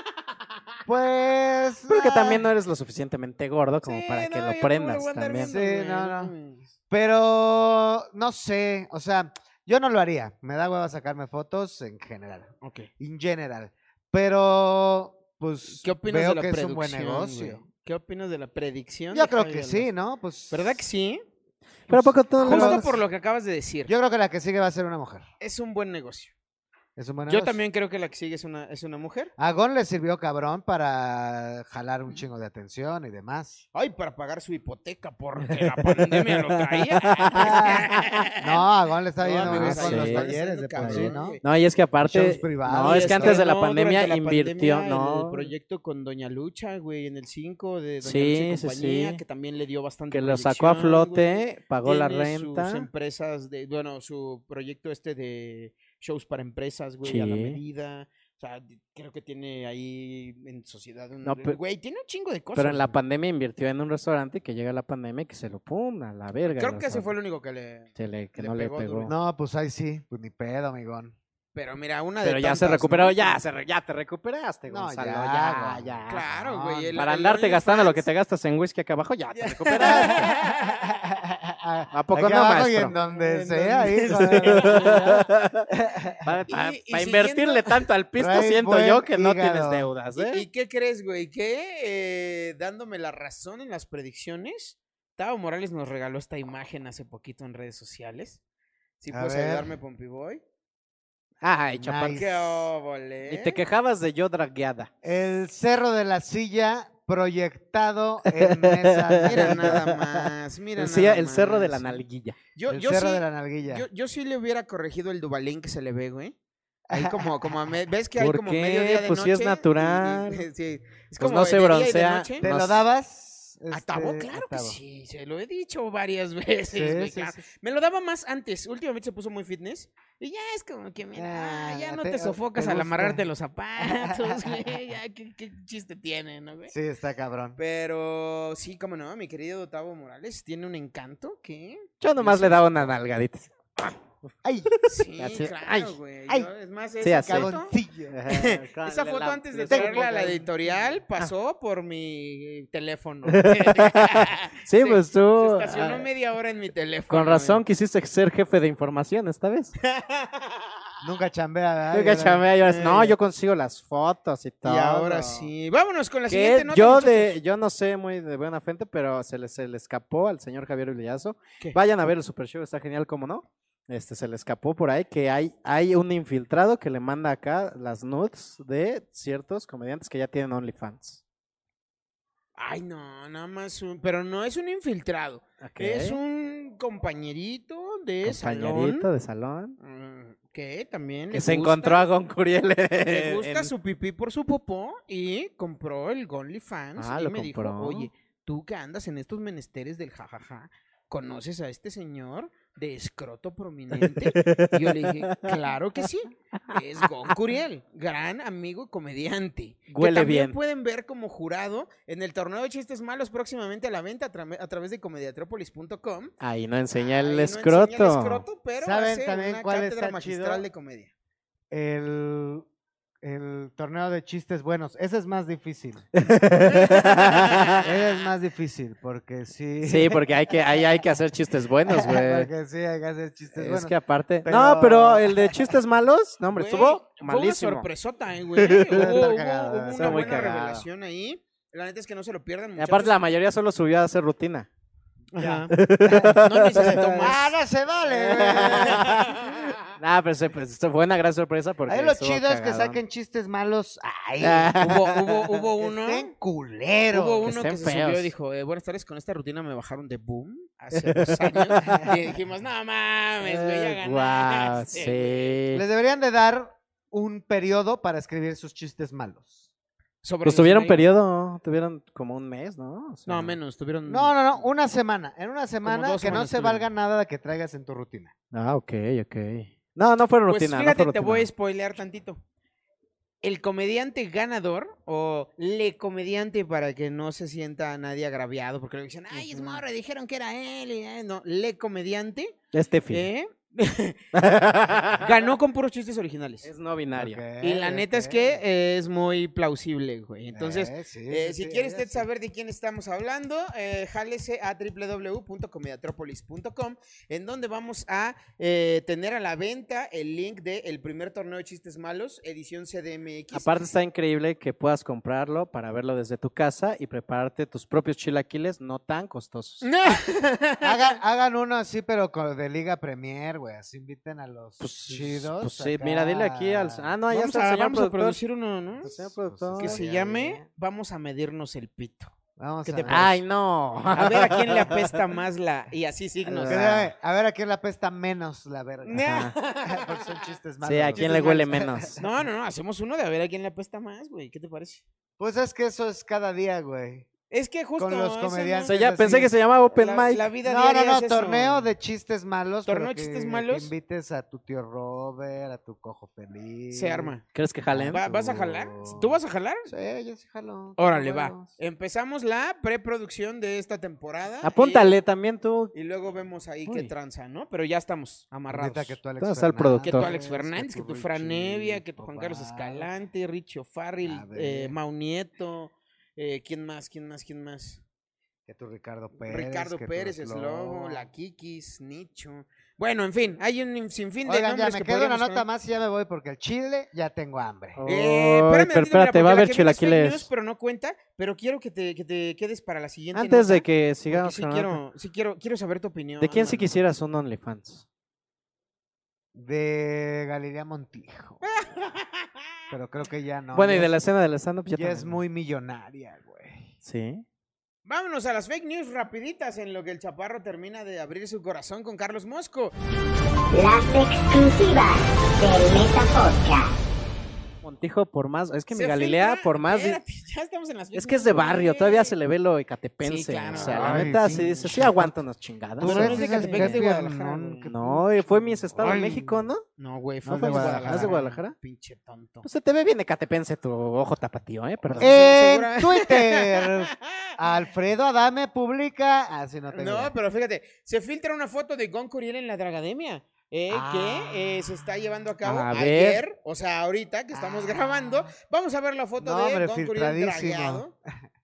Pues... Pero que ah, también no eres lo suficientemente gordo como Sí, para que no, lo yo prendas cómo lo voy a andar también. viendo, Sí, güey, no, no. mames. Pero... No sé, o sea, yo no lo haría. Me da hueva sacarme fotos en general. Ok. En general. Pero... Pues ¿Qué opinas veo de la que es un buen predicción, negocio. güey? ¿Qué opinas de la predicción? Yo de creo Javi que Villalbazo? sí, ¿no? Pues... ¿Verdad que sí? Pero ¿a poco tú no Justo lo- por lo que acabas de decir. Yo creo que la que sigue va a ser una mujer. Es un buen negocio. Es un buen Yo negocio. también creo que la que sigue es una, es una mujer. A Gon le sirvió cabrón para jalar un chingo de atención y demás. Ay, para pagar su hipoteca porque la pandemia lo traía. No, a Gon le está No, yendo amigos, bien con sí. los está talleres de por sí, cabrón, ¿no? güey. No, y es que aparte... Shows privados. No, es que antes de la No, pandemia durante la invirtió... pandemia, no, El proyecto con Doña Lucha, güey, en el cinco de Doña Sí, Lucha y sí, compañía, sí. que también le dio bastante que lo sacó a proyección, flote, güey. pagó la Tiene renta. sus empresas, de, bueno, su proyecto este de shows para empresas, güey, a la Sí. medida. O sea, creo que tiene ahí en sociedad un... No, pero- güey, tiene un chingo de cosas. Pero en la güey. pandemia invirtió en un restaurante y que llega la pandemia y que se lo pum a la verga. Creo el que ese fue el restaurante. único que le... Se le- que le no le pegó pegó. duro. No, pues ahí sí, pues ni pedo, amigón. Pero mira, una de Pero ya se tantas, recuperó, ¿no? ya, se re- ya te recuperaste, No, Gonzalo. ya, ya, güey. ya. Claro, No, güey. el- Para el andarte gastando lo que OnlyFans- te gastas en whisky acá abajo, ya te recuperaste. ¿A poco Aquí no, abajo y maestro? en donde En sea, donde hijo. Para Y- y invertirle siguiendo- tanto al pisto, Traes siento buen yo que no hígado. tienes deudas, ¿Y, ¿eh? y qué crees, güey? Que eh, dándome la razón en las predicciones, Tavo Morales nos regaló esta imagen hace poquito en redes sociales. Si A puedes ver. ayudarme, Pompiboy. Ay, chaparro. Nice. Qué óvole. Y te quejabas de yo dragueada. El cerro de la silla proyectado en mesa. Mira nada más, mira El, nada cia- el más. cerro de la nalguilla. Yo, El yo cerro sí, de la nalguilla. yo, yo sí le hubiera corregido el dubalín que se le ve, güey. Ahí como, como a me- ¿ves que hay ¿Por como qué? medio día de Pues sí es noche? natural. Y- y- sí, es Pues como no se de día y de broncea. noche. ¿Te no lo s- dabas? ¿A Tabo? Este, Claro a que Tabo. sí, se lo he dicho varias veces, Sí, güey, sí, claro. sí. Me lo daba más antes, últimamente se puso muy fitness y ya es como que, mira, Ah, ya no te- te, sofocas te al gusta. amarrarte los zapatos, güey, ya, ¿qué, qué chiste tiene, ¿no, güey? Sí, está cabrón. Pero sí, como no, mi querido Tabo Morales tiene un encanto que... Yo nomás le daba una nalgadita. ¡Ay! Sí, Así, claro, ay, güey. ay. Yo, es más, Sí, esa así. foto, Cagoncillo. Ajá, esa le foto la- antes de le traerla a la pongo- editorial pasó por mi teléfono. Sí, Se- pues tú. Se estacionó ah, media hora en mi teléfono. Con razón güey. quisiste ser jefe de información esta vez. Nunca chambea, ¿verdad? Nunca Y ahora- chamea, y ahora, Eh. no, yo consigo las fotos y todo. Y ahora sí. Vámonos con la Que siguiente nota, yo muchachos. de, yo no sé muy de buena fuente, pero se le, se le escapó al señor Javier Uliazo. ¿Qué? Vayan a ver el Super Show, está genial, ¿cómo no? Este se le escapó por ahí que hay, hay un infiltrado que le manda acá las nudes de ciertos comediantes que ya tienen OnlyFans. Ay, no, nada más un... Pero no es un infiltrado. Ok. Es un compañerito de Compañerito salón. de salón. mm, Que también Que le se gusta- encontró a Gon Curiel. Le gusta en- su pipí por su popó y compró el OnlyFans Ah, y lo me compró. dijo, oye, tú que andas en estos menesteres del jajaja, ¿conoces a este señor de escroto prominente? Y yo le dije, claro que sí, es Gon Curiel, gran amigo y comediante. Huele que también bien. pueden ver como jurado en el torneo de chistes malos próximamente a la venta a, tra- a través de comediatropolis punto com. Ahí no enseña el Ahí no escroto. enseña el escroto, pero ¿Saben hace también una cuál cátedra está magistral chido? de comedia. El, el torneo de chistes buenos. Ese es más difícil. Ese es más difícil porque sí. Sí, porque hay que, ahí hay que hacer chistes buenos, güey. Porque sí, hay que hacer chistes Es buenos. que aparte. Pero- No, pero el de chistes malos, no, hombre, Güey, estuvo Fue una malísimo. sorpresota, eh, güey. Debe Hubo, estar hubo- cagado, hubo debe una estar muy buena cagado. revelación ahí. La neta es que no se lo pierdan, Y muchachos. aparte la mayoría solo subió a hacer rutina. Ajá. No necesitó más. ¡Ah, no se vale! güey! Nah, pero se, pues, fue una gran sorpresa porque Ahí lo estuvo chido es que cagadón. saquen chistes malos. ¡Ay! Hubo, hubo, hubo Que uno. estén culeros. Hubo uno estén que se feos. subió y dijo, eh, buenas tardes, con esta rutina me bajaron de boom hace dos años. Y dijimos, no mames, güey, ya Eh, guau, ganaste, sí. güey". Les deberían de dar un periodo para escribir sus chistes malos. Sobre Pues los tuvieron medios. periodo, tuvieron como un mes, ¿no? O sea, No, menos, tuvieron... No, no, no, una semana. En una semana dos que no semanas se tuvieron. valga nada de que traigas en tu rutina. Ah, ok, ok. No, no fue Pues rutina, fíjate, no fue te rutina. voy a spoilear tantito. El comediante ganador, o le comediante para que no se sienta nadie agraviado, porque le dicen, ay, es morro, dijeron que era él. y, eh, no, le comediante, Es Tefi. ¿eh? ganó con puros chistes originales. Es no binario. Y la neta es que eh, es muy plausible, güey. Entonces, Eh, sí, eh, sí, si sí, quiere ella usted sí. saber de quién estamos hablando, eh, jálese a doble u doble u doble u punto comediatropolis punto com, en donde vamos a eh, tener a la venta el link del primer torneo de chistes malos, edición C D M X. Aparte está increíble que puedas comprarlo para verlo desde tu casa y prepararte tus propios chilaquiles no tan costosos. Hagan, hagan uno así, pero con, de Liga Premier, güey. Así inviten a los chidos. Pues sí, acá. mira, dile aquí al... Ah, no, allá vamos está el a, señor vamos a productor. producir uno, ¿no? El señor productor. Que se ya llame vi. Vamos a medirnos el pito. Vamos ¿Qué a te ver. parece? Ay, no. A ver a quién le apesta más la... Y así signos. Que debe- A ver a quién le apesta menos la verga. Ajá. Porque son chistes malos. Sí, ¿a güey. quién le huele menos? No, no, no, hacemos uno de a ver a quién le apesta más, güey. ¿Qué te parece? Pues es que eso es cada día, güey. Es que justo Con los eso no- comediantes. O sea, ya así. pensé que se llamaba Open la, Mic. la vida No, diaria no, no, es eso. torneo de chistes malos. Torneo pero de chistes que- malos. Que invites a tu tío Robert, a tu cojo feliz. Se arma. ¿Crees que jalen? ¿Va- ¿Vas a jalar? ¿Tú vas a jalar? Sí, yo sí jalo. Órale, Tengo va. huevos. Empezamos la preproducción de esta temporada. Apúntale también tú. Y, y luego vemos ahí Uy. qué tranza, ¿no? Pero ya estamos amarrados. Ahorita que tú, Alex ¿Dónde está el Fernández, Que tu productor? Alex Fernández, que tu Fran Richie, Nevia, que tu tu Juan Carlos Bar. Escalante, Richo Farril, A ver. eh, Mau Nieto, eh, ¿quién más? ¿Quién más? ¿Quién más? Que tu Ricardo Pérez. Ricardo que tu Pérez, Slobo. Slobo, la Kikis, Nicho. Bueno, en fin, hay un sinfín de Oigan, ya nombres me que quedo una podríamos nota poner. más y ya me voy porque el chile ya tengo hambre. Eh, Ay, espérame pero tantito, espérate, mira, va a porque haber la que viene es fake chilaquiles. news, pero no cuenta, pero quiero que te, que te quedes para la siguiente Antes de nota, que porque sigamos sí con la quiero, nota. sí quiero, quiero saber tu opinión. ¿De quién si mano. quisieras un OnlyFans? De Galilea Montijo. Pero creo que ya no. Bueno, y ya de es- la escena del stand-up ya Ya es también. muy millonaria, güey. Sí. Vámonos a las fake news rapiditas en lo que el Chaparro termina de abrir su corazón con Carlos Mosco. Las exclusivas del Meta Podcast. Montijo, por más, es que mi Se Galilea, filtra- por más, de- Espérate, ya estamos en las es que es de barrio, güey. todavía se le ve lo ecatepense. Sí, claro. O sea, la Ay, neta, sí, sí dice, sí chato. aguanta unas chingadas. Tú No, ves no es de esas Catepec, es de que Guadalajara, piernón, güey. que- No, y fue mi estado Ay. en México, ¿no? No, güey, No fue es de de Guadalajara. Guadalajara. ¿No es de Guadalajara? Pinche tonto. Pues se te ve bien ecatepense tu ojo tapatío, ¿eh? Perdón. En segura- Twitter, Alfredo Adame publica. Así no tengo. No, idea. pero fíjate, se filtra una foto de Gon Curiel en la Dragademia. Eh, Ah. que eh, se está llevando a cabo A ayer, ver. o sea, ahorita que estamos Ah. grabando. Vamos a ver la foto No, de hombre, Gon Curiel filtradísimo. dragueado.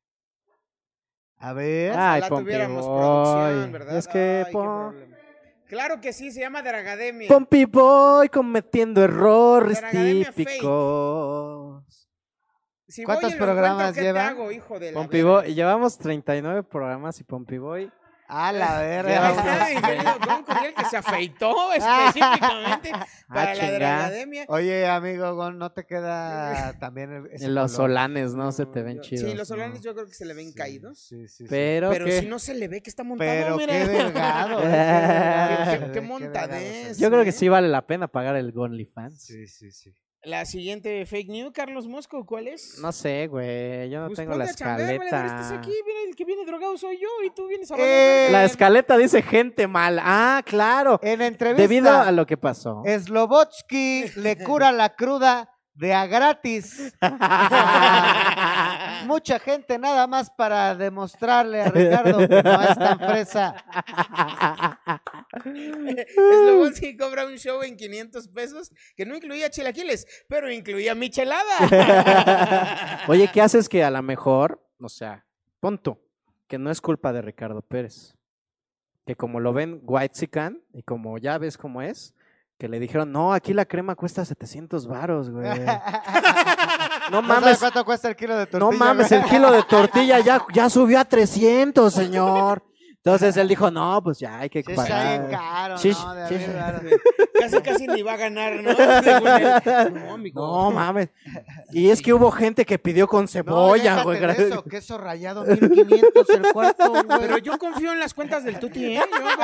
A ver. Ay, Ojalá Pompi tuviéramos Boy. producción, ¿verdad? Es que Ay, qué Pom- problema. Claro que sí, se llama Dragademia. Pompi Boy cometiendo errores Dragademia típicos. Si ¿Cuántos voy y lo programas encuentro, ¿qué te lleva? hago, hijo de la Pompi verga? Boy, llevamos treinta y nueve programas y Pompi Boy. A la Ahí verga. está, mi querido Gon Curiel, que se afeitó específicamente para la chinga. Dragademia. Oye, amigo Gon, ¿no te queda también el, ese En los color? solanes, ¿no? Se te ven Yo- chidos. Sí, los solanes ¿no? yo creo que se le ven caídos. Sí, sí, sí. Pero, Pero que si no se le ve que está montado, Pero mira. qué delgado. eh, Qué- delgado qué- se ve, qué delgado montadez. se yo ve. creo que sí vale la pena pagar el OnlyFans. Sí, sí, sí. La siguiente fake news, Carlos Mosco, ¿cuál es? No sé, güey. Yo no Pues tengo la ponte a chambear, vale, a ver, estás escaleta. aquí, mira, el que viene drogado soy yo y tú vienes a Eh, La escaleta dice gente mala. Ah, claro. En entrevista, Debido a lo que pasó. Slobotsky le cura la cruda de a gratis. Mucha gente nada más para demostrarle a Ricardo que no es tan fresa. Slobodsky cobra un show en quinientos pesos que no incluía chilaquiles, pero incluía michelada. Oye, ¿qué haces que a lo mejor, o sea, pon tú, que no es culpa de Ricardo Pérez? Que como lo ven whitezican y como ya ves cómo es, que le dijeron, no, aquí la crema cuesta setecientos varos, güey. No ¿No mames. sabes cuánto cuesta el kilo de tortilla? No mames, el kilo de tortilla ya, ya subió a trescientos, señor. Entonces él dijo, no, pues ya hay que Sí, está pagar. bien caro, Sí, ¿no? De sí, mil sí. varos. Casi, casi ni va a ganar, ¿no? Según él. No, amigo. No mames. Y es que hubo gente que pidió con No, cebolla, güey. déjate de eso, queso rallado, mil quinientos el cuarto, güey. Pero yo confío en las cuentas del Tuti, ¿eh? Yo confío.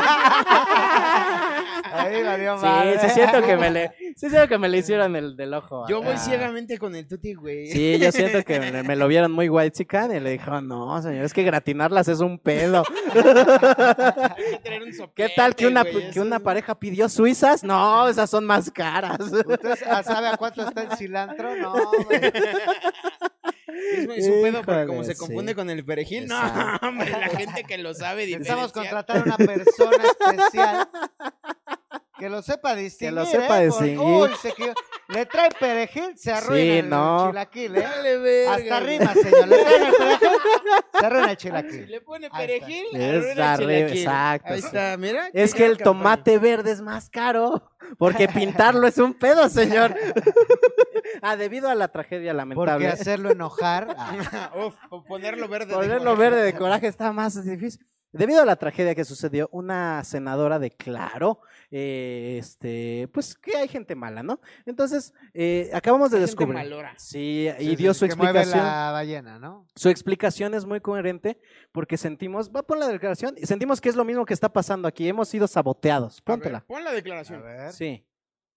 Ahí valió Sí, madre. sí siento que me le, sí siento que me le hicieron el del ojo. Yo voy acá. ciegamente con el Tuti, güey. Sí, yo siento que me, me lo vieron muy whitezican y le dijeron, no, señor, es que gratinarlas es un pedo. Hay que traer un ¿Qué soplete, tal que una, güey, que eso una es- pareja pidió suizas? No, esas son más caras. ¿Usted sabe a cuánto está el cilantro? No, güey. Es, es un pedo porque como Híjole, se confunde sí. con el perejil. No, Exacto. hombre, la gente que lo sabe Necesitamos diferenciar. contratar a una persona especial que lo sepa distinguir. lo sepa ¿eh? Porque, distinguir. uy, se equi- le trae perejil, se arruina Sí, el no. chilaquil, ¿eh? Dale, verga, Hasta güey. rima, señor. Le traen el perejil, se arruina el chilaquil. Si le pone Ahí está. perejil, Es arruina el arriba, chilaquil. exacto, Ahí sí. está, mira. Es qué que el gran campaña. tomate verde es más caro, porque pintarlo es un pedo, señor. Ah, debido a la tragedia Porque lamentable. hacerlo enojar. ah, Uf, po- ponerlo verde. de Ponerlo coraje. verde de coraje está más difícil. Debido a la tragedia que sucedió, una senadora declaró, eh, este, pues que hay gente mala, ¿no? Entonces, eh, acabamos de Hay gente descubrir. malora. Sí, sí, y sí, dio su que mueve explicación. la ballena, ¿no? Su explicación es muy coherente porque sentimos, va por la declaración, y sentimos que es lo mismo que está pasando aquí. Hemos sido saboteados. A ver, Póntela. pon la declaración. A ver. Sí.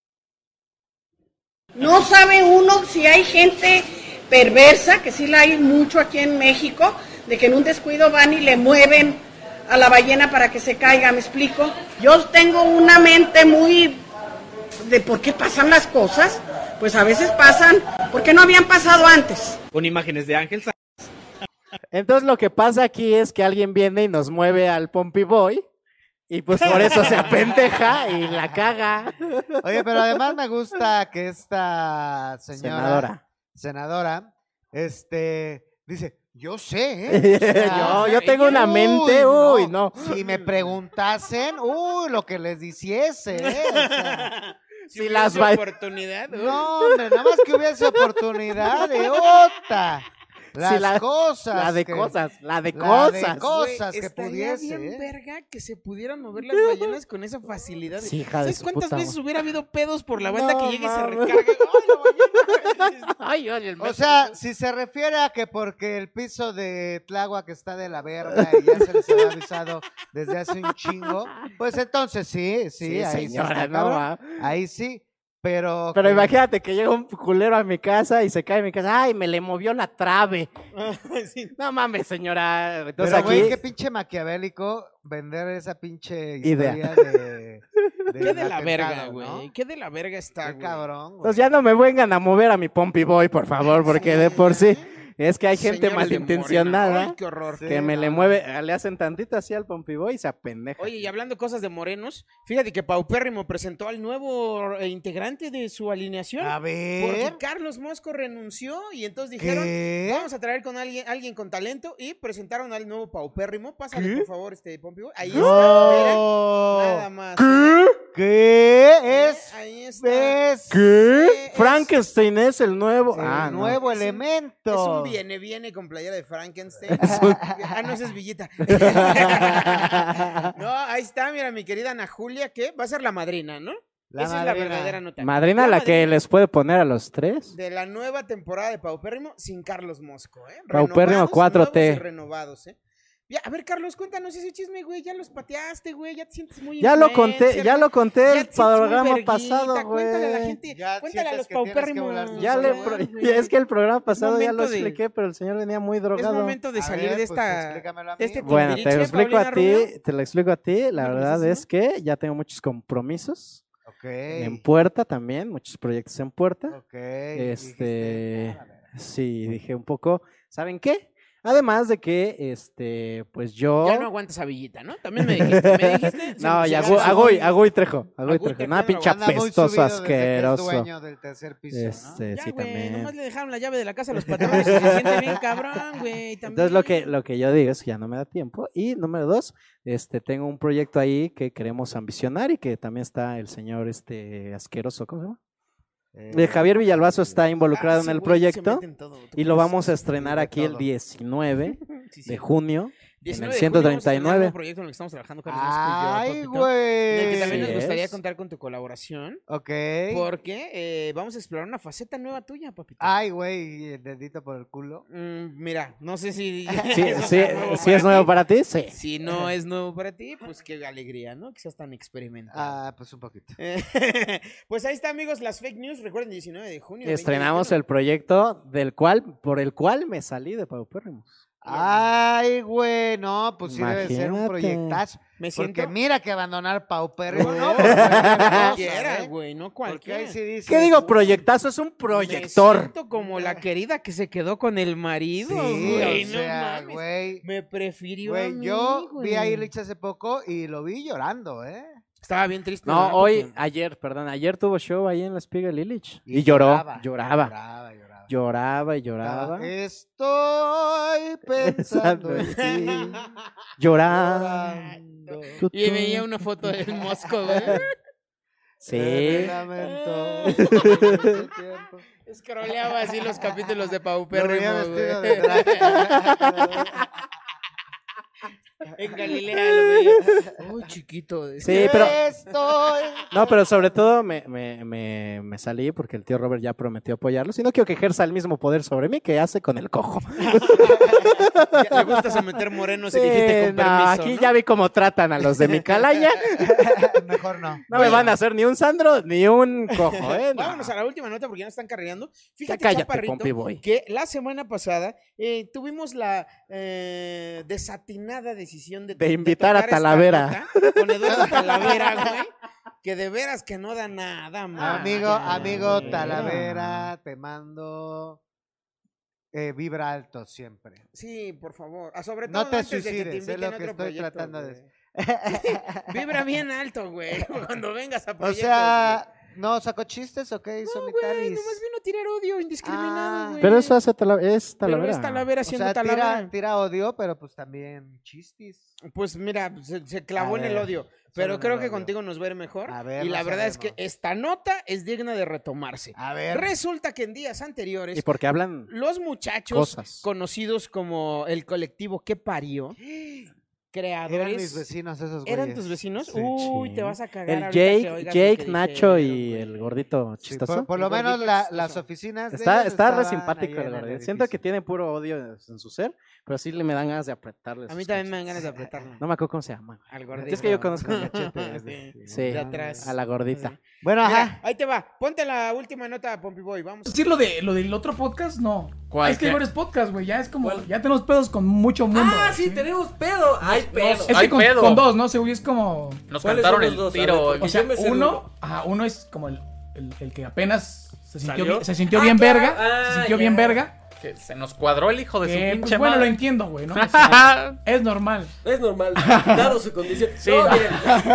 No sabe uno si hay gente perversa, que sí la hay mucho aquí en México, de que en un descuido van y le mueven a la ballena para que se caiga, ¿me explico? Yo tengo una mente muy de por qué pasan las cosas, pues a veces pasan, porque no habían pasado antes. Con imágenes de Ángel Sa- Entonces lo que pasa aquí es que alguien viene y nos mueve al Pompey Boy y pues por eso se apendeja y la caga. Oye, pero además me gusta que esta señora, Senadora. senadora, este, dice, yo sé, ¿eh? O sea, yo, yo tengo una mente, uy, no. Si me preguntasen, uy, lo que les hiciese, ¿eh? O sea, Si Si las hubiese va- oportunidad. uy. no, hombre, nada más que hubiese oportunidad de otra. Las Sí, la- cosas. La de que- cosas, la de la cosas. de cosas Güey, que estaría pudiese, bien ¿eh? verga que se pudieran mover las ballenas con esa facilidad. Sí, hija de ¿Sabes su cuántas puta veces madre. hubiera habido pedos por la banda No, que llegue y se mames. recargue? ¡Ay, la ballena! Ay, oye, el O metro. sea, si se refiere a que porque el piso de Tláhuac está de la verga y ya se les había avisado desde hace un chingo, pues entonces sí, sí, Sí, ahí sí señora, está, no cabrón. va. Ahí sí. Pero, Pero que- imagínate que llega un culero a mi casa y se cae en mi casa. ¡Ay, me le movió la trave! No mames, señora. Entonces Pero, güey, aquí... qué pinche maquiavélico vender esa pinche Idea. historia de... Qué de la atentado, verga, ¿no? güey. Qué de la verga está, Qué güey. cabrón, güey. Entonces ya no me vengan a mover a mi Pompey Boy, por favor, porque de por sí es que hay gente Señores de malintencionada Morena. Ay, qué horror. que Sí, me no. le mueve, le hacen tantito así al Pompey Boy y se apendeja. Oye, y hablando cosas de morenos, fíjate que Paupérrimo presentó al nuevo eh, integrante de su alineación. A ver. Porque Carlos Mosco renunció y entonces dijeron, ¿Qué? vamos a traer con alguien, alguien con talento y presentaron al nuevo Paupérrimo. Pásale, ¿Qué? por favor, este Pompey Boy. Ahí No. está, mira, nada más. ¿Qué? ¿Qué es? Ahí está. Es ¿Qué? Frankenstein es el nuevo. el ah, no. nuevo elemento. Es un viene, viene con playera de Frankenstein. Ah, no, esa es Villita. No, ahí está, mira, mi querida Ana Julia, que va a ser la madrina, ¿no? La Esa madrina. es la verdadera nota. Madrina la que les puede poner a los tres. De la nueva temporada de Paupérrimo sin Carlos Mosco, ¿eh? Paupérrimo Renovados, cuatro T. nuevos y renovados, ¿eh? Ya, a ver, Carlos, cuéntanos ese chisme, güey. Ya los pateaste, güey. Ya te sientes muy Ya lo influencer, conté, ya güey. lo conté Ya el te sientes muy programa verguita. pasado, Cuéntale a la güey. gente, Ya cuéntale a los sientes que tienes que paupérrimos. volar tú Ya solo, le pro- güey. es que el programa pasado ya lo momento de- expliqué, pero el señor venía muy Es drogado. momento de A salir ver, de pues, esta... explícamelo a de mí. este Bueno, te timbiriche, lo explico a Paulina ti, Rubio. te lo explico a ti. La ¿Qué verdad dices, es que ya tengo muchos compromisos Ok. en puerta también, muchos proyectos en puerta. Ok. Este, sí, dije un poco, ¿saben qué? Además de que, este, pues yo... Ya no aguantas a Villita, ¿no? También me dijiste. ¿Me dijiste? No, Se- ya se- Agüey, Agüey Trejo, Agüey Agüey Trejo, Trejo, nada no, pinche anda muy apestoso, subido desde que es asqueroso. dueño del tercer piso, ¿no? Este, Ya, sí, güey, también. nomás le dejaron la llave de la casa a los patrones y se siente bien cabrón, güey. También. Entonces lo que, lo que yo digo es que ya no me da tiempo. Y número dos, este, tengo un proyecto ahí que queremos ambicionar y que también está el señor este asqueroso, ¿cómo se llama? Eh, Javier Villalbazo está involucrado Ah, en sí, el güey, se proyecto mete en todo. Tú y lo puedes vamos a estrenar de aquí el todo. diecinueve Sí, sí. de junio en diecinueve el de junio vamos a ciento treinta y estrenar un nueve. nuevo proyecto en el que estamos trabajando, Carlos Mosco y yo, Ay, papito, en el que también güey. nos gustaría es. contar con tu colaboración. Ok. Porque eh, vamos a explorar una faceta nueva tuya, papito. Ay, güey, el dedito por el culo. Mm, mira, no sé si... Sí, eso sí, sea nuevo sí es nuevo ti. para ti, sí. Si no es nuevo para ti, pues qué alegría, ¿no? Que seas tan experimentado. Ah, pues un poquito. Pues ahí está, amigos, las fake news. Recuerden, diecinueve de junio. Estrenamos veinte el proyecto del cual, por el cual me salí de Paupérrimos. Ay, güey, no, pues sí debe ser un Imagínate. proyectazo. Me Porque siento- mira que abandonar Paupérrimo, No, no, pues, cualquier cosa, cualquiera, ¿eh? güey, no Porque cualquiera. ahí sí dice, ¿Qué digo proyectazo? Es un Me proyector. siento como la querida que se quedó con el marido, Sí, güey. o No sea, mames. güey. Me prefirió a Güey, mí, yo güey. vi a Illich hace poco y lo vi llorando, ¿eh? Estaba bien triste. No, ¿verdad? hoy, Porque- ayer, perdón, ayer tuvo show ahí en la Spiegel Illich. Y Y, lloró, lloraba, lloraba, Lloraba, lloraba. lloraba y lloraba. Estoy pensando en ti. Llorando. Tu, Y tu. veía una foto del Mosco, güey. Sí. Me lamento. Escroleaba así los capítulos de Lo Paupérrimo, veía vestido de güey. drag. En Galilea lo veía. Uy, chiquito. Sí, pero... Estoy... No, pero sobre todo me, me, me, me salí porque el tío Robert ya prometió apoyarlo. Si no quiero que ejerza el mismo poder sobre mí que hace con el cojo. Ya le gusta someter morenos y Sí, dijiste con no, permiso, aquí ¿no? ya vi cómo tratan a los de mi calaña. Mejor no. No me van a hacer ni un Sandro ni un cojo, ¿eh? No. Vámonos a la última nota porque ya nos están carreando. Fíjate, cállate, Chaparrito, Pompey Boy. que la semana pasada eh, tuvimos la eh, desatinada decisión de, De invitar a tocar esta Talavera. nota con Eduardo Talavera, güey. Que de veras que no da nada, man. Amigo, amigo Talavera, te mando eh, vibra alto siempre. Sí, por favor. Ah, sobre todo No te antes de que te suicides, es inviten lo a que otro estoy proyecto, tratando güey. de Vibra bien alto, güey, cuando vengas a O proyectos. sea, ¿no sacó chistes o qué hizo mi güey, Talis? nomás vino a tirar odio indiscriminado, güey. Pero eso hace tala- es Pero Talavera. es Talavera O siendo sea, Talavera. tira, tira odio, pero pues también chistes. Pues mira, se, se clavó A en el ver, odio. solo Pero en creo el que odio. contigo nos va a ir mejor. A ver, y la no verdad es que sabemos. esta nota es digna de retomarse. A ver. Resulta que en días anteriores, Y porque hablan los muchachos cosas. conocidos como el colectivo que parió, creadores. Eran mis vecinos esos güeyes. ¿Eran tus vecinos? Sí. Uy, Sí. te vas a cagar El ahorita que Jake, oigas lo Jake, que Nacho dijeron, y güey. el gordito Sí, chistoso. por, por lo El menos gordito la- chistoso. las oficinas de Está, ellos está re estaban simpático ahí el en gordito. edificio. Siento que tiene puro odio en su ser, pero sí le me dan ganas de apretarle. A mí sus también me dan cachetes. ganas de apretarlo. No me acuerdo cómo se llama. Al gordito. Es que yo conozco Con cachetes, Sí, Sí, de atrás. a la gordita. Bueno, Mira, ajá. ahí te va. Ponte la última nota, Pompey Boy. Vamos. decir lo de lo del otro podcast, no. ¿Cuál? Es que hay ¿Qué? varios podcasts, güey. Ya es como, ya tenemos pedos con mucho mundo. Ah, sí, tenemos pedo. Hay pedo. Es que Hay con, pedo. con dos, ¿no? Según es como. Nos ¿Cuáles cantaron son los el dos? A tiro. ver, porque O sea, yo me sé de uno, ajá, uno es como el, el, el que apenas se sintió, ¿Salió? bien, se sintió Ah, bien claro. verga. Ah, se sintió ya. bien verga. Que se nos cuadró el hijo de Que, su pues, pinche bueno, lo madre. entiendo, güey, ¿no? O sea, es normal. Es normal, dado su condición. Sí. No, miren,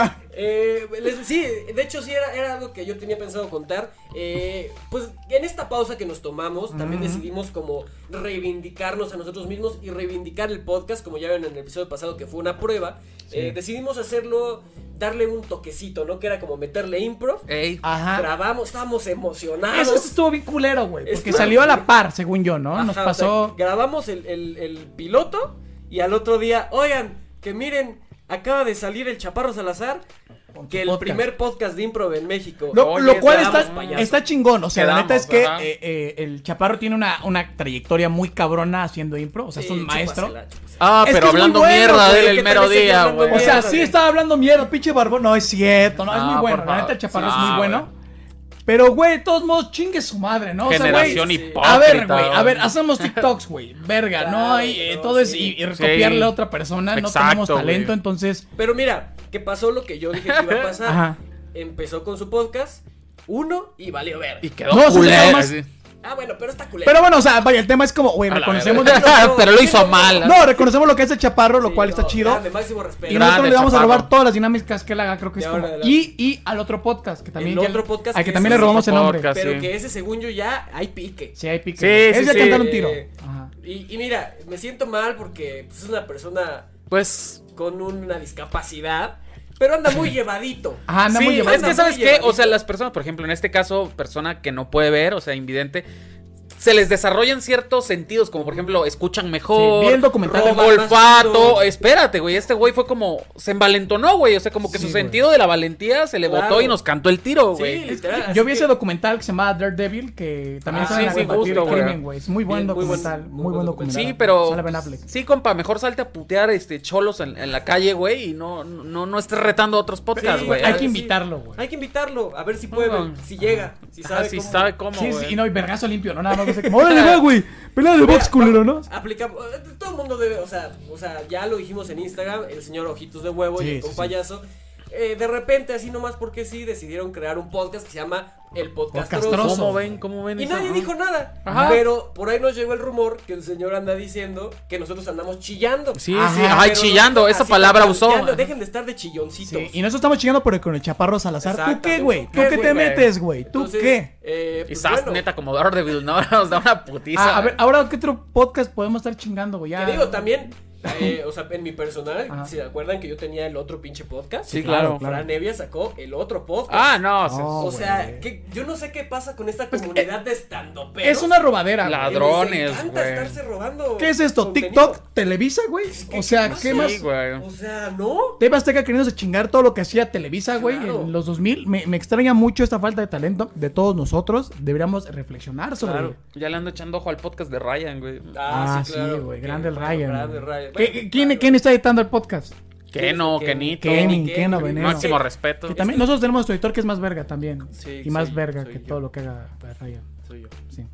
eh, les- sí, de hecho sí era, era algo que yo tenía pensado contar. Eh, pues en esta pausa que nos tomamos, también Ujú. decidimos como reivindicarnos a nosotros mismos y reivindicar el podcast, como ya ven en el episodio pasado que fue una prueba. Sí. Eh, decidimos hacerlo, darle un toquecito, ¿no? Que era como meterle improv. Ey. Ajá. Grabamos, estábamos emocionados. Eso, eso estuvo bien culero, güey. Porque Estuvo- salió a la par, según yo, ¿no? Nos Ajá, o sea, pasó. grabamos el, el- el piloto y al otro día, oigan, que miren, acaba de salir el Chaparro Salazar, que el podcast. primer podcast de improv en México. Lo, Oye, lo cual quedamos, está, payaso. está chingón, o sea, la Quedamos, neta es que ajá. eh, eh, el Chaparro tiene una, una trayectoria muy cabrona haciendo impro, o sea, Sí, es un maestro. chúpasela, chúpasela. Ah, Es pero que es muy hablando bueno, mierda güey, de él ¿qué el tal mero ese día, hablando güey. O sea, mierda, sí güey. estaba hablando mierda, pinche barbón. No, es cierto, no, es No, muy bueno. por La favor. neta, el Chaparro Sí, es muy güey. bueno. Pero, güey, de todos modos, chingue su madre, ¿no? O sea, Generación güey, hipócrita, a ver, güey, a güey. ver, hacemos TikToks, güey. Verga, no Claro, hay. eh, no, todo es. sí. Y, y copiarle Sí. a otra persona, no Exacto, tenemos talento, güey. entonces. Pero mira, que pasó lo que yo dije que iba a pasar. Ajá. Empezó con su podcast, uno, y valió ver. Y quedó No, sí, culero. nada más- así. Ah, bueno, pero está culero. Pero bueno, o sea, vaya, el tema es como, güey, A la reconocemos. verga. Pero lo hizo mal. No, reconocemos lo que hace el Chaparro, lo Sí, cual está no, chido. grande, máximo respeto. Y nosotros Grande, le vamos a Chaparro. robar todas las dinámicas que él haga, creo que es De como. ahora en Y, y al otro podcast, que también. El ya- otro podcast al que que también es le robamos el otro nombre. podcast. Pero sí. que ese, según yo, ya hay pique. Sí, hay pique. Sí, es sí, de sí. cantar un tiro. Eh, Ajá. Y, y mira, me siento mal porque pues, es una persona Pues. con una discapacidad, pero anda muy llevadito. Ajá, anda Sí, muy llevado. es que Anda sabes muy qué, o llevadito. sea, las personas, por ejemplo, en este caso, persona que no puede ver, o sea, invidente, se les desarrollan ciertos sentidos, como por ejemplo, escuchan mejor, Sí, vi el documental de roban más olfato, chido. espérate, güey, este güey fue como, se envalentonó, güey, o sea, como que Sí, su güey. sentido de la valentía se le Claro. botó y nos cantó el tiro, Sí, güey. literal. así Yo vi que- ese documental que se llama Daredevil, que también Ah, sale sí, en sí, la combatir justo, el güey. crimen, güey. Es muy buen Bien, muy buen- documental, muy muy buen buen documental. documental. Sí, pero Sale Ben Affleck. sí, compa, mejor salte a putear este cholos en, en la calle, güey, y no, no, no estés retando a otros podcasts, Sí, güey. hay sí. que invitarlo, güey. Hay que invitarlo, a ver si puede, Ajá. si llega, si Ah, sabe sí cómo. sabe cómo, Sí, güey. sí, y no, y vergazo limpio, no nada más. Como, órale, va, güey. Pelea de box, culero, ¿no? Aplicamos, todo el mundo debe, o sea, o sea, ya lo dijimos en Instagram, el señor Ojitos de Huevo Sí, y el sí, con sí. payaso. Eh, de repente, así nomás porque sí, decidieron crear un podcast que se llama El Podcastroso. Podcastroso. ¿Cómo ven? ¿Cómo ven? Y eso? nadie dijo nada. Ajá. Pero por ahí nos llegó el rumor que el señor anda diciendo que nosotros andamos chillando. Sí, Ajá. sí, ay, Pero chillando, no, esa así palabra como usó. chillando, dejen de estar de chilloncitos. Sí, y nosotros estamos chingando, pero con el Chaparro Salazar. ¿Tú qué, Exactamente. güey? ¿Tú ¿Tú qué, qué güey? te metes, güey? ¿Tú Entonces, qué? Eh, pues Quizás bueno, neta como Daredevil, ¿no? Nos da una putiza. Ah, a ver, ahora, ¿qué otro podcast podemos estar chingando, güey? Ya. que digo, también, eh, o sea, en mi personal, Ajá. ¿se acuerdan que yo tenía el otro pinche podcast? Sí, claro. Fran Evia sacó el otro podcast. Ah, no, se- No, o sea, güey. que yo no sé qué pasa con esta comunidad de estandoperos. Es una robadera, güey. Ladrones, Les encanta güey. estarse robando. ¿Qué es esto? contenido. ¿TikTok? ¿Televisa, güey? O sea, ¿qué ¿qué pasa? más? Sí, güey. O sea, ¿no? T V Azteca queriéndose chingar todo lo que hacía Televisa, güey, Claro. en los dos mil. Me, me extraña mucho esta falta de talento de todos nosotros. Deberíamos reflexionar sobre. Claro. Ya le ando echando ojo al podcast de Ryan, güey. Ah, sí, claro, güey. que- Grande el bueno, Ryan. grande güey. Ryan. ¿Qué- Bueno, ¿Quién, claro. ¿Quién está editando el podcast? Keno, Kenny, Kenito. Kenny, Kenny, Keno, Kenny. Veneno. Máximo respeto. Que también, nosotros tenemos nuestro editor que es más verga también. Sí, y más soy- verga soy que yo. todo lo que haga Ryan. Soy yo. Sí.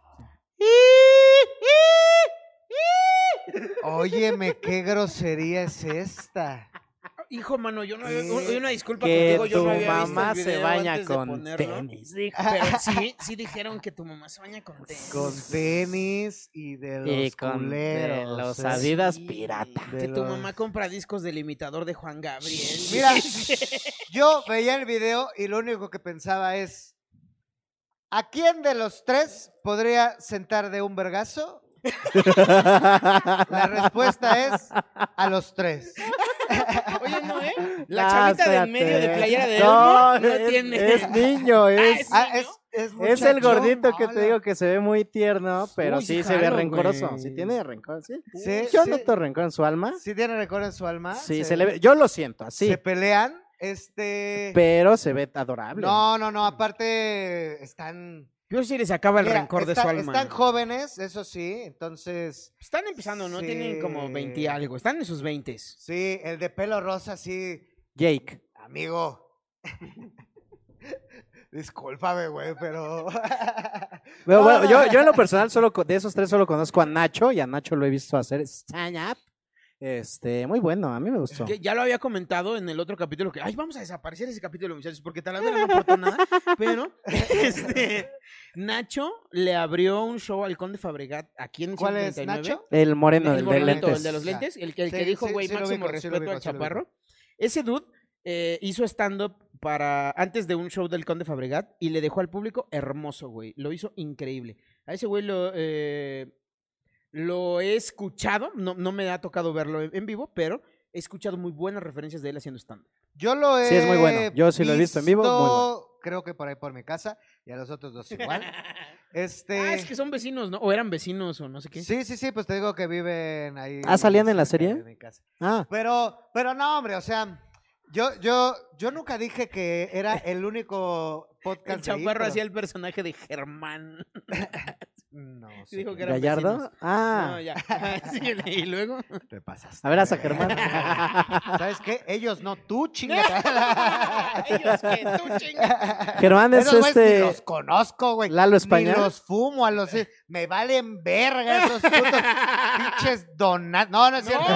Óyeme, qué grosería es esta. Hijo, mano, yo no había, ¿Qué? una disculpa Que contigo, yo tu no había mamá visto el se video baña antes de con ponerlo. tenis. Sí, pero sí, sí dijeron que tu mamá se baña con tenis. Con tenis y de los Y con de culeros. los ¿eh? Adidas Sí, pirata. de Que tu los- mamá compra discos del imitador de Juan Gabriel. Mira, yo veía el video y lo único que pensaba es, ¿a quién de los tres podría sentar de un vergazo? La respuesta es a los tres. Oye, no, ¿eh? La No, chavita del espérate. medio de playera de No, Elmo no es, tiene. es niño, es. Ah, es, es Es el muchachón, gordito que te hola. digo que se ve muy tierno, pero Uy, sí sí se ve jalo, rencoroso. güey. Sí tiene rencor, sí. Sí, Yo sí. noto rencor en su alma. Sí tiene rencor en su alma. Sí, se le ve. Yo lo siento así. Se pelean, este... Pero se ve adorable. No, no, no, aparte están... Yo sí les acaba el Mira, rencor de está- su alma. Están jóvenes, eso sí, entonces... Están empezando, ¿no? Sí. Tienen como veinte y algo. Están en sus veintes. Sí, el de pelo rosa, sí. Jake. Amigo. Discúlpame, güey, pero... Bueno, No, bueno, no, yo, no. yo en lo personal, solo co- de esos tres solo conozco a Nacho y a Nacho lo he visto hacer stand-up. Este, muy bueno, a mí me gustó. Que ya lo había comentado en el otro capítulo que, ay, vamos a desaparecer ese capítulo, muchachos, porque Talavera no aportó nada. Pero, este, Nacho le abrió un show al Conde Fabregat aquí en ¿Cuál es, ciento treinta y nueve. Nacho? El moreno, El el de morenito, lentes. el de los lentes, el que, el que Sí, dijo, sí, güey, sí lo máximo ubico, sí lo respeto ubico, al sí lo ubico. chaparro. Ese dude eh, hizo stand-up para antes de un show del Conde Fabregat y le dejó al público hermoso, güey. Lo hizo increíble. A ese güey lo, eh, lo he escuchado, no, no me ha tocado verlo en, en vivo, pero he escuchado muy buenas referencias de él haciendo stand-up. Yo lo he Sí, es muy bueno. Yo sí lo he visto en vivo, muy bueno. Creo que por ahí por mi casa y a los otros dos igual. Este... Ah, es que son vecinos, ¿no? O eran vecinos o no sé qué. Sí, sí, sí, pues te digo que viven ahí. ¿Ah, salían en la cerca serie? de mi casa. Ah, Pero, pero no, hombre, o sea, yo, yo, yo nunca dije que era el único podcast El de chaparro impro. hacía el personaje de Germán. No, Sí, dijo que eran ¿Gallardo? vecinos. Ah. No, ya. Sí, y luego. Te pasas. a ver a Germán. ¿Sabes qué? Ellos no, tú, chingada. Ellos que tú, chinga. Germán es Esos güeyes ni este. los conozco, güey. Lalo España. Ni los fumo a los... Me valen verga esos putos pinches donados. No, no es cierto.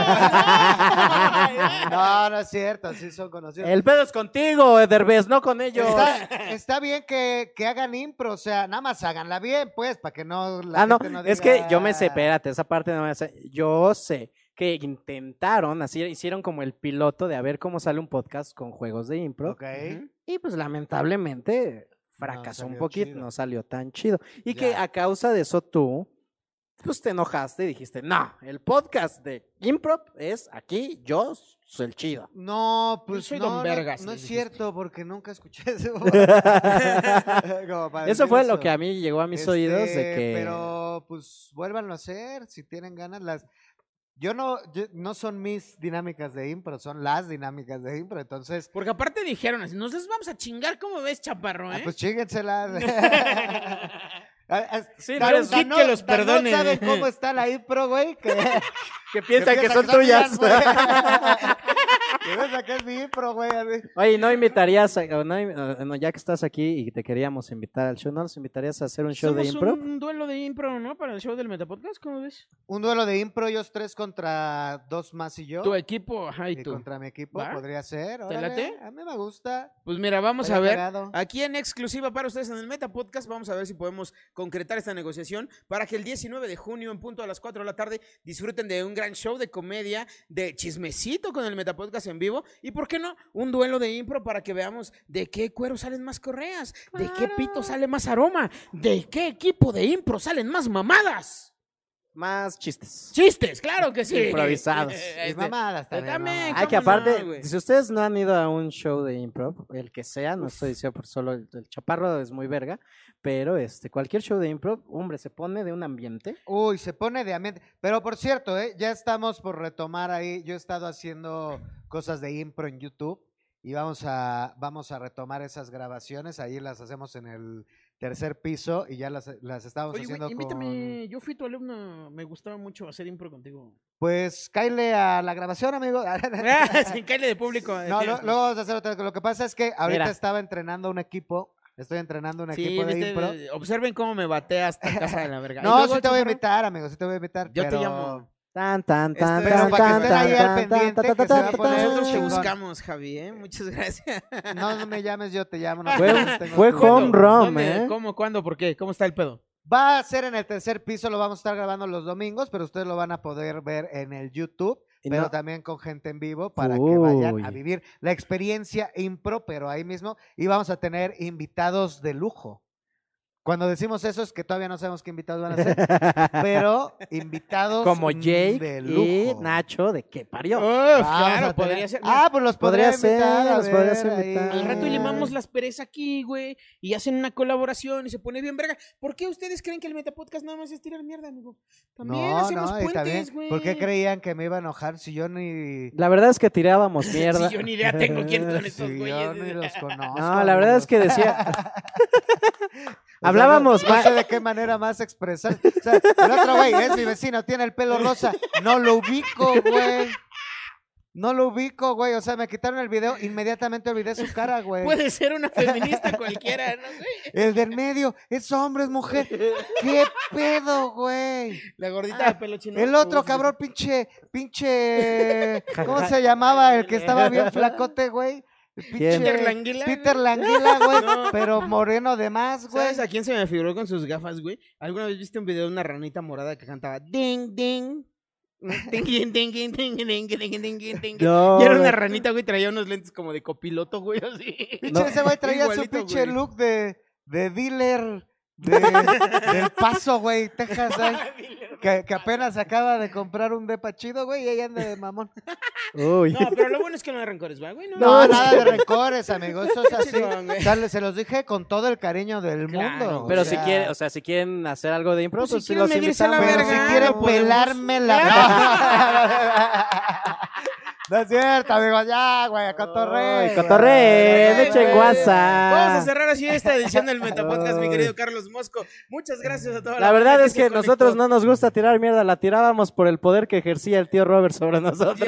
No, no es cierto. Sí son conocidos. El pedo es contigo, Derbez, no con ellos. Está, está bien que, que hagan impro, o sea, nada más háganla bien, pues, para que no la Ah, no, gente no es diga- que yo me sé, espérate, esa parte no me sé. Yo sé que intentaron, así hicieron como el piloto de a ver cómo sale un podcast con juegos de impro. Ok. Y pues lamentablemente fracasó un salió poquito, chido. no salió tan chido. Y Ya. que a causa de eso tú, pues te enojaste y dijiste, no, el podcast de impro es aquí, yo soy el chido. No, pues soy no, don no- Vergas, no, le es dijiste. cierto, porque nunca escuché eso. Como para Eso decir fue lo eso. que a mí llegó a mis Este, oídos de que... Pero, pues, vuélvanlo a hacer, si tienen ganas. Las... Yo no, yo- no son mis dinámicas de impro, son las dinámicas de impro, entonces... Porque aparte dijeron así, nos les vamos a chingar, ¿cómo ves, chaparro, eh? Ah, pues chíguenselas. Ah, ah, Sí, tan- no eres tan Kid que los tan no perdone. saben cómo está la impro, güey, que, que piensan que son tuyas. güey. Que ves acá es mi impro, güey. así. Oye, ¿no invitarías, a- o no, invi- no, ya que estás aquí y te queríamos invitar al show, ¿no nos invitarías a hacer un show de Somos impro? un duelo de impro, ¿no? Para el show del Metapodcast, ¿cómo ves? Un duelo de impro, ellos tres contra dos más y yo. Tu equipo, ajá, y Y tú. contra mi equipo, ¿Va? podría ser. ¿Te órale, late? A mí me gusta. Pues mira, vamos Estaría a ver, cagado. aquí en exclusiva para ustedes en el Meta Podcast, vamos a ver si podemos concretar esta negociación para que el diecinueve de junio, en punto a las cuatro de la tarde, disfruten de un gran show de comedia, de chismecito con el Meta Podcast en vivo, y ¿por qué no? Un duelo de impro para que veamos de qué cuero salen más correas, de qué pito sale más aroma, de qué equipo de impro salen más mamadas. Más chistes. Chistes, claro que sí. Improvisados. Eh, Y mamadas también, también, mamadas. Ah, que ¿cómo no, aparte, güey? si ustedes no han ido a un show de improv, el que sea, no estoy diciendo por solo el, el chaparro es muy verga, pero este cualquier show de improv, hombre, se pone de un ambiente. Uy, se pone de ambiente. Pero por cierto, ¿eh? Ya estamos por retomar ahí. Yo he estado haciendo cosas de impro en YouTube y vamos a, vamos a retomar esas grabaciones. Ahí las hacemos en el tercer piso y ya las, las estamos Oye, haciendo güey, con... invítame, yo fui tu alumno, me gustaba mucho hacer impro contigo. Pues cáile a la grabación, amigo. Sin caerle de público. No, lo- luego vamos a hacer otra cosa. Lo que pasa es que ahorita Mira. estaba entrenando un equipo. Estoy entrenando un Sí, equipo de viste, impro. eh, observen cómo me batea hasta casa de la verga. Y No, luego, sí te voy a chaparro, invitar, amigo. Sí te voy a invitar. Yo te pero- llamo. Tan, tan, tan, Pero tan, para que tan, estén ahí al tan, pendiente, tan, que tan, se va a tan, poner tan. Nosotros te chingón. buscamos, Javi, ¿eh? Muchas gracias. No, no me llames, yo te llamo. no Fue- te tengo fue tu- home run, ¿Dónde? ¿eh? ¿Cómo? ¿Cuándo? ¿Por qué? ¿Cómo está el pedo? Va a ser en el tercer piso, lo vamos a estar grabando los domingos, pero ustedes lo van a poder ver en el YouTube, Y pero no- también con gente en vivo para que vayan a Uy. vivir la experiencia impro, pero ahí mismo. Y vamos a tener invitados de lujo. Cuando decimos eso es que todavía no sabemos qué invitados van a ser, pero invitados Como Jake de y lujo. Nacho, ¿de qué parió? Uf, Vamos claro, a podría tener- ser. Ah, pues los podría, Podría ser, invitar. a los podría ver ser ahí. invitar. Al rato limamos las perezas aquí, güey, y hacen una colaboración y se pone bien verga. ¿Por qué ustedes creen que el Metapodcast nada más es tirar mierda, amigo? También No, hacemos no, y puentes, también, güey. ¿por qué creían que me iba a enojar si yo ni... La verdad es que tirábamos mierda. Si yo ni idea tengo quién son estos Si güeyes. yo ni los conozco. No, la verdad es que decía... O sea, Hablábamos no, no más... sé de qué manera más expresar. O sea, el otro güey es mi vecino, tiene el pelo rosa. No lo ubico, güey. No lo ubico, güey. O sea, me quitaron el video, inmediatamente olvidé su cara, güey. Puede ser una feminista cualquiera, ¿no, güey? El del medio, es hombre, es mujer. ¿Qué pedo, güey? La gordita de pelo chino. El otro Uf, cabrón, pinche, pinche, ¿cómo se llamaba? El que estaba bien flacote, güey. El pinche- Peter Languila. Peter Languila, güey, No. pero moreno de más, güey. ¿Sabes a quién se me figuró con sus gafas, güey? ¿Alguna vez viste un video de una ranita morada que cantaba ding, ding? Ding, ding, ding, ding, ding, ding, ding, ding, ding, ding? No, Y era una güey. ranita, güey, traía unos lentes como de copiloto, güey, así. Pinche ese güey traía Igualito, su pinche güey. look de, de dealer de, del Paso, güey, Texas, güey. Que, que apenas acaba de comprar un depa chido, güey, y ella anda de mamón. Uy. No, pero lo bueno es que no hay rencores, ¿va, güey? No, nada de rencores, amigo. Eso es así. chingón, güey. O sea, se los dije con todo el cariño del mundo. Pero o si sea, quieren, o sea, si quieren hacer algo de impro, Pues pues, si sí quieren los medirse a la invitamos. Pero verga, si quieren no podemos. pelarme la... No es cierto, amigo. Ya, güey, a cotorreo. Ay, cotorreo, Ay, echen güey. WhatsApp. Vamos a cerrar así esta edición del Metapodcast, mi querido Carlos Mosco. Muchas gracias a toda la La verdad banda es se que conectó. nosotros no nos gusta tirar mierda, la tirábamos por el poder que ejercía el tío Robert sobre nosotros.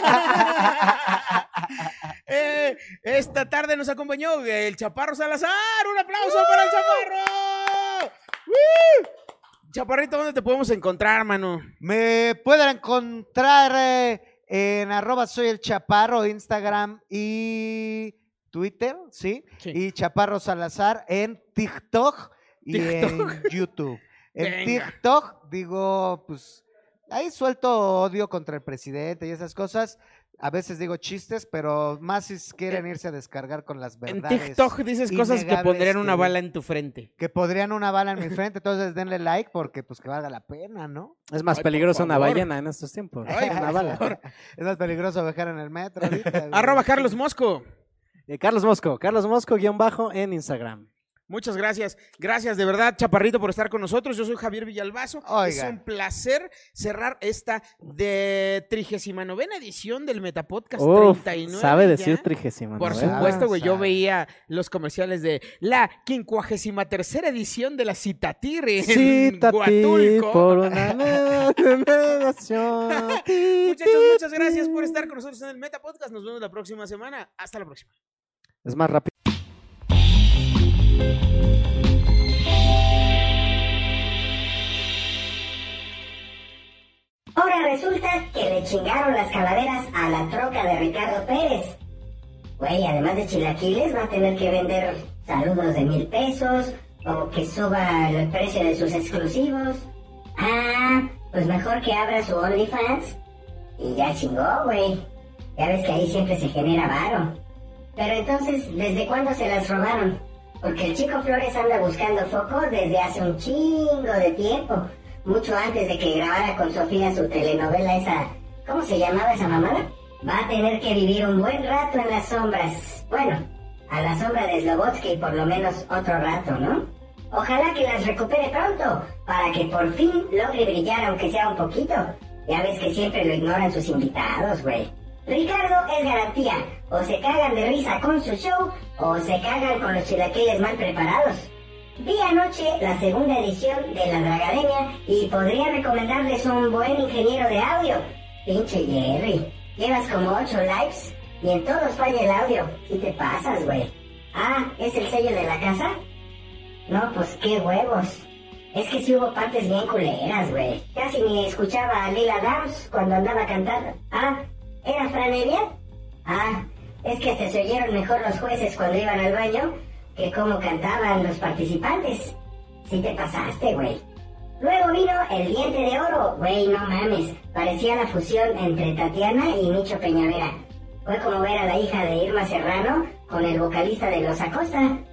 Eh, esta tarde nos acompañó el Chaparro Salazar. ¡Un aplauso para el Chaparro! ¡Woo! Chaparrito, ¿dónde te podemos encontrar, mano? Me pueden encontrar eh, en arroba soy el Chaparro, Instagram y Twitter, ¿sí? Sí. Y Chaparro Salazar en TikTok y TikTok. en YouTube. En Venga. TikTok, digo, pues, ahí suelto odio contra el presidente y esas cosas. A veces digo chistes, pero más si quieren irse a descargar con las En verdades. TikTok dices cosas que innegables pondrían una que- bala en tu frente. Que podrían una bala en mi frente, entonces denle like porque pues que valga la pena, ¿no? Es más Ay, por peligroso una favor. ballena en estos tiempos. Ay, una por bala. favor. Es más peligroso viajar en el metro ahorita, güey. Arroba Carlos Mosco. Eh, Carlos Mosco, Carlos Mosco guión bajo en Instagram. Muchas gracias. Gracias de verdad, Chaparrito, por estar con nosotros. Yo soy Javier Villalbazo. Oiga. Es un placer cerrar esta de trigésima novena edición del Metapodcast Uf, treinta y nueve. sabe ya. decir trigésima Por novena. supuesto, güey. Yo sabe. veía los comerciales de la quincuagésima tercera edición de la Citatir en Cita a ti Huatulco. por una nueva generación. Muchachos, muchas gracias por estar con nosotros en el Metapodcast. Nos vemos la próxima semana. Hasta la próxima. Es más rápido. Ahora resulta que le chingaron las calaveras a la troca de Ricardo Pérez. Güey, además de chilaquiles, va a tener que vender saludos de mil pesos o que suba el precio de sus exclusivos. Ah, pues mejor que abra su OnlyFans y ya chingó, güey. Ya ves que ahí siempre se genera varo. Pero entonces, ¿desde cuándo se las robaron? Porque el Chico Flores anda buscando foco desde hace un chingo de tiempo. Mucho antes de que grabara con Sofía su telenovela esa... ¿Cómo se llamaba esa mamada? Va a tener que vivir un buen rato en las sombras. Bueno, a la sombra de Slobodsky por lo menos otro rato, ¿no? Ojalá que las recupere pronto, para que por fin logre brillar aunque sea un poquito. Ya ves que siempre lo ignoran sus invitados, güey. Ricardo es garantía. O se cagan de risa con su show, o se cagan con los chilaquiles mal preparados. Vi anoche la segunda edición de La Dragademia y podría recomendarles un buen ingeniero de audio. Pinche Jerry, llevas como ocho lives y en todos falla el audio. ¿Qué te pasas, güey? Ah, ¿es el sello de la casa? No, pues qué huevos. Es que sí hubo partes bien culeras, güey. Casi ni escuchaba a Lila Downs cuando andaba cantando. Ah, ¿era Fran Evia? Ah, es que hasta se oyeron mejor los jueces cuando iban al baño que cómo cantaban los participantes. Sí te pasaste, güey. Luego vino El Diente de Oro. Güey, no mames. Parecía la fusión entre Tatiana y Micho Peñavera. Fue como ver a la hija de Irma Serrano con el vocalista de Los Acosta.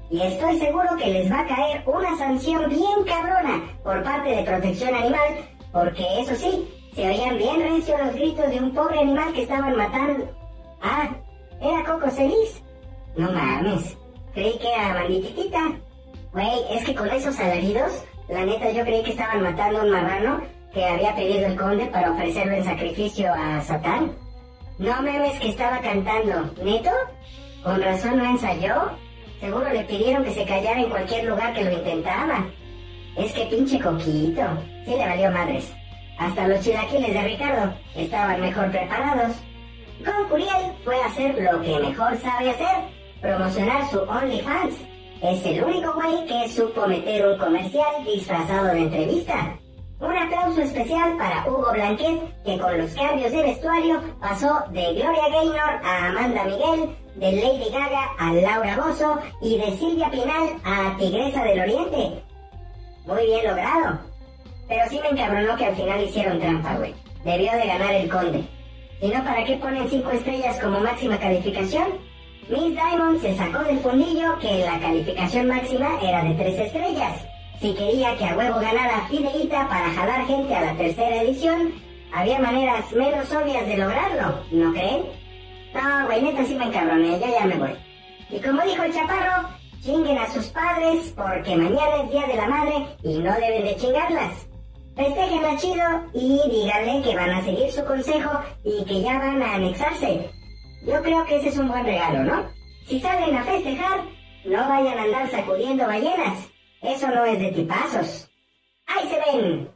Y estoy seguro que les va a caer una sanción bien cabrona por parte de Protección Animal, porque eso sí, se oían bien recio los gritos de un pobre animal que estaban matando. Ah, ¿era Coco Celis? No mames, creí que era Mandititita. Güey, es que con esos alaridos, la neta yo creí que estaban matando a un marrano que había pedido el conde para ofrecerlo en sacrificio a Satán. No mames que estaba cantando. ¿Neto? ¿Con razón no ensayó? Seguro le pidieron que se callara en cualquier lugar que lo intentaba. Es que pinche Coquito, sí le valió madres. Hasta los chilaquiles de Ricardo estaban mejor preparados. Con Curiel fue a hacer lo que mejor sabe hacer, promocionar su OnlyFans. Es el único güey que supo meter un comercial disfrazado de entrevista. Un aplauso especial para Hugo Blanquet, que con los cambios de vestuario pasó de Gloria Gaynor a Amanda Miguel, de Lady Gaga a Laura Bozzo y de Silvia Pinal a Tigresa del Oriente. Muy bien logrado. Pero sí me encabronó que al final hicieron trampa, güey. Debió de ganar el conde. Si no, ¿para qué ponen cinco estrellas como máxima calificación? Miss Diamond se sacó del fundillo que la calificación máxima era de tres estrellas. Si quería que a huevo ganara Fidelita para jalar gente a la tercera edición, había maneras menos obvias de lograrlo, ¿no creen? No, güey, neta sí me encabroné, yo ya me voy. Y como dijo el Chaparro, chinguen a sus padres porque mañana es Día de la Madre y no deben de chingarlas. Festéjenla chido y díganle que van a seguir su consejo y que ya van a anexarse. Yo creo que ese es un buen regalo, ¿no? Si salen a festejar, no vayan a andar sacudiendo ballenas. Eso no es de tipazos. ¡Ahí se ven!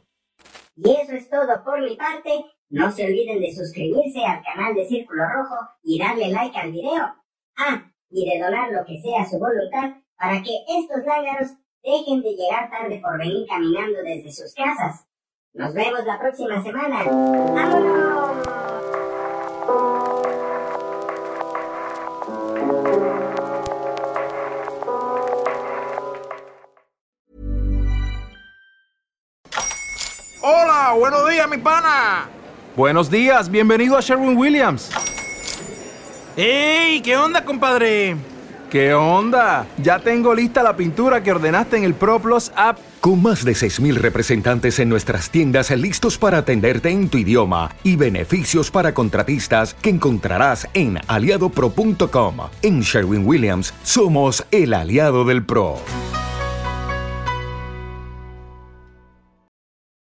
Y eso es todo por mi parte. No se olviden de suscribirse al canal de Círculo Rojo y darle like al video. Ah, y de donar lo que sea a su voluntad para que estos lángaros dejen de llegar tarde por venir caminando desde sus casas. Nos vemos la próxima semana. ¡Vámonos! Hola, buenos días, mi pana. Buenos días, bienvenido a Sherwin-Williams. ¡Ey! ¿Qué onda, compadre? ¿Qué onda? Ya tengo lista la pintura que ordenaste en el ProPlus app. Con más de seis mil representantes en nuestras tiendas listos para atenderte en tu idioma y beneficios para contratistas que encontrarás en aliado pro punto com. En Sherwin-Williams somos el aliado del pro.